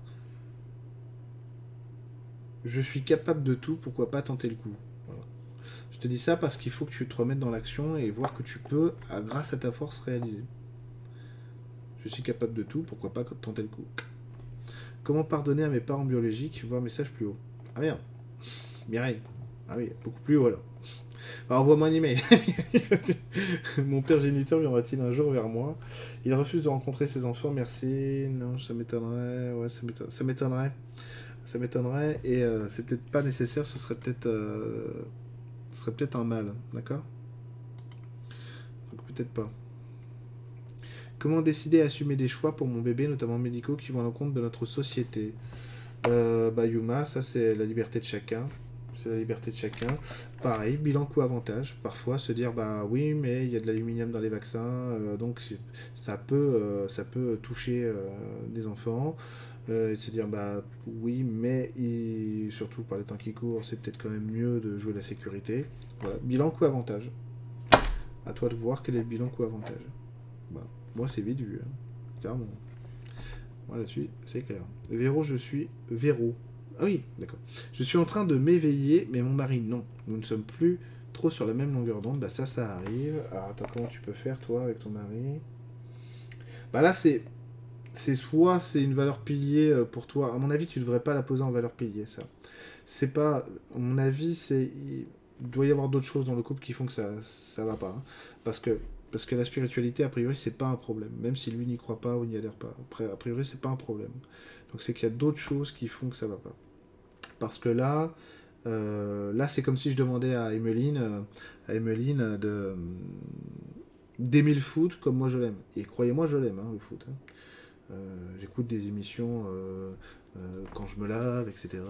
je suis capable de tout, pourquoi pas tenter le coup. Voilà. Je te dis ça parce qu'il faut que tu te remettes dans l'action et voir que tu peux, grâce à ta force, réaliser. Je suis capable de tout, pourquoi pas tenter le coup. Comment pardonner à mes parents biologiques? Voir message plus haut. Ah merde, Mireille. Ah oui, beaucoup plus haut alors. Alors envoie-moi un email. Mon père géniteur viendra-t-il un jour vers moi? Il refuse de rencontrer ses enfants, merci. Non, ça m'étonnerait. Ouais, ça m'étonnerait. Ça m'étonnerait et c'est peut-être pas nécessaire, ce serait peut-être un mal, d'accord? Donc peut-être pas. Comment décider à assumer des choix pour mon bébé, notamment médicaux, qui vont à l'encontre de notre société? Yuma, ça c'est la liberté de chacun. C'est la liberté de chacun. Pareil, bilan coût-avantage. Parfois se dire bah oui, mais il y a de l'aluminium dans les vaccins, donc ça peut toucher des enfants. Et de se dire bah oui, mais surtout par les temps qui courent, c'est peut-être quand même mieux de jouer la sécurité. Voilà. Bilan coût-avantage. À toi de voir quel est le bilan coût-avantage. Voilà. Moi c'est vite vu, hein. Clairement. Moi là-dessus, c'est clair. Véro, je suis. Véro. Ah oui, d'accord. Je suis en train de m'éveiller, mais mon mari, non. Nous ne sommes plus trop sur la même longueur d'onde. Bah ça arrive. Alors attends, comment tu peux faire, toi, avec ton mari? Bah là, c'est soit c'est une valeur pilier pour toi. À mon avis, tu devrais pas la poser en valeur pilier, ça. C'est pas. À mon avis, il doit y avoir d'autres choses dans le couple qui font que ça va pas, hein. Parce que. Parce que la spiritualité, a priori, c'est pas un problème. Même si lui n'y croit pas ou n'y adhère pas. Après, a priori, c'est pas un problème. Donc c'est qu'il y a d'autres choses qui font que ça va pas. Parce que là c'est comme si je demandais à Emeline d'aimer le foot comme moi je l'aime. Et croyez-moi, je l'aime, hein, le foot, hein. J'écoute des émissions quand je me lave, etc.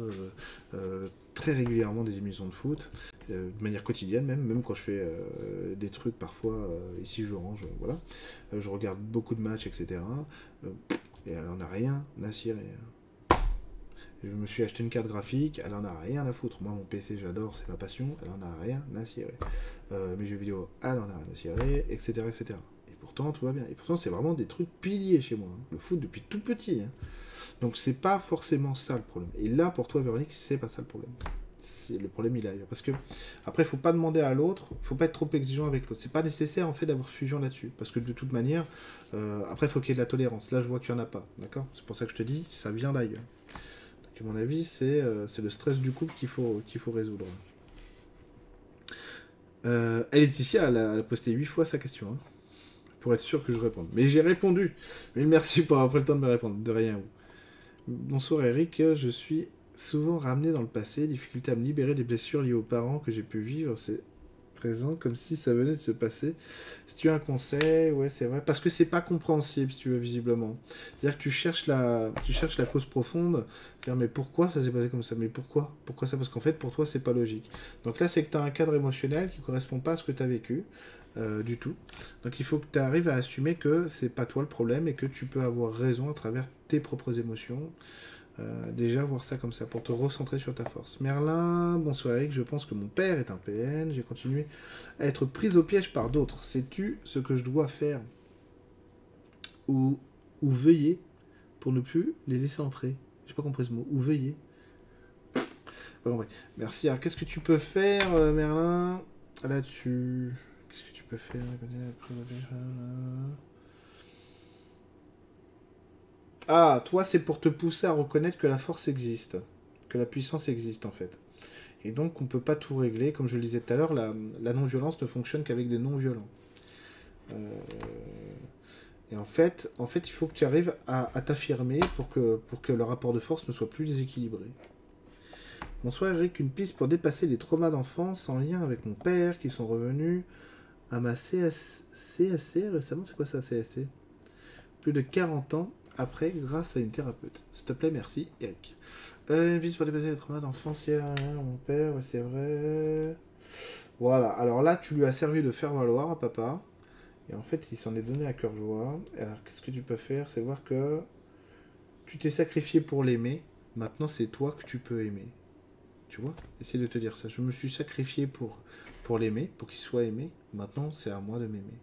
Très régulièrement des émissions de foot, de manière quotidienne même quand je fais des trucs parfois, ici je range, voilà. Je regarde beaucoup de matchs, etc. Et elle en a rien à cirer. Je me suis acheté une carte graphique, elle en a rien à foutre. Moi, mon PC, j'adore, c'est ma passion, elle en a rien à cirer. Mes jeux vidéo, elle en a rien à cirer, etc., etc. Et pourtant, tout va bien. Et pourtant, c'est vraiment des trucs piliers chez moi, hein. Le foot depuis tout petit, hein. Donc, c'est pas forcément ça le problème. Et là, pour toi, Véronique, c'est pas ça le problème. Le problème, il est ailleurs. Parce que, après, il faut pas demander à l'autre, faut pas être trop exigeant avec l'autre. C'est pas nécessaire, en fait, d'avoir fusion là-dessus. Parce que de toute manière, après, il faut qu'il y ait de la tolérance. Là, je vois qu'il y en a pas, d'accord? C'est pour ça que je te dis, ça vient d'ailleurs. À mon avis, c'est le stress du couple qu'il faut résoudre. Laetitia, elle a posté 8 fois sa question, hein, pour être sûr que je réponde. Mais j'ai répondu. Mille merci pour avoir pris le temps de me répondre. De rien. Bonsoir Eric, je suis souvent ramené dans le passé, difficulté à me libérer des blessures liées aux parents que j'ai pu vivre. C'est présent comme si ça venait de se passer. Si tu as un conseil, ouais, c'est vrai. Parce que c'est pas compréhensible, si tu veux, visiblement. C'est-à-dire que tu cherches la cause profonde. C'est-à-dire, mais pourquoi ça s'est passé comme ça? Mais pourquoi? Pourquoi ça? Parce qu'en fait, pour toi, c'est pas logique. Donc là, c'est que tu as un cadre émotionnel qui correspond pas à ce que tu as vécu. Du tout. Donc il faut que tu arrives à assumer que c'est pas toi le problème et que tu peux avoir raison à travers tes propres émotions. Déjà voir ça comme ça pour te recentrer sur ta force. Merlin, bonsoir Eric, je pense que mon père est un PN, j'ai continué à être prise au piège par d'autres. Sais-tu ce que je dois faire ou veiller pour ne plus les laisser entrer? J'ai pas compris ce mot. Ou veiller. Pas compris. Merci. Alors qu'est-ce que tu peux faire, Merlin, là-dessus? Qu'est-ce que tu peux faire? Ah, toi, c'est pour te pousser à reconnaître que la force existe, que la puissance existe en fait. Et donc, on ne peut pas tout régler. Comme je le disais tout à l'heure, la non-violence ne fonctionne qu'avec des non-violents. Euh, Et il faut que tu arrives à t'affirmer pour que le rapport de force ne soit plus déséquilibré. Bonsoir Eric, une piste pour dépasser les traumas d'enfance en lien avec mon père qui sont revenus à ma CSC récemment. C'est quoi ça, CSC? Plus de 40 ans après, grâce à une thérapeute. S'il te plaît, merci, Eric. Une piste pour dépasser les traumas d'enfance, mon père, ouais, c'est vrai. Voilà, alors là, tu lui as servi de faire valoir à papa. Et en fait, il s'en est donné à cœur joie. Alors, qu'est-ce que tu peux faire? C'est voir que tu t'es sacrifié pour l'aimer. Maintenant, c'est toi que tu peux aimer. Tu vois? Essaye de te dire ça. Je me suis sacrifié pour l'aimer, pour qu'il soit aimé. Maintenant, c'est à moi de m'aimer.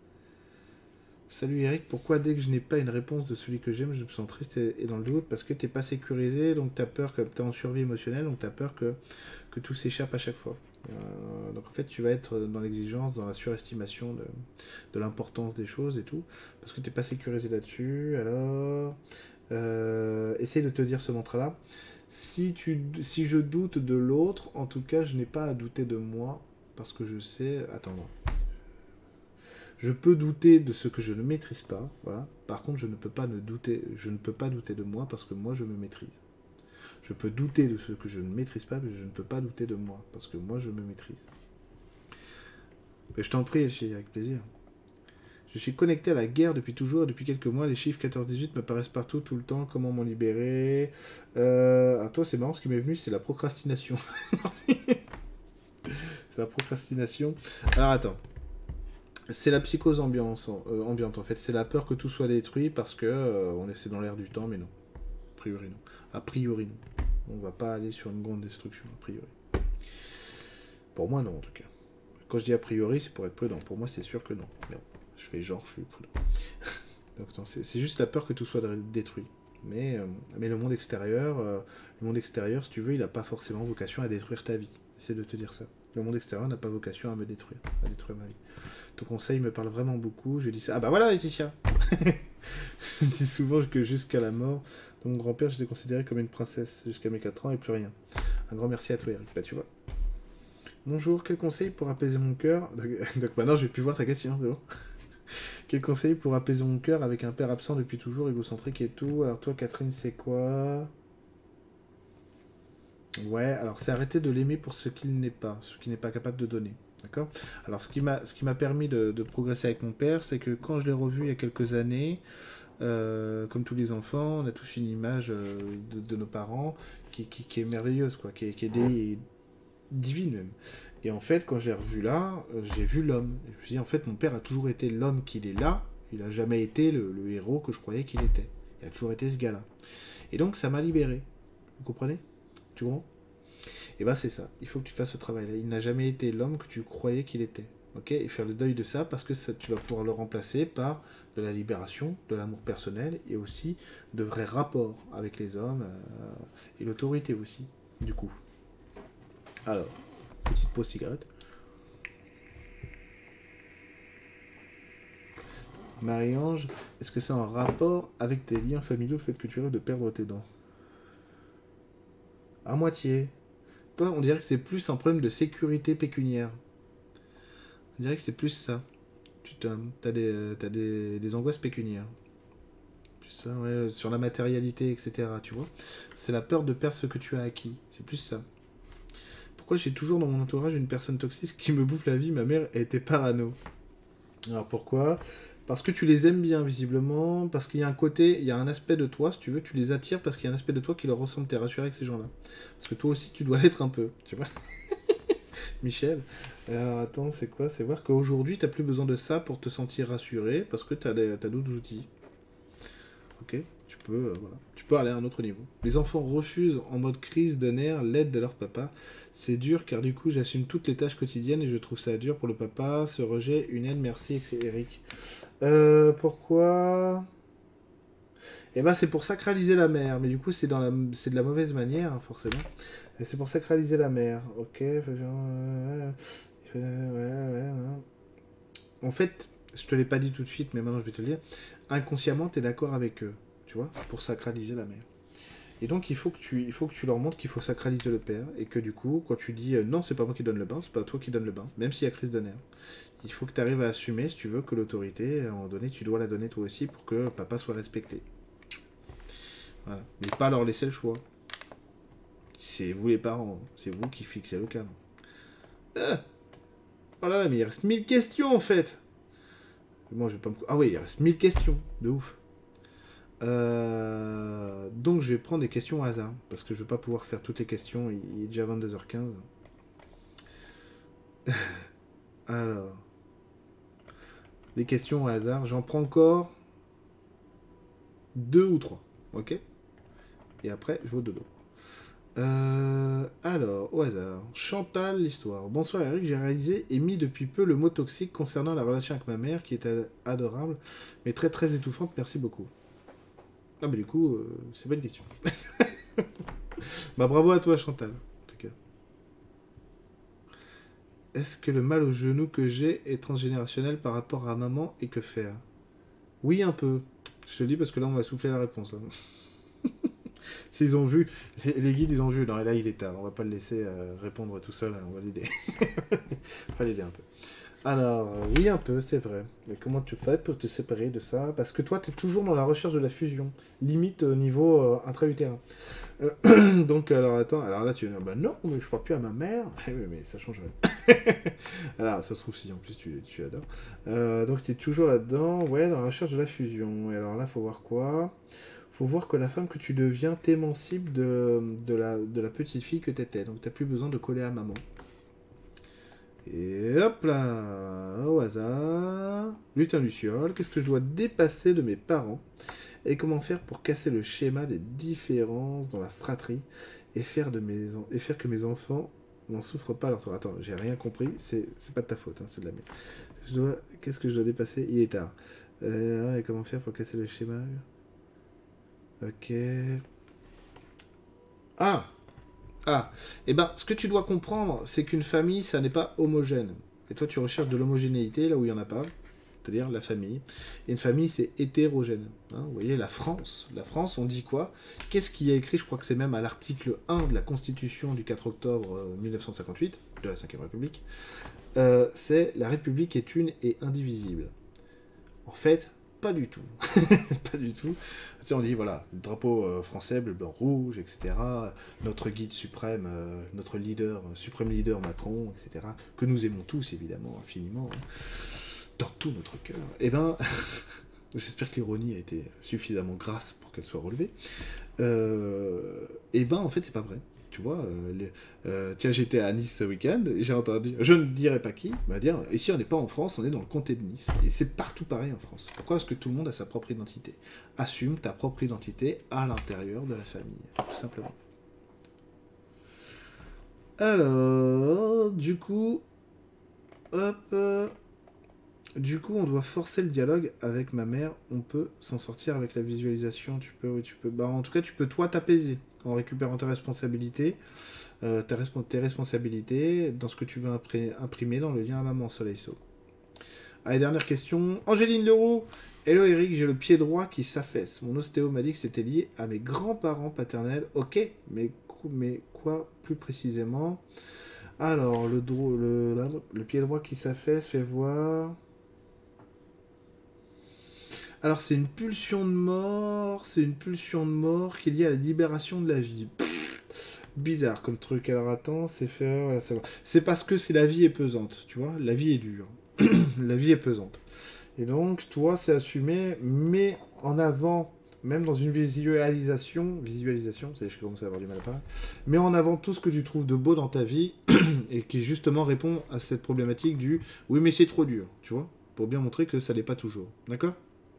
Salut Eric, pourquoi dès que je n'ai pas une réponse de celui que j'aime, je me sens triste et dans le doute? Parce que t'es pas sécurisé, donc t'as peur, que t'es en survie émotionnelle, donc t'as peur que tout s'échappe à chaque fois. Donc en fait, tu vas être dans l'exigence, dans la surestimation de l'importance des choses et tout, parce que t'es pas sécurisé là-dessus. Alors, essaye de te dire ce mantra-là. Si je doute de l'autre, en tout cas, je n'ai pas à douter de moi, parce que je sais. Attends, non. Je peux douter de ce que je ne maîtrise pas, voilà. Par contre, je ne peux pas douter de moi parce que moi je me maîtrise. Je peux douter de ce que je ne maîtrise pas, mais je ne peux pas douter de moi parce que moi je me maîtrise. Mais je t'en prie, Elchie, avec plaisir. Je suis connecté à la guerre depuis toujours et depuis quelques mois. Les chiffres 14-18 me paraissent partout, tout le temps. Comment m'en libérer? À toi, c'est marrant, ce qui m'est venu, c'est la procrastination. C'est la procrastination. Alors attends. C'est la psychose ambiante en fait. C'est la peur que tout soit détruit parce que on est dans l'air du temps, mais non. A priori non. A priori non. On va pas aller sur une grande destruction, a priori. Pour moi non en tout cas. Quand je dis a priori, c'est pour être prudent. Pour moi c'est sûr que non. Mais bon, je fais genre je suis prudent. Donc c'est juste la peur que tout soit détruit. Mais le monde extérieur, si tu veux, il n'a pas forcément vocation à détruire ta vie. Essaie de te dire ça. Le monde extérieur n'a pas vocation à me détruire, à détruire ma vie. Ton conseil me parle vraiment beaucoup. Je dis ça. Ah bah voilà, Laetitia. Je dis souvent que jusqu'à la mort de mon grand-père, j'étais considérée comme une princesse jusqu'à mes 4 ans et plus rien. Un grand merci à toi, Eric. Bah tu vois. Bonjour, quel conseil pour apaiser mon cœur? Donc maintenant, je vais plus voir ta question, c'est bon. Quel conseil pour apaiser mon cœur avec un père absent depuis toujours, égocentrique et tout? Alors toi, Catherine, c'est quoi? Ouais, alors c'est arrêter de l'aimer pour ce qu'il n'est pas, ce qu'il n'est pas capable de donner. D'accord? Alors ce qui m'a permis de progresser avec mon père, c'est que quand je l'ai revu il y a quelques années, comme tous les enfants, on a tous une image de nos parents qui est merveilleuse, quoi, qui est divine même. Et en fait, quand j'ai revu là, j'ai vu l'homme. Je me suis dit, en fait, mon père a toujours été l'homme qu'il est là. Il n'a jamais été le héros que je croyais qu'il était. Il a toujours été ce gars-là. Et donc, ça m'a libéré. Vous comprenez? Tu comprends? Et bah, c'est ça. Il faut que tu fasses ce travail-là. Il n'a jamais été l'homme que tu croyais qu'il était. Ok? Et faire le deuil de ça parce que ça, tu vas pouvoir le remplacer par de la libération, de l'amour personnel et aussi de vrais rapports avec les hommes et l'autorité aussi, du coup. Alors, petite pause cigarette. Marie-Ange, est-ce que c'est en rapport avec tes liens familiaux, le fait que tu rêves de perdre tes dents? À moitié. Toi, on dirait que c'est plus un problème de sécurité pécuniaire. On dirait que c'est plus ça. Tu as des angoisses pécuniaires. Plus ça, ouais, sur la matérialité, etc. Tu vois? C'est la peur de perdre ce que tu as acquis. C'est plus ça. Pourquoi j'ai toujours dans mon entourage une personne toxique qui me bouffe la vie? Ma mère était parano. Alors pourquoi? Parce que tu les aimes bien, visiblement, parce qu'il y a un côté, il y a un aspect de toi, si tu veux, tu les attires parce qu'il y a un aspect de toi qui leur ressemble, t'es rassuré avec ces gens-là. Parce que toi aussi, tu dois l'être un peu, tu vois. Michel. Alors attends, c'est quoi? C'est voir qu'aujourd'hui, t'as plus besoin de ça pour te sentir rassuré, parce que t'as d'autres outils. Ok? Voilà. Tu peux aller à un autre niveau. Les enfants refusent en mode crise de nerfs l'aide de leur papa. C'est dur car du coup j'assume toutes les tâches quotidiennes et je trouve ça dur pour le papa. Ce rejet, une aide, merci, Eric. Pourquoi? Eh ben c'est pour sacraliser la mère, mais du coup c'est de la mauvaise manière, hein, forcément. Et c'est pour sacraliser la mère, ok. En fait, je te l'ai pas dit tout de suite, mais maintenant je vais te le dire. Inconsciemment, tu es d'accord avec eux, tu vois, c'est pour sacraliser la mère. Et donc il faut que tu leur montres qu'il faut sacraliser le père, et que du coup, quand tu dis non, c'est pas moi qui donne le bain, c'est pas toi qui donne le bain, même s'il y a crise de nerfs. Il faut que tu arrives à assumer, si tu veux, que l'autorité, à un moment donné, tu dois la donner toi aussi pour que papa soit respecté. Voilà. Mais pas leur laisser le choix. C'est vous les parents, c'est vous qui fixez le cadre. Oh là là, mais il reste 1000 questions en fait. Moi, je vais pas me... Ah oui, il reste 1000 questions. De ouf. Donc, je vais prendre des questions au hasard. Parce que je vais pas pouvoir faire toutes les questions. Il est déjà 22h15. Alors, des questions au hasard. J'en prends encore 2 ou 3. Ok? Et après, je vais au dodo. Alors, au hasard. Chantal, l'histoire. Bonsoir Eric, j'ai réalisé et mis depuis peu le mot toxique concernant la relation avec ma mère, qui est adorable, mais très très étouffante. Merci beaucoup. Ah bah du coup, c'est pas une question. Bah bravo à toi Chantal, en tout cas. Est-ce que le mal au genou que j'ai est transgénérationnel par rapport à maman et que faire? Oui, un peu. Je te le dis parce que là, on va souffler la réponse. Là. S'ils ont vu, les guides, ils ont vu. Non, et là, il est tard. On va pas le laisser répondre tout seul. On va l'aider. On va l'aider un peu. Alors, oui, un peu, c'est vrai. Mais comment tu fais pour te séparer de ça? Parce que toi, tu es toujours dans la recherche de la fusion. Limite au niveau intra-utérin. Donc, alors attends, alors là tu vas dire, bah non, mais je crois plus à ma mère. Eh oui, mais ça changerait. Alors, ça se trouve si en plus tu adores. Donc, tu es toujours là-dedans, ouais, dans la recherche de la fusion. Et alors là, faut voir quoi? Faut voir que la femme que tu deviens t'émancipe de la petite fille que t'étais. Donc, t'as plus besoin de coller à maman. Et hop là, au hasard. Lutin Luciole, qu'est-ce que je dois dépasser de mes parents? Et comment faire pour casser le schéma des différences dans la fratrie et faire que mes enfants n'en souffrent pas à leur tour. Attends, j'ai rien compris, c'est pas de ta faute, hein, c'est de la mienne. Qu'est-ce que je dois dépasser? Il est tard. Et comment faire pour casser le schéma? Ok. Ah! Ah! Eh ben, ce que tu dois comprendre, c'est qu'une famille, ça n'est pas homogène. Et toi, tu recherches de l'homogénéité là où il n'y en a pas. C'est-à-dire la famille. Et une famille, c'est hétérogène. Hein, vous voyez, la France, on dit quoi? Qu'est-ce qui est écrit? Je crois que c'est même à l'article 1 de la Constitution du 4 octobre 1958, de la 5ème République. C'est la République est une et indivisible. En fait, pas du tout. Pas du tout. Tu sais, on dit, voilà, le drapeau français, bleu, blanc, rouge, etc. Notre guide suprême, notre leader, suprême leader Macron, etc. Que nous aimons tous, évidemment, infiniment. Hein, dans tout notre cœur. Eh ben, j'espère que l'ironie a été suffisamment grasse pour qu'elle soit relevée. Eh ben, en fait, c'est pas vrai. Tu vois, tiens, j'étais à Nice ce week-end et j'ai entendu, je ne dirais pas qui, m'a dire, ici on n'est pas en France, on est dans le comté de Nice. Et c'est partout pareil en France. Pourquoi? Parce que tout le monde a sa propre identité. Assume ta propre identité à l'intérieur de la famille, tout simplement. Alors, du coup, hop. Du coup, on doit forcer le dialogue avec ma mère. On peut s'en sortir avec la visualisation. Tu peux, oui, tu peux. Bah, en tout cas, tu peux toi t'apaiser en récupérant tes responsabilités, tes responsabilités dans ce que tu veux imprimer dans le lien à maman Soleil Saut. Allez, dernière question. Angéline Leroux. Hello Eric, j'ai le pied droit qui s'affaisse. Mon ostéo m'a dit que c'était lié à mes grands-parents paternels. Ok, mais quoi plus précisément? Alors, le pied droit qui s'affaisse, fais voir. Alors c'est une pulsion de mort, qui est liée à la libération de la vie. Bizarre comme truc. Alors attends, c'est faire, voilà, ça va. C'est parce que c'est la vie est pesante, tu vois. La vie est dure. La vie est pesante. Et donc toi, c'est assumé, mais en avant, même dans une visualisation, c'est je commence à avoir du mal à parler. Mais en avant tout ce que tu trouves de beau dans ta vie et qui justement répond à cette problématique du oui mais c'est trop dur, tu vois, pour bien montrer que ça l'est pas toujours. D'accord?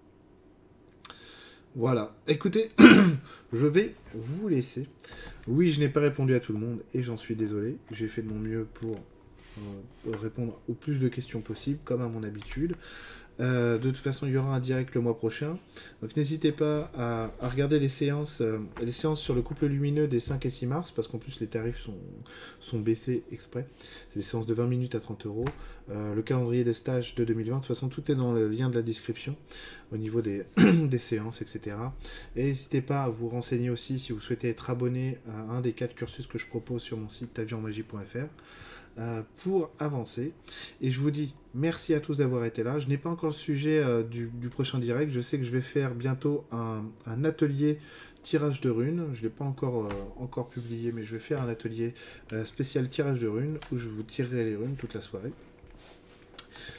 Voilà. Écoutez, je vais vous laisser. Oui, je n'ai pas répondu à tout le monde et j'en suis désolé. J'ai fait de mon mieux pour répondre au plus de questions possible, comme à mon habitude. De toute façon, il y aura un direct le mois prochain. Donc n'hésitez pas à regarder les séances sur le couple lumineux des 5 et 6 mars, parce qu'en plus les tarifs sont baissés exprès. C'est des séances de 20 minutes à 30 euros. Le calendrier des stages de 2020, de toute façon, tout est dans le lien de la description, au niveau des, des séances, etc. Et n'hésitez pas à vous renseigner aussi si vous souhaitez être abonné à un des 4 cursus que je propose sur mon site taviehenmagie.fr. Pour avancer. Et je vous dis merci à tous d'avoir été là. Je n'ai pas encore le sujet du prochain direct. Je sais que je vais faire bientôt un atelier tirage de runes. Je ne l'ai pas encore publié, mais je vais faire un atelier spécial tirage de runes où je vous tirerai les runes toute la soirée.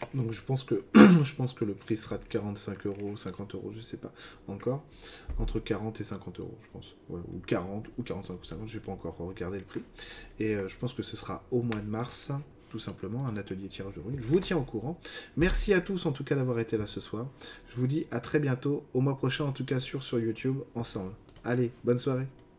Donc je pense que je pense que le prix sera de 45 euros, 50 euros, je sais pas encore. Entre 40 et 50 euros, je pense. Ouais, ou 40, ou 45 ou 50, j'ai pas encore regardé le prix. Et je pense que ce sera au mois de mars, tout simplement, un atelier tirage de runes. Je vous tiens au courant. Merci à tous en tout cas d'avoir été là ce soir. Je vous dis à très bientôt, au mois prochain en tout cas sur YouTube, ensemble. Allez, bonne soirée.